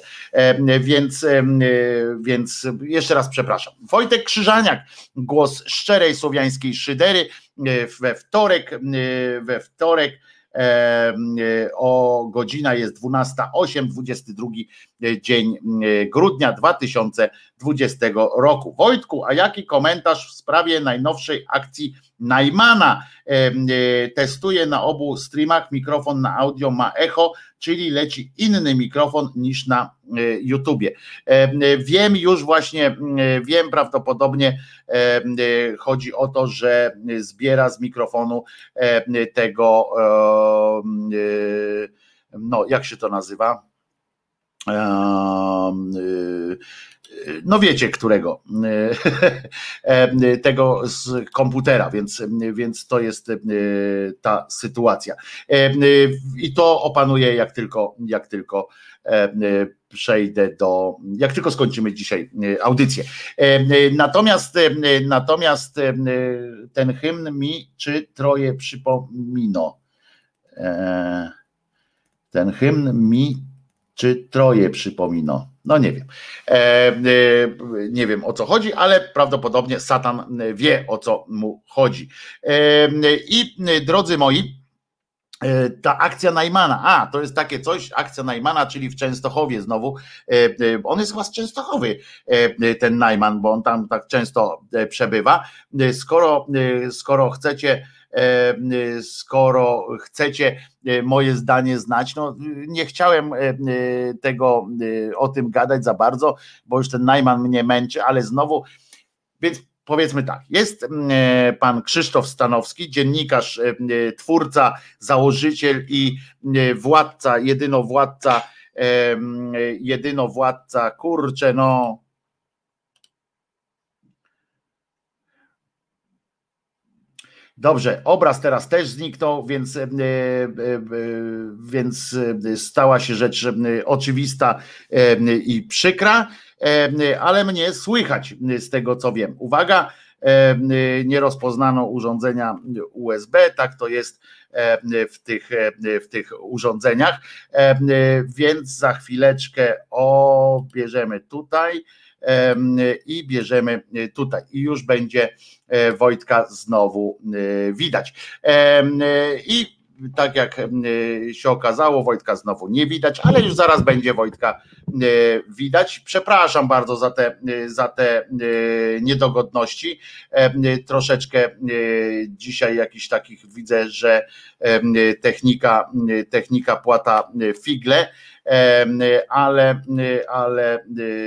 Więc jeszcze raz przepraszam. Wojtek Krzyżaniak, głos szczerej słowiańskiej szydery we wtorek o godzina jest 12:08, 22 dzień grudnia 2020 roku. Wojtku, a jaki komentarz w sprawie najnowszej akcji Najmana? Testuje na obu streamach, mikrofon na audio ma echo, czyli leci inny mikrofon niż na YouTubie. Wiem już właśnie, prawdopodobnie chodzi o to, że zbiera z mikrofonu tego, no jak się to nazywa? No wiecie którego, tego z komputera, więc to jest ta sytuacja i to opanuję jak tylko przejdę jak tylko skończymy dzisiaj audycję. Natomiast ten hymn mi czy troje przypomino. Ten hymn mi czy troje przypomino. No nie wiem. Nie wiem o co chodzi, ale prawdopodobnie Satan wie o co mu chodzi. I drodzy moi, ta akcja Najmana, to jest takie coś, akcja Najmana, czyli w Częstochowie znowu, on jest chyba z Częstochowy, ten Najman, bo on tam tak często przebywa. Skoro chcecie moje zdanie znać, no nie chciałem o tym gadać za bardzo, bo już ten Najman mnie męczy, ale znowu, więc powiedzmy tak, jest pan Krzysztof Stanowski, dziennikarz, twórca, założyciel i władca, jedynowładca, kurczę, no dobrze, obraz teraz też zniknął, więc stała się rzecz oczywista i przykra, ale mnie słychać z tego co wiem. Uwaga, nie rozpoznano urządzenia USB, tak to jest w tych urządzeniach, więc za chwileczkę bierzemy tutaj i bierzemy tutaj i już będzie Wojtka znowu widać. I tak jak się okazało, Wojtka znowu nie widać, ale już zaraz będzie Wojtka widać. Przepraszam bardzo za te niedogodności. Troszeczkę dzisiaj jakichś takich widzę, że technika płata figle, ale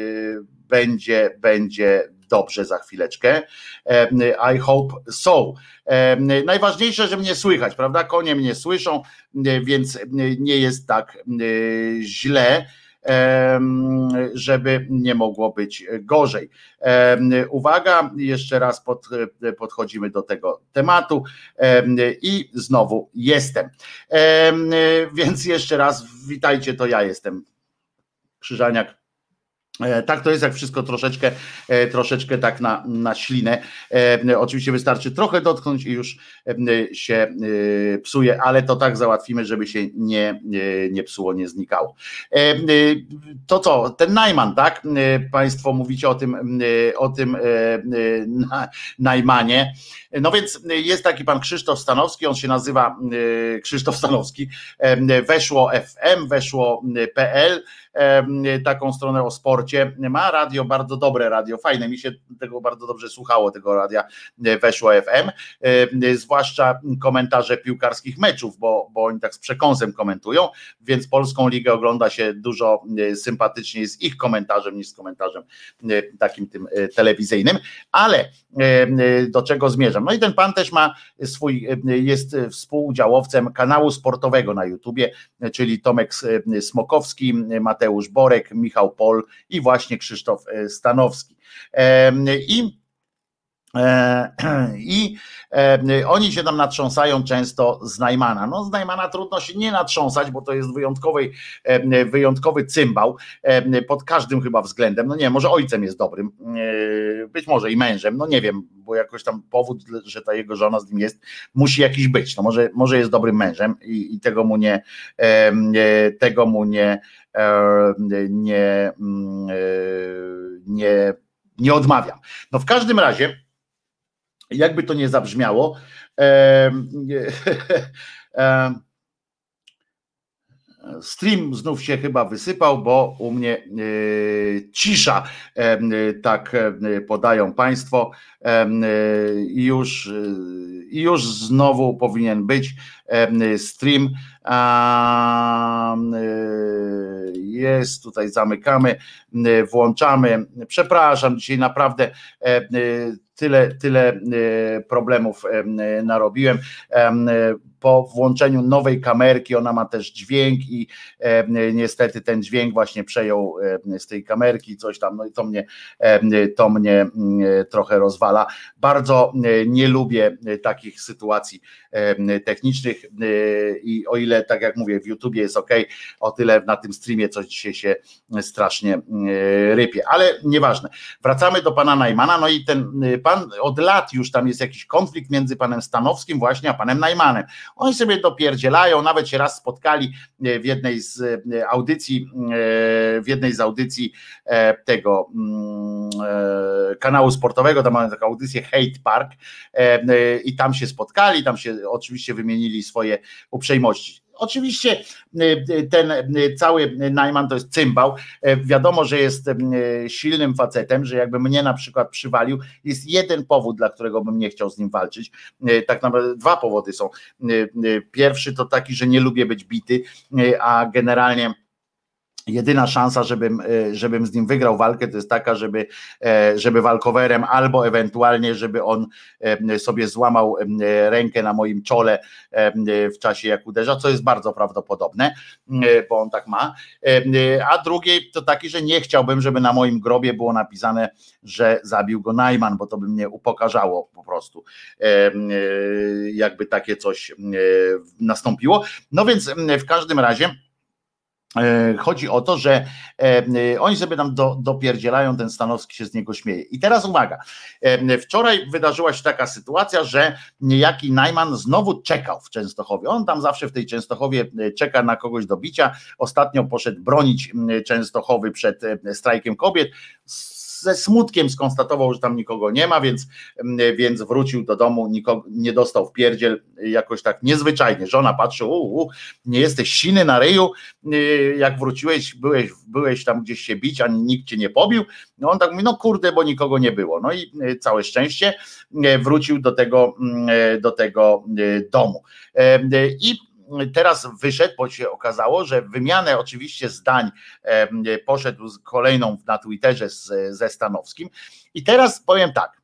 będzie dobrze za chwileczkę. I hope so. Najważniejsze, że mnie słychać, prawda? Konie mnie słyszą, więc nie jest tak źle, żeby nie mogło być gorzej. Uwaga, jeszcze raz podchodzimy do tego tematu i znowu jestem. Więc jeszcze raz witajcie, to ja jestem Krzyżaniak. Tak to jest, jak wszystko troszeczkę tak na ślinę. Oczywiście wystarczy trochę dotknąć i już się psuje, ale to tak załatwimy, żeby się nie psuło, nie znikało. To co, ten Najman, tak? Państwo mówicie o tym Najmanie. No więc jest taki pan Krzysztof Stanowski, on się nazywa Krzysztof Stanowski, weszło FM, weszło.pl, taką stronę o sporcie, ma radio, bardzo dobre radio, fajne, mi się tego bardzo dobrze słuchało, tego radia Weszło FM, zwłaszcza komentarze piłkarskich meczów, bo oni tak z przekąsem komentują, więc Polską Ligę ogląda się dużo sympatyczniej z ich komentarzem niż z komentarzem takim tym telewizyjnym, ale do czego zmierzam? No i ten pan też ma jest współudziałowcem kanału sportowego na YouTubie, czyli Tomek Smokowski, Mateusz Borek, Michał Pol i właśnie Krzysztof Stanowski. I oni się tam natrząsają często z Najmana. No z Najmana trudno się nie natrząsać, bo to jest wyjątkowy cymbał pod każdym chyba względem. No nie, może ojcem jest dobrym, być może i mężem, no nie wiem, bo jakoś tam powód, że ta jego żona z nim jest, musi jakiś być. No może jest dobrym mężem i tego mu nie odmawiam. No w każdym razie, jakby to nie zabrzmiało, stream znów się chyba wysypał, bo u mnie cisza, tak podają państwo, już znowu powinien być stream, jest tutaj, zamykamy, włączamy, przepraszam, dzisiaj naprawdę tyle problemów narobiłem. Po włączeniu nowej kamerki, ona ma też dźwięk i niestety ten dźwięk właśnie przejął z tej kamerki coś tam, no i to mnie trochę rozwala. Bardzo nie lubię takich sytuacji technicznych i o ile, tak jak mówię, w YouTubie jest ok, o tyle na tym streamie coś dzisiaj się strasznie rypie, ale nieważne. Wracamy do pana Najmana, no i ten pan od lat już tam jest jakiś konflikt między panem Stanowskim właśnie a panem Najmanem. Oni sobie dopierdzielają, nawet się raz spotkali w jednej z audycji tego kanału sportowego, tam mamy taką audycję Hate Park i tam się spotkali, tam się oczywiście wymienili swoje uprzejmości. Oczywiście ten cały Najman to jest cymbał. Wiadomo, że jest silnym facetem, że jakby mnie na przykład przywalił, jest jeden powód, dla którego bym nie chciał z nim walczyć. Tak naprawdę dwa powody są. Pierwszy to taki, że nie lubię być bity, a generalnie jedyna szansa, żebym z nim wygrał walkę, to jest taka, żeby walkowerem albo ewentualnie, żeby on sobie złamał rękę na moim czole w czasie jak uderza, co jest bardzo prawdopodobne, bo on tak ma. A drugie to taki, że nie chciałbym, żeby na moim grobie było napisane, że zabił go Najman, bo to by mnie upokarzało po prostu, jakby takie coś nastąpiło. No więc w każdym razie chodzi o to, że oni sobie tam dopierdzielają, ten Stanowski się z niego śmieje. I teraz uwaga, wczoraj wydarzyła się taka sytuacja, że niejaki Najman znowu czekał w Częstochowie. On tam zawsze w tej Częstochowie czeka na kogoś do bicia. Ostatnio poszedł bronić Częstochowy przed strajkiem kobiet. ze smutkiem skonstatował, że tam nikogo nie ma, więc wrócił do domu, nikogo nie dostał w pierdziel, jakoś tak niezwyczajnie. Żona patrzy, nie jesteś siny na ryju, jak wróciłeś, byłeś tam gdzieś się bić, ani nikt cię nie pobił. No on tak mówi, no kurde, bo nikogo nie było. No i całe szczęście wrócił do tego domu. I teraz wyszedł, bo się okazało, że wymianę oczywiście zdań poszedł z kolejną na Twitterze ze Stanowskim. I teraz powiem tak.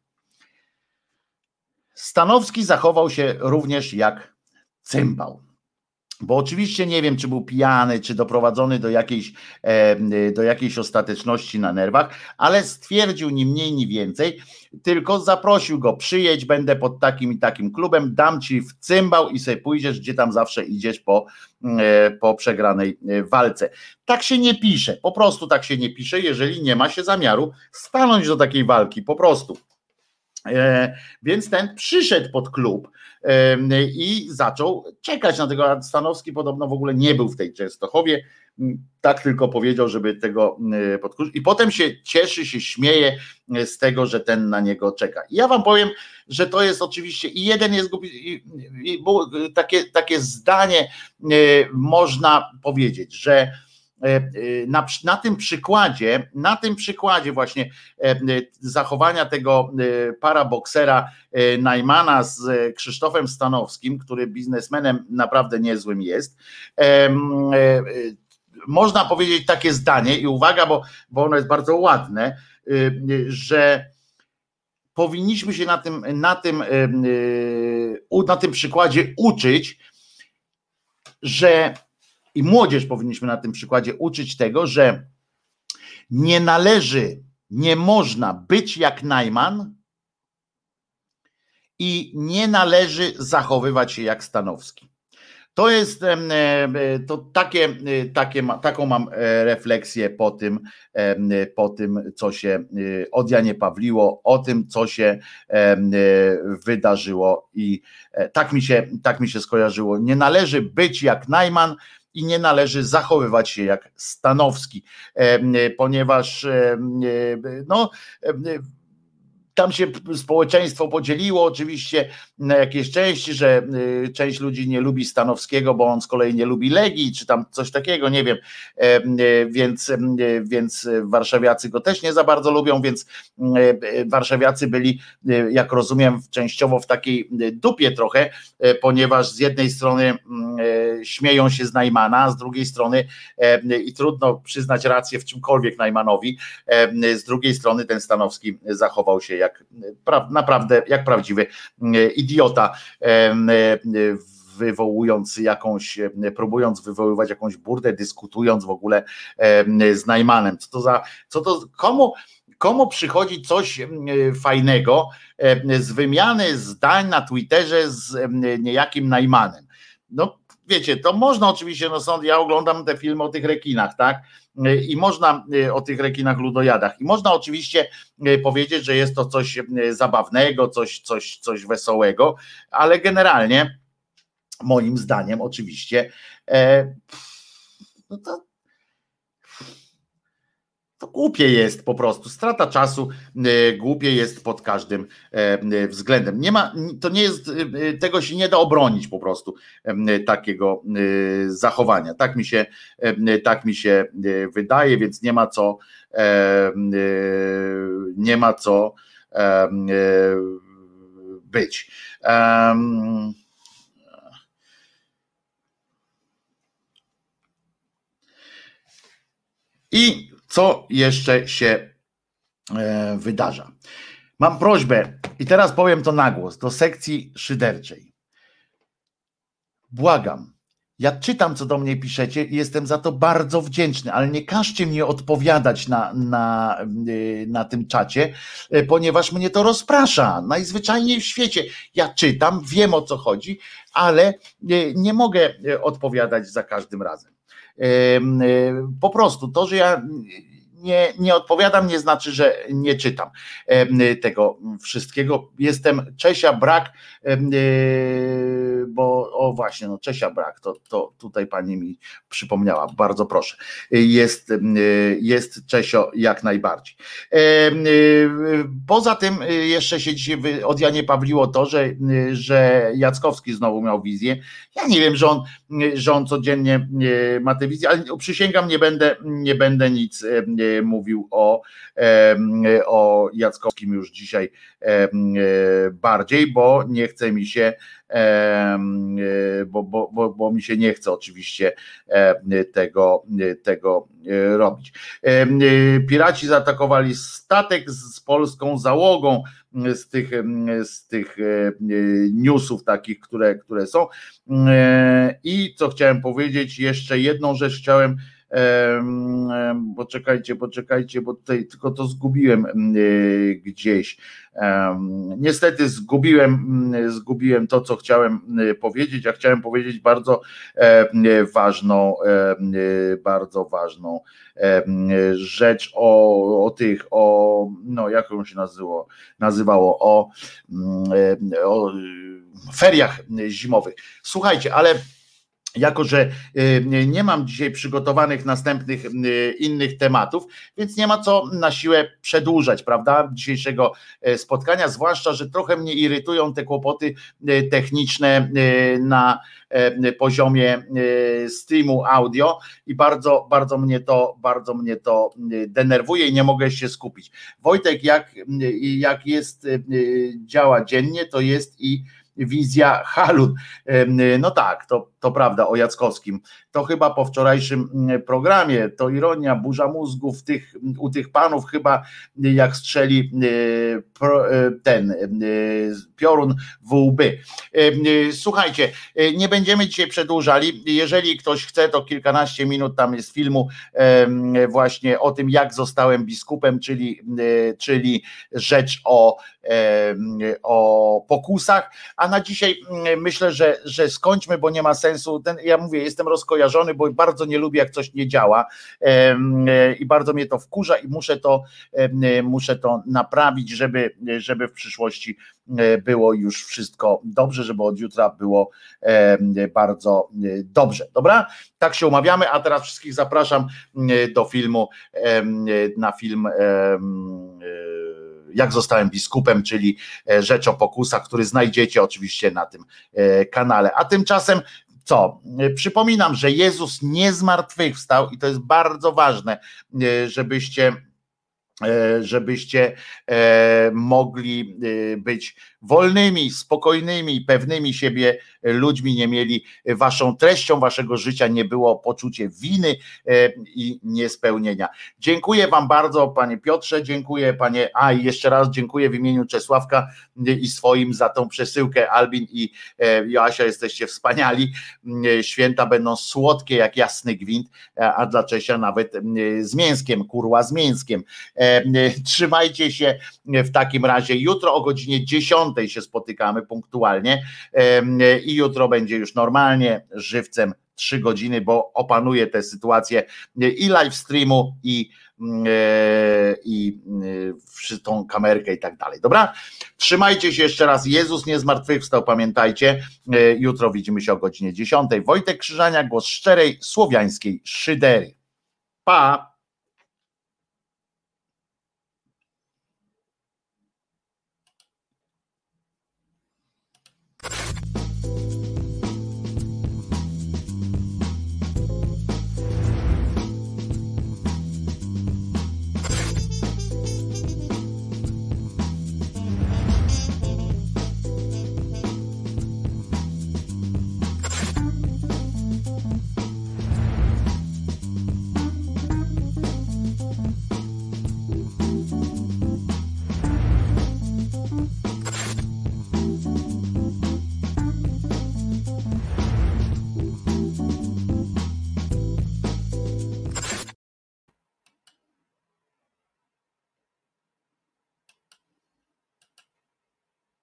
Stanowski zachował się również jak cymbał. Bo oczywiście nie wiem, czy był pijany, czy doprowadzony do jakiejś ostateczności na nerwach, ale stwierdził ni mniej, ni więcej, tylko zaprosił go, przyjedź, będę pod takim i takim klubem, dam ci w cymbał i sobie pójdziesz, gdzie tam zawsze idziesz po przegranej walce. Tak się nie pisze, po prostu tak się nie pisze, jeżeli nie ma się zamiaru stanąć do takiej walki, po prostu. Więc ten przyszedł pod klub i zaczął czekać na tego. Stanowski podobno w ogóle nie był w tej Częstochowie, tak tylko powiedział, żeby tego podkurzyć i potem się cieszy, się śmieje z tego, że ten na niego czeka. I ja wam powiem, że to jest oczywiście i jeden jest głupi, takie zdanie można powiedzieć, że na tym przykładzie właśnie zachowania tego paraboksera Najmana z Krzysztofem Stanowskim, który biznesmenem naprawdę niezłym jest, można powiedzieć takie zdanie i uwaga, bo ono jest bardzo ładne, że powinniśmy się na tym przykładzie uczyć, że i młodzież powinniśmy na tym przykładzie uczyć tego, że nie można być jak Najman i nie należy zachowywać się jak Stanowski. To jest taką mam refleksję po tym, co się od Janie Pawliło, o tym, co się wydarzyło i tak mi się skojarzyło. Nie należy być jak Najman i nie należy zachowywać się jak Stanowski, ponieważ tam się społeczeństwo podzieliło oczywiście na jakieś części, że część ludzi nie lubi Stanowskiego, bo on z kolei nie lubi Legii, czy tam coś takiego, nie wiem, więc warszawiacy go też nie za bardzo lubią, więc warszawiacy byli, jak rozumiem, częściowo w takiej dupie trochę, ponieważ z jednej strony śmieją się z Najmana, z drugiej strony i trudno przyznać rację w czymkolwiek Najmanowi, z drugiej strony ten Stanowski zachował się naprawdę jak prawdziwy idiota, próbując wywoływać jakąś burdę, dyskutując w ogóle z Najmanem. Komu przychodzi coś fajnego z wymiany zdań na Twitterze z niejakim Najmanem? No wiecie, to można oczywiście, ja oglądam te filmy o tych rekinach, tak? I można o tych rekinach ludojadach i można oczywiście powiedzieć, że jest to coś zabawnego, coś wesołego, ale generalnie moim zdaniem oczywiście to głupie jest po prostu, strata czasu, głupie jest pod każdym względem. To nie jest, tego się nie da obronić po prostu takiego zachowania. Tak mi się wydaje, więc nie ma co być. I co jeszcze się wydarza? Mam prośbę i teraz powiem to na głos do sekcji szyderczej. Błagam, ja czytam, co do mnie piszecie i jestem za to bardzo wdzięczny, ale nie każcie mnie odpowiadać na tym czacie, ponieważ mnie to rozprasza najzwyczajniej w świecie. Ja czytam, wiem, o co chodzi, ale nie mogę odpowiadać za każdym razem. Po prostu to, że ja nie odpowiadam, nie znaczy, że nie czytam tego wszystkiego. Jestem Czesia Brak, bo o właśnie, no Czesia Brak, to tutaj pani mi przypomniała, bardzo proszę. Jest Czesio jak najbardziej. Poza tym jeszcze się dzisiaj odjaniepawliło to, że Jackowski znowu miał wizję. Ja nie wiem, że on codziennie ma tę wizję, ale przysięgam, nie będę nic mówił o Jackowskim już dzisiaj bardziej, bo nie chce mi się, bo mi się nie chce oczywiście tego robić. Piraci zaatakowali statek z polską załogą, z tych newsów takich, które są. I co chciałem powiedzieć, jeszcze jedną rzecz chciałem, poczekajcie, bo tutaj tylko to zgubiłem gdzieś. Niestety zgubiłem to, co chciałem powiedzieć, a chciałem powiedzieć bardzo ważną rzecz no jak ją się nazywało, o feriach zimowych. Słuchajcie, ale jako że nie mam dzisiaj przygotowanych następnych innych tematów, więc nie ma co na siłę przedłużać, prawda, dzisiejszego spotkania, zwłaszcza, że trochę mnie irytują te kłopoty techniczne na poziomie streamu audio i bardzo mnie to denerwuje i nie mogę się skupić. Wojtek, jak działa dziennie, to jest i wizja Halun. No tak, to prawda o Jackowskim. To chyba po wczorajszym programie, to ironia, burza mózgów u tych panów chyba jak strzeli ten piorun w łby. Słuchajcie, nie będziemy dzisiaj przedłużali. Jeżeli ktoś chce, to kilkanaście minut tam jest filmu właśnie o tym, jak zostałem biskupem, czyli rzecz o pokusach, a na dzisiaj myślę, że skończmy, bo nie ma sensu. Ja mówię, jestem rozkojarzony, bo bardzo nie lubię, jak coś nie działa i bardzo mnie to wkurza i muszę to naprawić, żeby w przyszłości było już wszystko dobrze, żeby od jutra było bardzo dobrze. Dobra? Tak się umawiamy, a teraz wszystkich zapraszam do filmu, na film Jak zostałem biskupem, czyli rzecz o pokusach, który znajdziecie oczywiście na tym kanale. A tymczasem co? Przypominam, że Jezus nie zmartwychwstał i to jest bardzo ważne, żebyście mogli być wolnymi, spokojnymi, pewnymi siebie ludźmi, nie mieli treścią waszego życia nie było poczucie winy i niespełnienia. Dziękuję wam bardzo, panie Piotrze, dziękuję i jeszcze raz dziękuję w imieniu Czesławka i swoim za tą przesyłkę. Albin i Joasia, jesteście wspaniali. Święta będą słodkie jak jasny gwint, a dla Czesia nawet z mięskiem, kurła z mięskiem. Trzymajcie się w takim razie. Jutro o godzinie 10 się spotykamy punktualnie i jutro będzie już normalnie, żywcem 3 godziny, bo opanuję tę sytuację i live streamu i tą kamerkę i tak dalej. Dobra? Trzymajcie się jeszcze raz. Jezus nie zmartwychwstał, pamiętajcie. Jutro widzimy się o godzinie 10. Wojtek Krzyżania, głos szczerej słowiańskiej szydery. Pa!